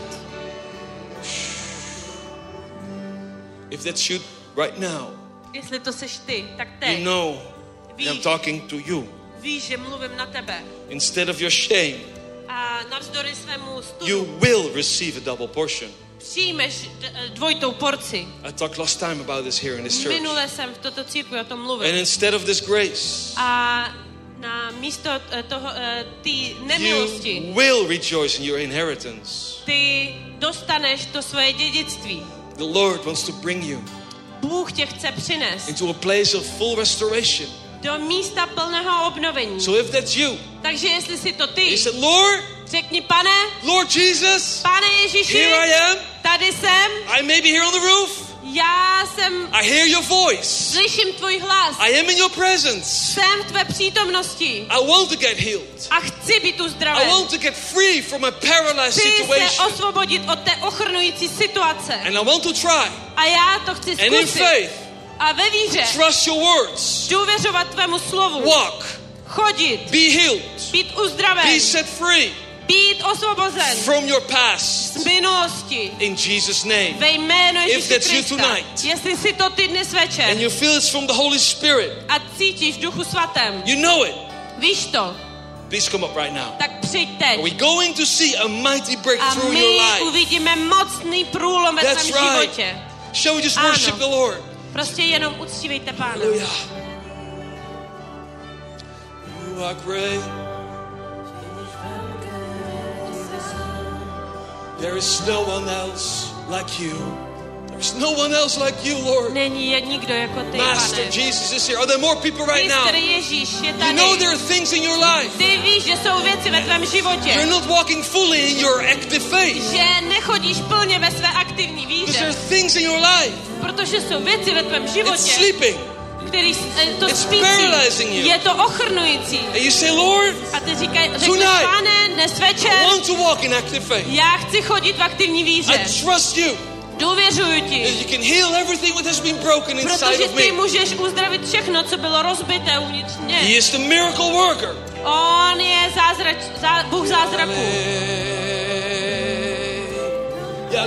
If that's you right now, Jestli to seš ty, tak you teď know that I'm víš, talking to you. víš, že mluvím na tebe. Instead of your shame, A navzdory svému studu you will receive a double portion. přijmeš d- dvojitou porci. I talked last time about this here in this church. Minule jsem v toto církvi o tom And mluvil. instead of this grace, A na místo eh, toho, eh, ty nemilosti, you will rejoice in your inheritance. ty dostaneš to svoje dědictví. The Lord wants to bring you Bůh tě chce přinést into a place of full restoration. do místa plného obnovení. So if that's you, Takže jestli si to you ty, said, Lord, řekni, pane, Lord Jesus, pane Ježíši, here I am. tady jsem, I may be here on the roof. já jsem, I hear your voice. slyším tvůj hlas, I am in your presence. jsem v tvé přítomnosti I want to get healed. a chci být I uzdraven. want to get free from a paralyzed Chci se situation. osvobodit od té ochrnující situace. And I want to try. A já to chci And in zkusit. faith, A ve víře trust your words. důvěřovat tvému slovu. Walk. Chodit. Be healed. Být uzdraven. Be set free Být osvobozen from your past. z minulosti. In Jesus' name. Ve jménu If Ježíše that's you Krista. tonight. Jestli si to ty dnes večer And you feel it's from the Holy Spirit. a cítíš v Duchu Svatém, You know it. víš to, Please come up right now. tak přijď Are we teď. going to see a mighty A breakthrough in my your life? uvidíme mocný průlom ve That's tvém right. životě. Shall we just Ano. worship the Lord? Prostě jenom uctívejte Pána. Hallelujah. You are great. There is no one else like you. There is no one else like you, Lord. Není je nikdo jako ty, Master Pane. Jesus is here. Are there more people right now? Mistr Ježíš je You know tady. there are things in your life. Ty víš, že jsou věci ve tvém You're životě, not walking fully in your active faith. že nechodíš plně ve své aktivní Because there víře, are things in your life. protože jsou věci ve tvém It's životě, sleeping. který eh, to It's paralyzing spící, you. je to ochrnující. And you say, Lord, A ty říkaj, řekneš, Tonight. Pane, dnes I večer want to walk in active faith. já chci chodit v aktivní víře. I trust you. Důvěřuju That ti, you can heal everything that has been broken inside protože of ty me. můžeš uzdravit všechno, co bylo rozbité uvnitř He mě. is the miracle worker. On je zázrač, zá, Bůh zázraků.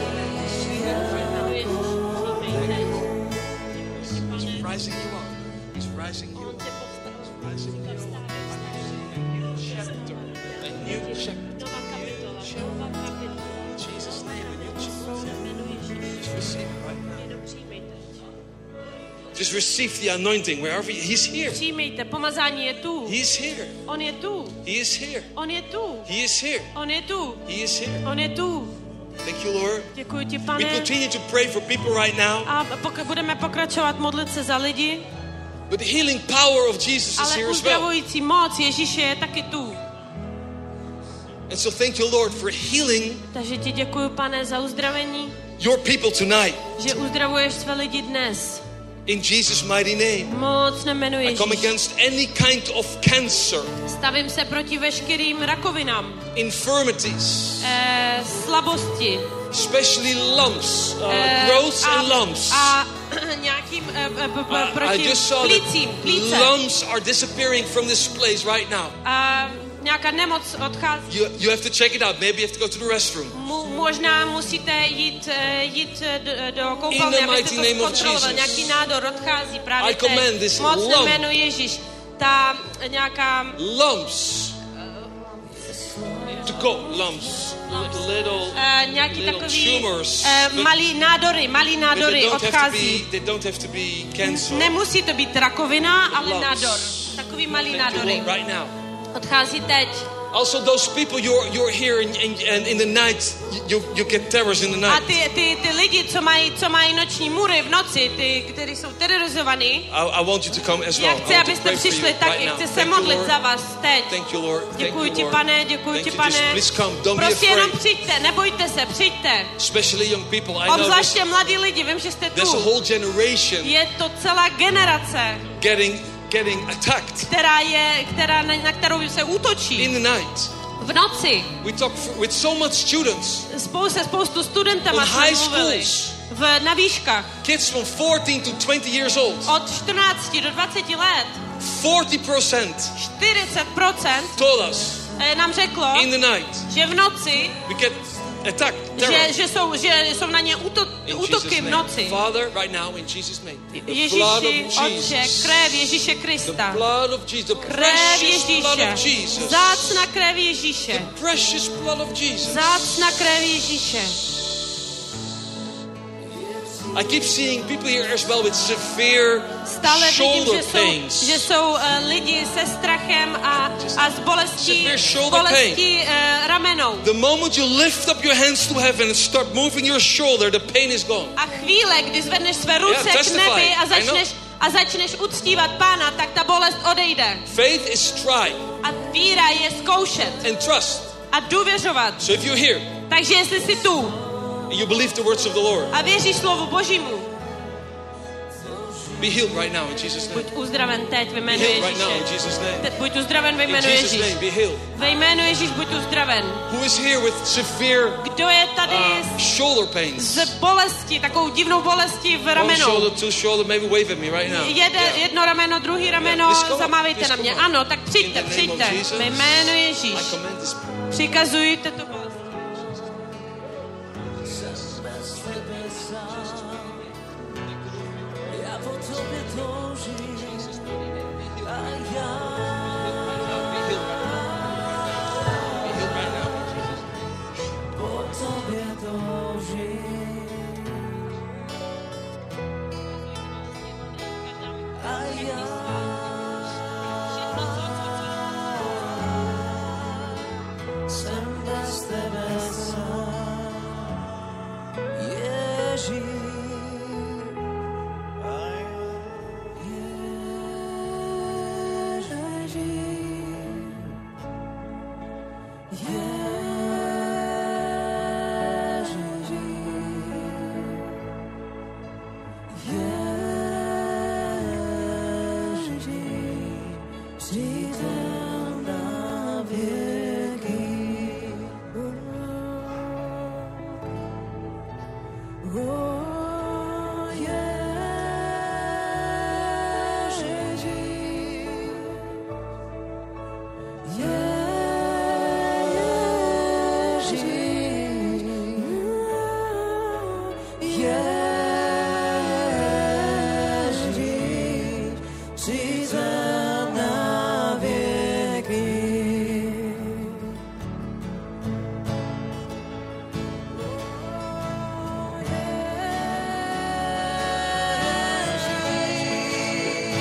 He's rising you up. He's rising you On up. tě povstal. Rising you up. A new chapter. A new chapter. Nová kapitola. Nová kapitola. In Jesus' name, a new chapter. Jméno Ježíš. Just receive it right now. Jenom přijmejte. Just receive the anointing wherever he, he's here. Přijmejte. Pomazání je tu. He's here. On je tu. He is here. On je tu. He is here. On je tu. He is here. On je tu. Thank you, Lord. Děkuji ti, We pane. continue to pray for people right now. A pok- budeme pokračovat modlit se za lidi, But the healing power of Jesus is ale here as well. uzdravující moc Ježíše je taky tu. And so thank you, Lord, for healing Takže ti děkuji, pane, za uzdravení, your people tonight. že uzdravuješ své lidi dnes. In Jesus' mighty name. Moc jméno I come Ježíš. against any kind of cancer, Stavím se proti veškerým rakovinám, infirmities, eh, slabosti, especially lumps, uh, eh, growths a, and lumps. a nějakým eh, b- b- b- I- I proti just saw plícím, that plíce. lumps are disappearing from this place right now. A nějaká nemoc odchází. You, you have to check it out. Maybe you have to go to the restroom. Mu, možná musíte jít, eh, jít eh, do, do In koupelny, the abyste mighty to name of zkontrolovali. Jesus. Nějaký nádor odchází právě I command this teď. Moc lump. jméno Ježíš. Ta eh, nějaká Lumps to go. Lumps, Li- little, eh, nějaký little takový tumors. eh, But- malý nádory, malý but they nádory don't have to odchází. be. They don't have to be cancer. Nemusí to být rakovina, ale Lumps. nádor. Takový malý Thank you, nádory. Lord, right now. Odchází teď. Also, those people you're you're here and, and, and in the night you you get terrors in the A night. ty, ty, ty lidi, co mají, co mají noční můry v noci, ty, kteří jsou terorizovaní, I, I want you to come as well. já I chci, want to abyste pray for you přišli right taky. now. Chci se Thank you, modlit Lord. za vás teď. Thank you, Lord. Thank Děkuji you, ti, Lord. pane, děkuji Thank ti, you. pane. Just please come. Don't be Prostě jenom afraid. přijďte, nebojte se, přijďte. Especially young people. I know this, Obzvláště mladí lidi, vím, že jste there's a tu. whole generation Je to celá generace, getting getting attacked která je, která, na, na kterou se útočí in the night. v noci. We talk f- with so much students, Spou, se spoustu studentama On jsme high mluvili. schools. V, na výškách. kids from fourteen to twenty years old. Od čtrnácti do dvaceti let forty percent čtyřicet procent told us eh, nám řeklo, in the night že v noci, we get attacked. že, Terror. že, jsou, že jsou na ně úto, In útoky Jesus' v name. noci. Father, right now in Jesus' name. The blood Ježíši, of Otče, Jesus. krev Ježíše The Krista. blood of Jesus. The Krev precious blood Ježíše. of Jesus. Zácna krev Ježíše. Precious blood of Jesus. Zácna krev Ježíše. I keep seeing people here as well with severe Stále vidím, shoulder že jsou, pains. že jsou uh, lidi se strachem a, a s bolestí, Severe s shoulder bolestí uh, ramenou. The moment you lift up your hands to heaven and start moving your shoulder, the pain is gone. A chvíle, kdy zvedneš své ruce Yeah, k testify. nebi a I know. začneš, a začneš uctívat Pána, tak ta bolest odejde. Faith is try A víra je zkoušet and trust. a důvěřovat. So if you're here Takže jestli jsi tu and you believe the words of the Lord, a věříš slovu Božímu, be healed right now in Jesus' name. buď uzdraven teď ve Be jménu healed right now in Ježíše. Jesus' name. Te- Buď uzdraven ve In jménu Jesus' Ježíš. name, be healed. Ve jménu Ježíš buď uzdraven. Who is here with severe Kdo je tady uh, shoulder pains? z bolesti, takovou divnou bolesti v One ramenou? shoulder, two shoulder, maybe wave at me right now. Jede, Yeah. jedno rameno, druhý rameno, please come up, zamávejte please na mě. come up. Ano, tak přijďte, In the name přijďte. of Jesus, Ve jménu Ježíš. I command this. Přikazuji tuto bolest. Já po tobě toužím a já Be healed right now. Be healed right now. po tobě toužím a já jsem bez tebe sám. Ježíš, Ježíš,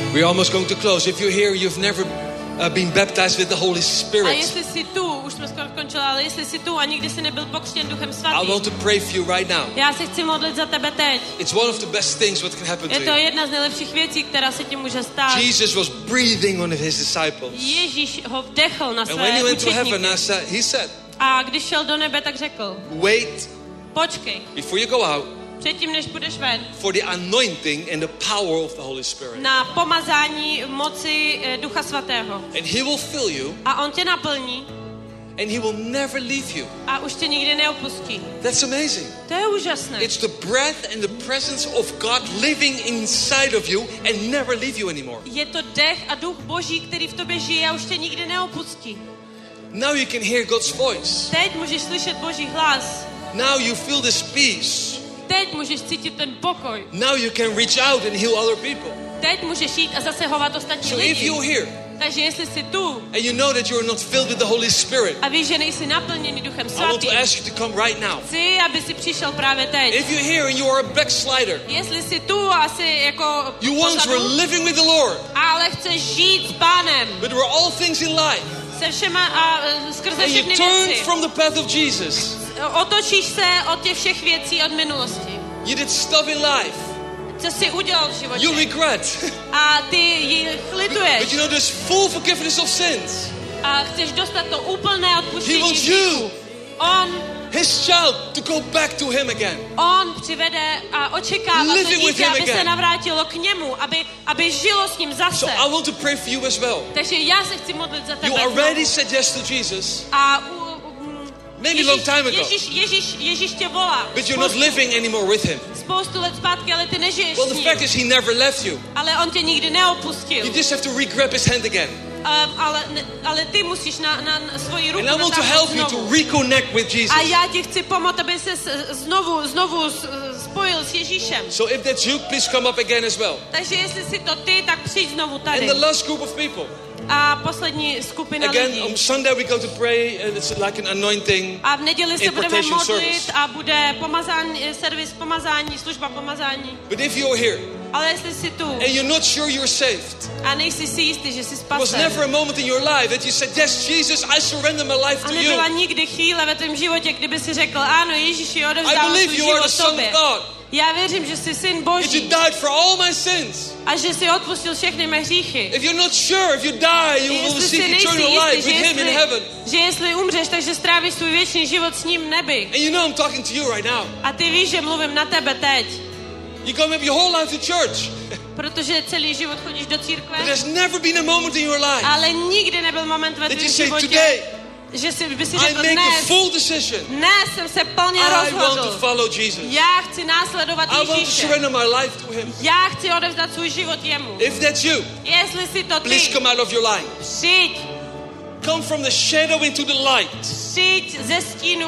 We're almost going to close. If you're here, you've never uh, been baptized with the Holy A Spirit. jestli jsi tu, už jsme skoro skončili, ale jestli jsi tu a nikdy jsi nebyl pokřtěn Duchem I Svatým, want to pray for you right now. já se chci modlit za tebe teď. It's one of the best things what can happen Je to to you. jedna z nejlepších věcí, která se ti může stát. Jesus was breathing on his disciples. Ježíš ho vdechl na And when he své went to heaven, učedníky. I said, he said, A když šel do nebe, tak řekl, wait počkej, before you go out předtím, než budeš ven, for the anointing and the power of the Holy Spirit. na pomazání moci eh, Ducha Svatého. And he will fill you A on tě naplní and he will never leave you. a už tě nikdy neopustí. That's amazing. To je úžasné. It's the breath and the presence of God living inside of you and never leave you anymore. Je to dech a duch Boží, který v tobě žije a už tě nikdy neopustí. Now you can hear God's voice. Teď můžeš slyšet Boží hlas. Now you feel this peace. Teď můžeš cítit ten pokoj. Now you can reach out and heal other people. Teď můžeš jít a zasahovat ostatní So if lidi. you're here Takže jestli jsi tu and you know that you're not filled with the Holy Spirit, a víš, že nejsi naplněný Duchem I want Svatým, to ask you to come right now. chci, aby si přišel právě teď. If you're here and you are a backslider, Jestli jsi tu a jsi jako you once pozadu, were living with the Lord, ale chceš žít s Pánem but there were all things in life, se všema a e, skrze and you všechny turned věci. from the path of Jesus. Otočíš se od těch všech věcí od minulosti. You did stuff in life Co jsi udělal v životě? you regret, A ty ji but lituješ. you know there's full forgiveness of sins. A chceš dostat to úplné He odpuštění wants hříchů. you, On, his child, to go back to him again. on přivede a očekává to Living with dítě, him aby se again. navrátilo k němu, aby, aby žilo s ním zase. So I want to pray for you as well. Takže já se chci modlit za You tebe. already said yes to Jesus, A u, u, maybe a long Ježíš, time ago, Ježíš, Ježíš, Ježíš tě volá. but you're not living anymore with him. Spoustu let zpátky, ale ty nežiješ Well, s the ním. fact is he never left you. Ale on tě nikdy neopustil. You just have to re-grab his hand again. Um, ale, ne, ale ty musíš na, na, na svoji ruku And I want to natáhnout help you to znovu. reconnect with Jesus. A já ti chci pomoct, aby se znovu, znovu s- spojil s Ježíšem. So if that's you, please come up again as well. Takže jestli si to ty, tak přijď znovu And tady. the last group of people. A poslední skupina Again, lidí. on Sunday we go to pray, and it's like an anointing. A v neděli se budeme impartation modlit service. a bude pomazání, servis pomazání, služba pomazání. But if you're here Ale jestli jsi tu and you're not sure you're saved, a nejsi si jistý, že jsi there was spasen, never a moment in your life that you said, yes, Jesus, I surrender my life a to nebyla you. nikdy chvíle ve tvém životě, kdyby si řekl, ano, Ježíši, I odevzdávám believe svůj you are život the Son tobě. of God. Já věřím, že jsi syn That you Boží died for all my sins. a že jsi odpustil všechny mé hříchy. If you're not sure, if you die, you will Jestli si receive nejsi eternal jistý, life že with him in jestli, heaven. že jestli umřeš, takže strávíš svůj věčný život s ním v nebi. And you know I'm talking to you right now. A ty víš, že mluvím na tebe teď, You go maybe your whole life to church, protože celý život chodíš do but církve, there's never been a moment in your life ale nikdy nebyl moment ve that you tvém say, životě, today že si, by si I řekl make a dnes, full decision. dnes jsem se plně I want to rozhodl. follow Jesus. Já chci následovat I want to Ježíše. surrender my life to him. Já chci odevzdat svůj život jemu. If that's you, Jestli si to please ty, come out of your line. přijď, Come from the shadow into the light. přijď ze stínu,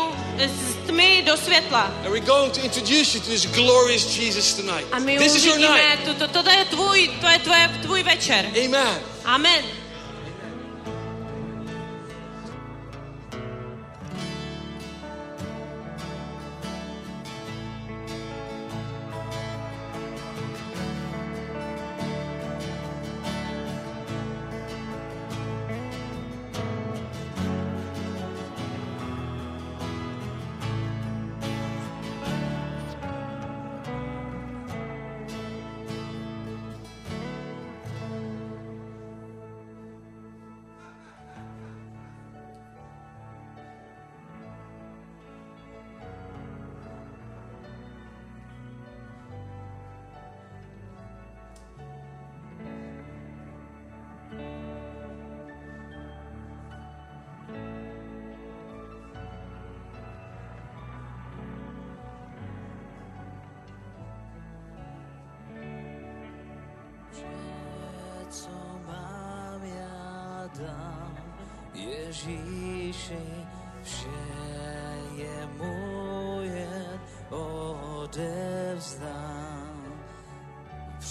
z tmy do světla. And we're going to introduce you to this glorious Jesus tonight. A my This is your uvidíme, night. to, to, to je tvůj, to je tvoje, tvůj večer. Amen. Amen. Co mám, já dám Ježíši, vše je moje, odevzdám. V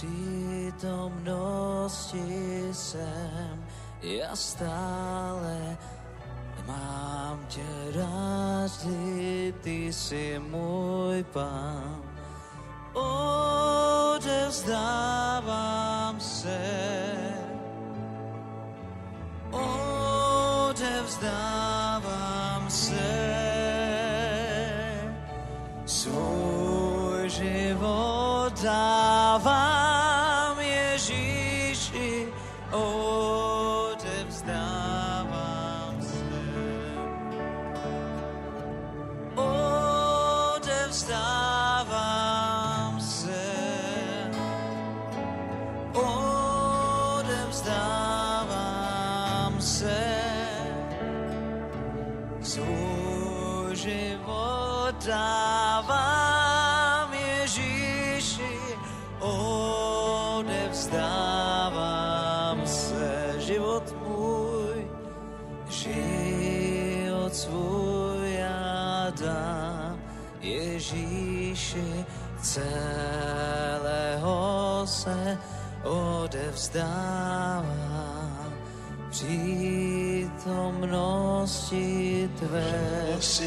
přítomnosti jsem, já stále mám tě rád, vždy ty jsi můj Pán. Odevzdávám se odevzdávám se, svůj život dávám Ježíši, odevzdávám se, odevzdávám se, odevzdávám se, svůj život dávám Ježíši, odevzdávám se, život můj, život svůj já dám Ježíši, celého se odevzdávám přítomnosti tvé.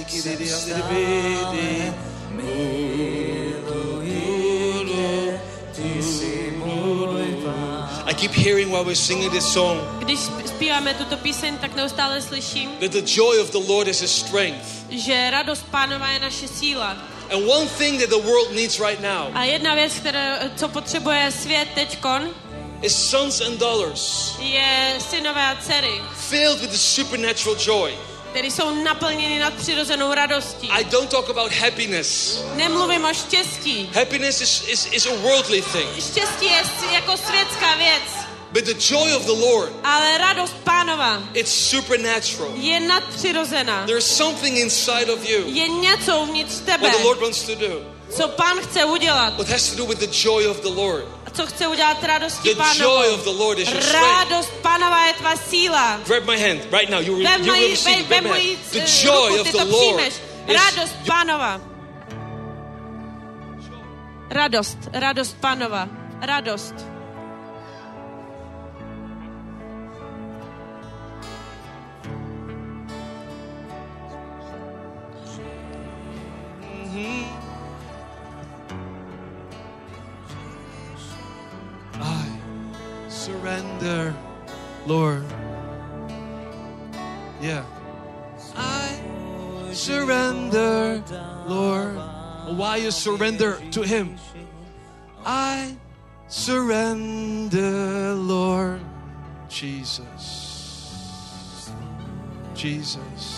I keep hearing while we're singing this song Když zpíváme tuto píseň, tak neustále slyším, that the joy of the Lord is his strength. že radost Pánova je naše síla. And one thing that the world needs right now A jedna věc, která, co potřebuje svět teďkon, is sons and daughters je synové a dcery, filled with the supernatural joy. které jsou naplněny nadpřirozenou radostí. I don't talk about happiness. Nemluvím o štěstí. Happiness is, is, is a worldly thing. Štěstí je jako světská věc, But the joy of the Lord, ale radost Pánova it's supernatural. je nadpřirozená. There's something inside of you Je něco uvnitř tebe, what the Lord wants to do. co Pán chce udělat. What has to do with the joy of the Lord. A co chce udělat radostí The Pánovou. joy of the Lord is your strength. Radost Pánova je tvá síla. Grab my hand right now. You, re, Vem you will moji, receive vem, it. Grab vem my moji hand. The eh, joy ruku, of ty the to Lord přijmeš. is Radost Pánova. Radost, radost Pánova. Radost. I surrender, Lord. Yeah. I surrender, Lord. Why you surrender to Him? I surrender, Lord. Jesus. Jesus.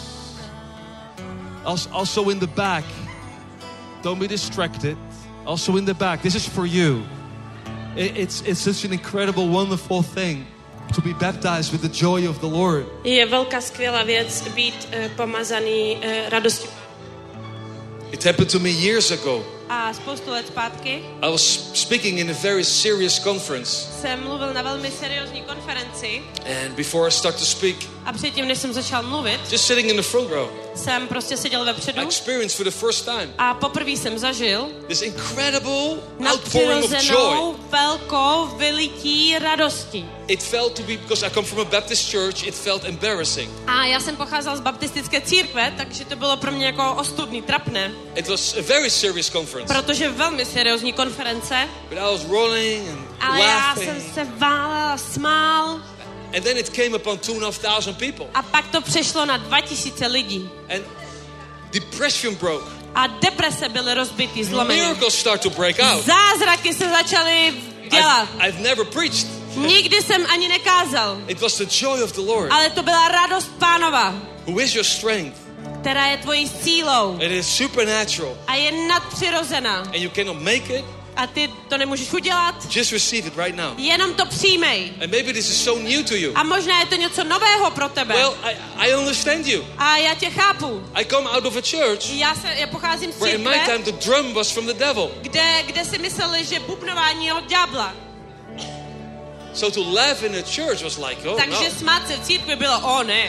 Also, also in the back, don't be distracted. Also in the back, this is for you. It, it's, it's such an incredible, wonderful thing to be baptized with the joy of the Lord. Je velká skvělá věc být uh, pomazaný uh, radostí. It happened to me years ago. A spoustu let zpátky I was speaking in a very serious conference. jsem mluvil na velmi seriózní konferenci And before I start to speak, a předtím, než jsem začal mluvit, just sitting in the front row, jsem prostě seděl vepředu I experienced for the first time a poprvé jsem zažil this incredible outpouring of joy. nadpřirozenou velkou vylití radosti. It felt to be, because I come from a Baptist church, it felt embarrassing. A já jsem pocházel z baptistické církve, takže to bylo pro mě jako ostudný, trapné, It was a very serious conference. protože velmi seriózní konference. But I was rolling and Ale já laughing. jsem se válel a smál. And then it came upon two and a half thousand people. A pak to přešlo na dva tisíce lidí. And depression broke. A deprese byly rozbitý, zlomený. Miracles start to break out. Zázraky se začaly dělat. I've, I've never preached. Nikdy jsem ani nekázal. It was the joy of the Lord. Ale to byla radost Pánova, Who is your strength? která je tvojí sílou It is supernatural. a je nadpřirozená. And you cannot make it. A ty to nemůžeš udělat. Just receive it right now. Jenom to přijmej. And maybe this is so new to you. A možná je to něco nového pro tebe. Well, I, I understand you. A já tě chápu. I come out of a church Já, se, já pocházím z where in my církve, time the drum was from the devil. kde, kde si mysleli, že bubnování je od ďábla. So to laugh in a church was like, oh Takže no. smát se v církvi bylo, o ne.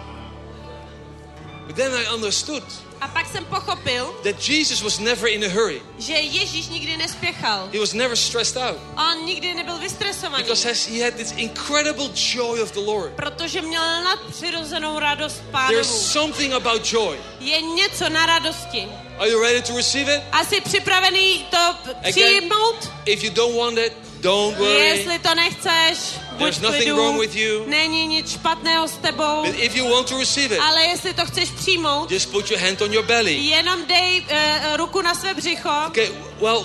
But then I understood A pak jsem pochopil, that Jesus was never in a hurry. že Ježíš nikdy nespěchal. He was never stressed out. On nikdy nebyl vystresovaný. Because has- he had this incredible joy of the Lord. Protože měl nadpřirozenou radost There's Pánovu. something about joy. Je něco na radosti. Are you ready to receive it? A jsi připravený to přijmout? If you don't want it, Don't worry. Jestli to nechceš, buď There's v nothing klidu, wrong with you. není nic špatného s tebou, But if you want to receive it, ale jestli to chceš přijmout, just put your hand on your belly. jenom dej uh, ruku na své břicho. Okay, well,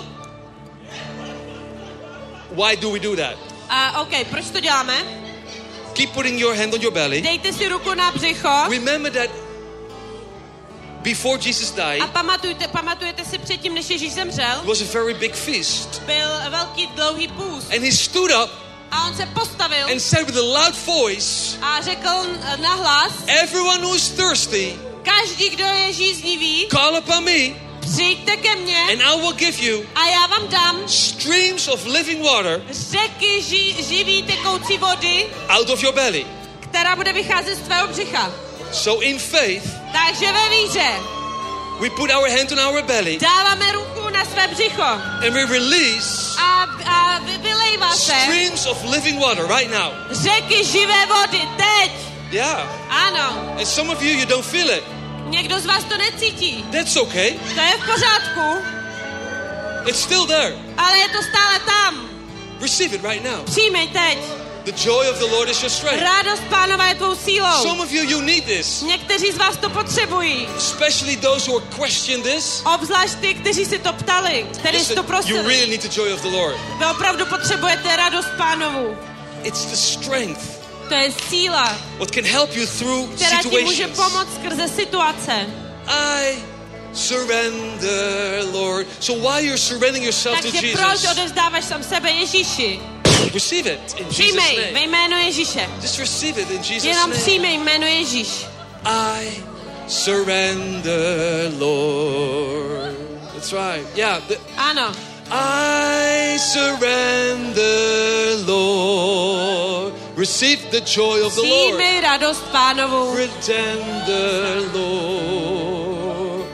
why do we do that? A OK, proč to děláme? Keep putting your hand on your belly. Dejte si ruku na břicho Remember that before Jesus died, a pamatujte, pamatujete si předtím, než Ježíš zemřel, it was a very big feast. byl velký dlouhý půst. And he stood up A on se postavil and said with a loud voice, a řekl nahlas, everyone who is thirsty, každý, kdo je žíznivý, call upon me, přijďte ke mně and I will give you a já vám dám streams of living water řeky ži, živý tekoucí vody, out of your belly. která bude vycházet z tvého břicha. So in faith, Takže ve víře we put our hand on our belly dáváme ruku na své břicho and we release a, a vy- vylejvá se streams of living water right now. řeky živé vody teď. Yeah. Ano, And some of you, you don't feel it. někdo z vás to necítí. That's okay. To je v pořádku, It's still there. ale je to stále tam. Receive it right now. Přijmej teď. The joy of the Lord is your strength. Rádost Pánova je tvou sílou. Some of you, you need this. Někteří z vás to potřebují. Especially those who question this. Obzvlášť ty, kteří si to ptali, kteří si to Listen, you prosili. really need the joy of the Lord. Vy opravdu potřebujete radost Pánovu. It's the strength To je síla, what can help you through která ti může situations. pomoct skrze situace. I surrender, Lord. So while you're surrendering yourself to Takže proč Jesus, odevzdáváš sám sebe Ježíši? receive it in Jesus' Přijmej ve name. jméno Ježíše. Just receive it in Jesus' Jenom name. přijmej jméno Ježíš. I surrender, Lord. That's right. Yeah. The, Ano. I surrender, Lord. Receive the joy of the Lord. Přijmej radost Pánovu. Redemptor, Lord.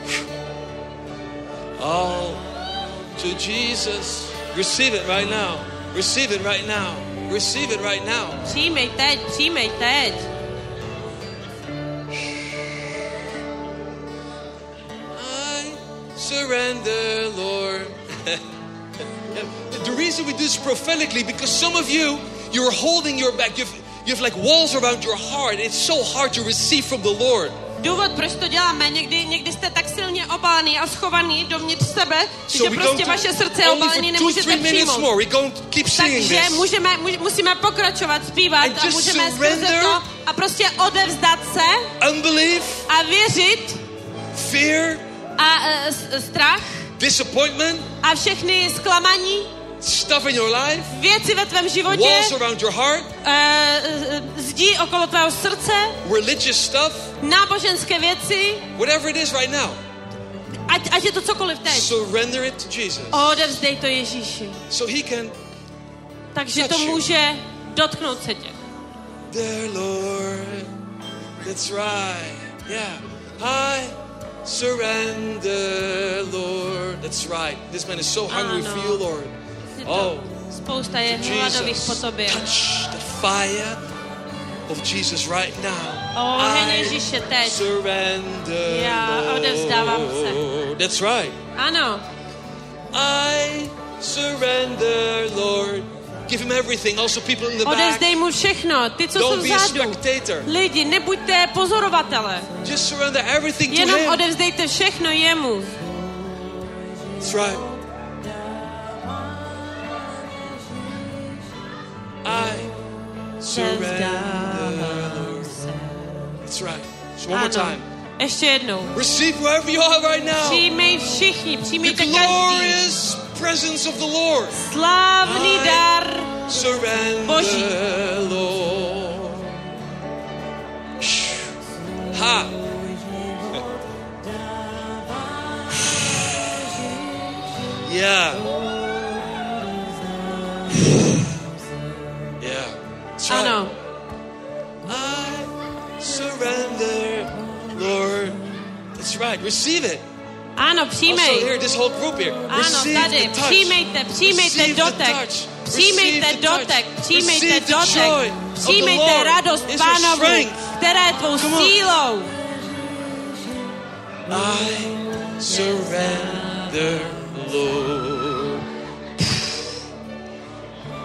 All to Jesus. Receive it right now. Receive it right now. Receive it right now. Přijmej teď, přijmej teď. I surrender, Lord. The reason we do this prophetically, because some of you, you're holding your back. You've, you've like walls around your heart. It's so hard to receive from the Lord. Důvod, proč to děláme, někdy, někdy jste tak silně obalený a schovaný dovnitř sebe, So že we prostě go vaše srdce je to, only obalený, for two, nemůžete three minutes přijmout. more. We're going to keep singing Takže this. můžeme, můž, musíme pokračovat, zpívat And a just můžeme skrze surrender. to a prostě odevzdat se Unbelief, a věřit fear, a e, s- strach disappointment, a všechny zklamaní, stuff in your life, věci ve tvém životě, walls around your heart, e, e, zdi okolo tvého srdce, religious stuff, náboženské věci, whatever it is right now. ať, ať je to cokoliv teď. Surrender it to Jesus Odevzdej to Ježíši. so he can. Takže to Touch you. může dotknout se tě. There, Lord. That's right. Yeah. I surrender, Lord. That's right. This man is so hungry Ano. for you, Lord. Je to Oh, spousta je hladových po Jesus. tobě. Touch the fire of Jesus right now. Oheň I Ježíše teď. surrender, Já odevzdávám se. Lord. That's right. Ano. I surrender, Lord. Give him everything. Also people in the back. Odevzdej mu všechno. Ty, co jsou Don't be a vzadu. spectator. Lidi, nebuďte pozorovatele. Just surrender everything to Jenom him. odevzdejte všechno jemu. That's right. I surrender, Lord. That's right. So one more Ano. time. Ještě jednou. Receive wherever you are right now. Přijmej všichni, The přijmejte každý. glorious presence of the Lord. Slávný I dar. Surrender, Boží. Lord. Ha. Yeah. Yeah. That's right. Ano. I surrender, Lord. That's right. Receive it. Ano, Also přijmej. here, this whole group here. Ano, Receive tady. the touch. Přijmejte, přijmejte Receive the dotek. touch. Přijmejte Receive the touch. dotek, přijmejte Receive the joy dotek. of the Přijmejte Lord. radost It's your Pánovu, strength. která je tvou Come on. sílou. I surrender, Lord.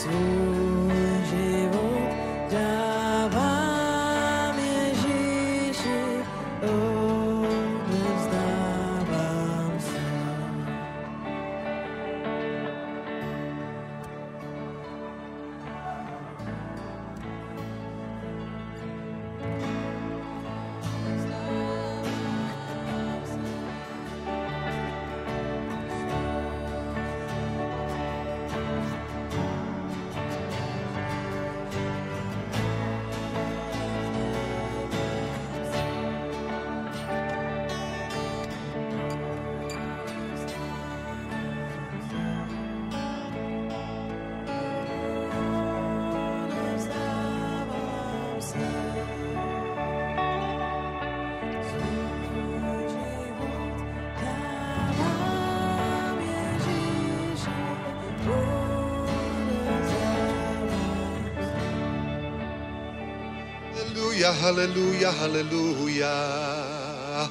svůj život dávám Ježíši, odevzdávám se. Hallelujah, hallelujah.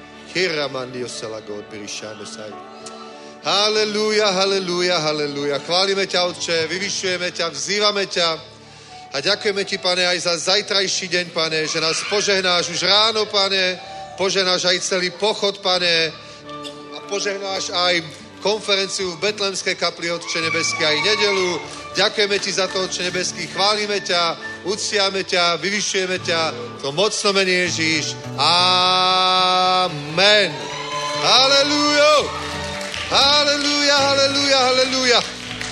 Hallelujah, hallelujah, hallelujah. Chválime ťa, Otče, vyvyšujeme ťa, vzývame ťa a ďakujeme ti, Pane, aj za zajtrajší deň, Pane, že nás požehnáš už ráno, Pane, požehnáš aj celý pochod, Pane, a požehnáš aj konferenciu v Betlémskej kapli, Otče nebeský, aj nedelu. Ďakujeme ti za to, Otče nebeský, chválime ťa, uctiame ťa, vyvyšujeme ťa, to mocno mene Ježíš. Amen. Halelúja. Halelúja, halelúja, halelúja.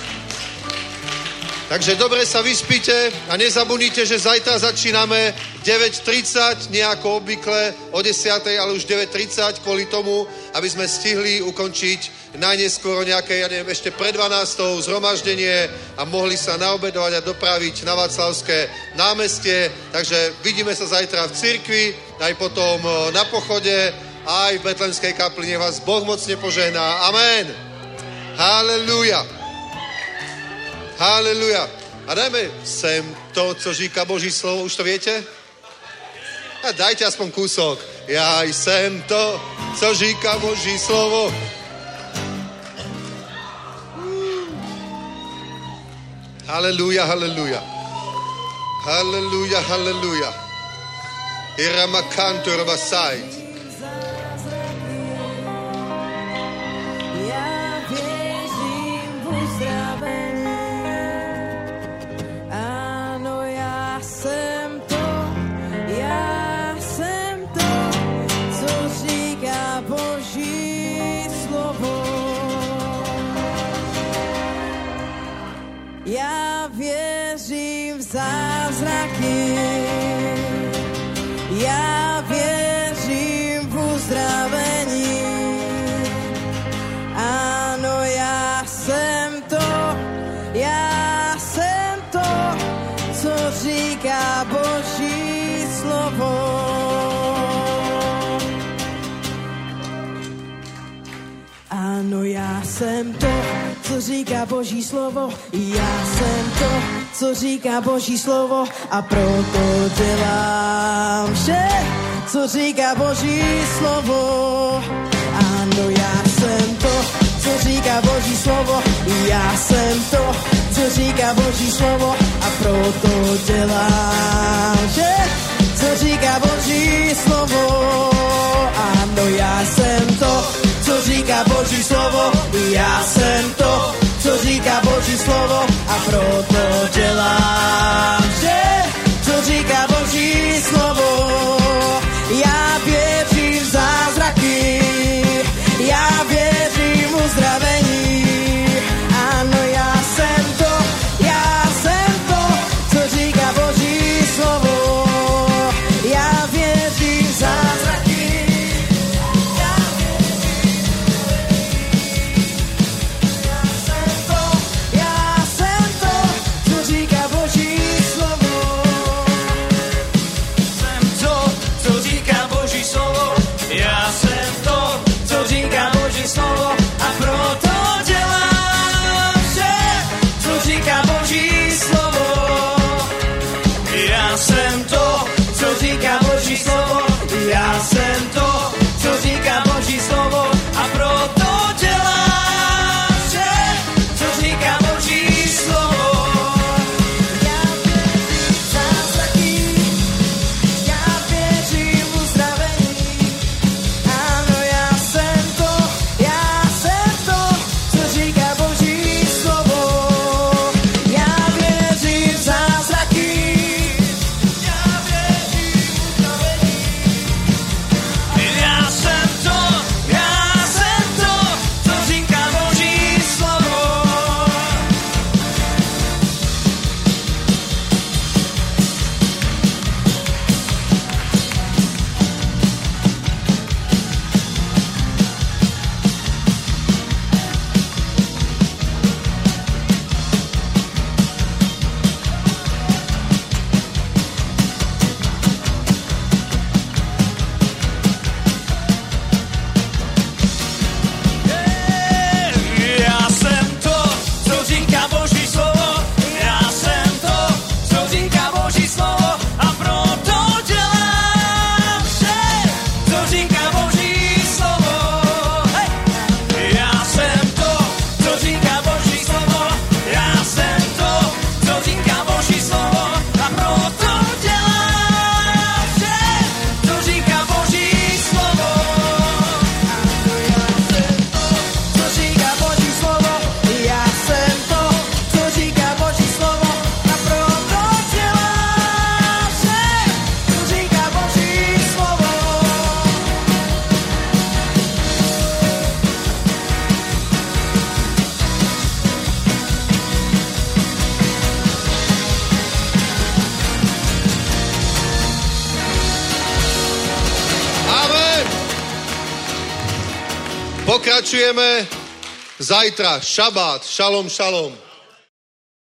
Takže dobre sa vyspíte a nezabudnite, že zajtra začíname deväť tridsať, nie ako obvykle o desiatej, ale už deväť tridsať kvôli tomu, aby sme stihli ukončiť najneskôr nejaké, ja neviem, ešte pred dvanástou zhromaždenie a mohli sa naobedovať a dopraviť na Václavské námestie. Takže vidíme sa zajtra v cirkvi, aj potom na pochode, aj v Betlémskej kapli. Nech vás Boh mocne požehná. Amen. Halelúja. Halelúja. A dajme sem to, co říká Boží slovo. Už to viete? A dajte aspoň kúsok. Ja jsem to, co říká Boží slovo. Halelúja, halelúja. Halelúja, halelúja. Iramakanto rabasajt. Já věřím v uzdravení. Ano, já jsem to, já jsem to, co říká Boží slovo. Já věřím v zázraky. Já věřím v uzdravení. Ano, já jsem to, já jsem to, co říká Boží slovo. Ano, já jsem to, co říká Boží slovo. Já jsem to, co říká Boží slovo, a proto dělám vše, co říká Boží slovo. Ano, já jsem to, co říká Boží slovo. Já jsem to, co říká Boží slovo, a proto dělám vše, co říká Boží slovo. Ano, já jsem to, co říká Boží slovo. Já jsem to, co říká Boží slovo, a proto dělám vše, co říká Boží slovo. Já věřím v zázraky, já věřím v uzdravení. Ano, já jsem to, já jsem to, co říká Boží slovo. Já věřím v zázraky, já věřím. pokračujeme zajtra. Šabát. Šalom, šalom.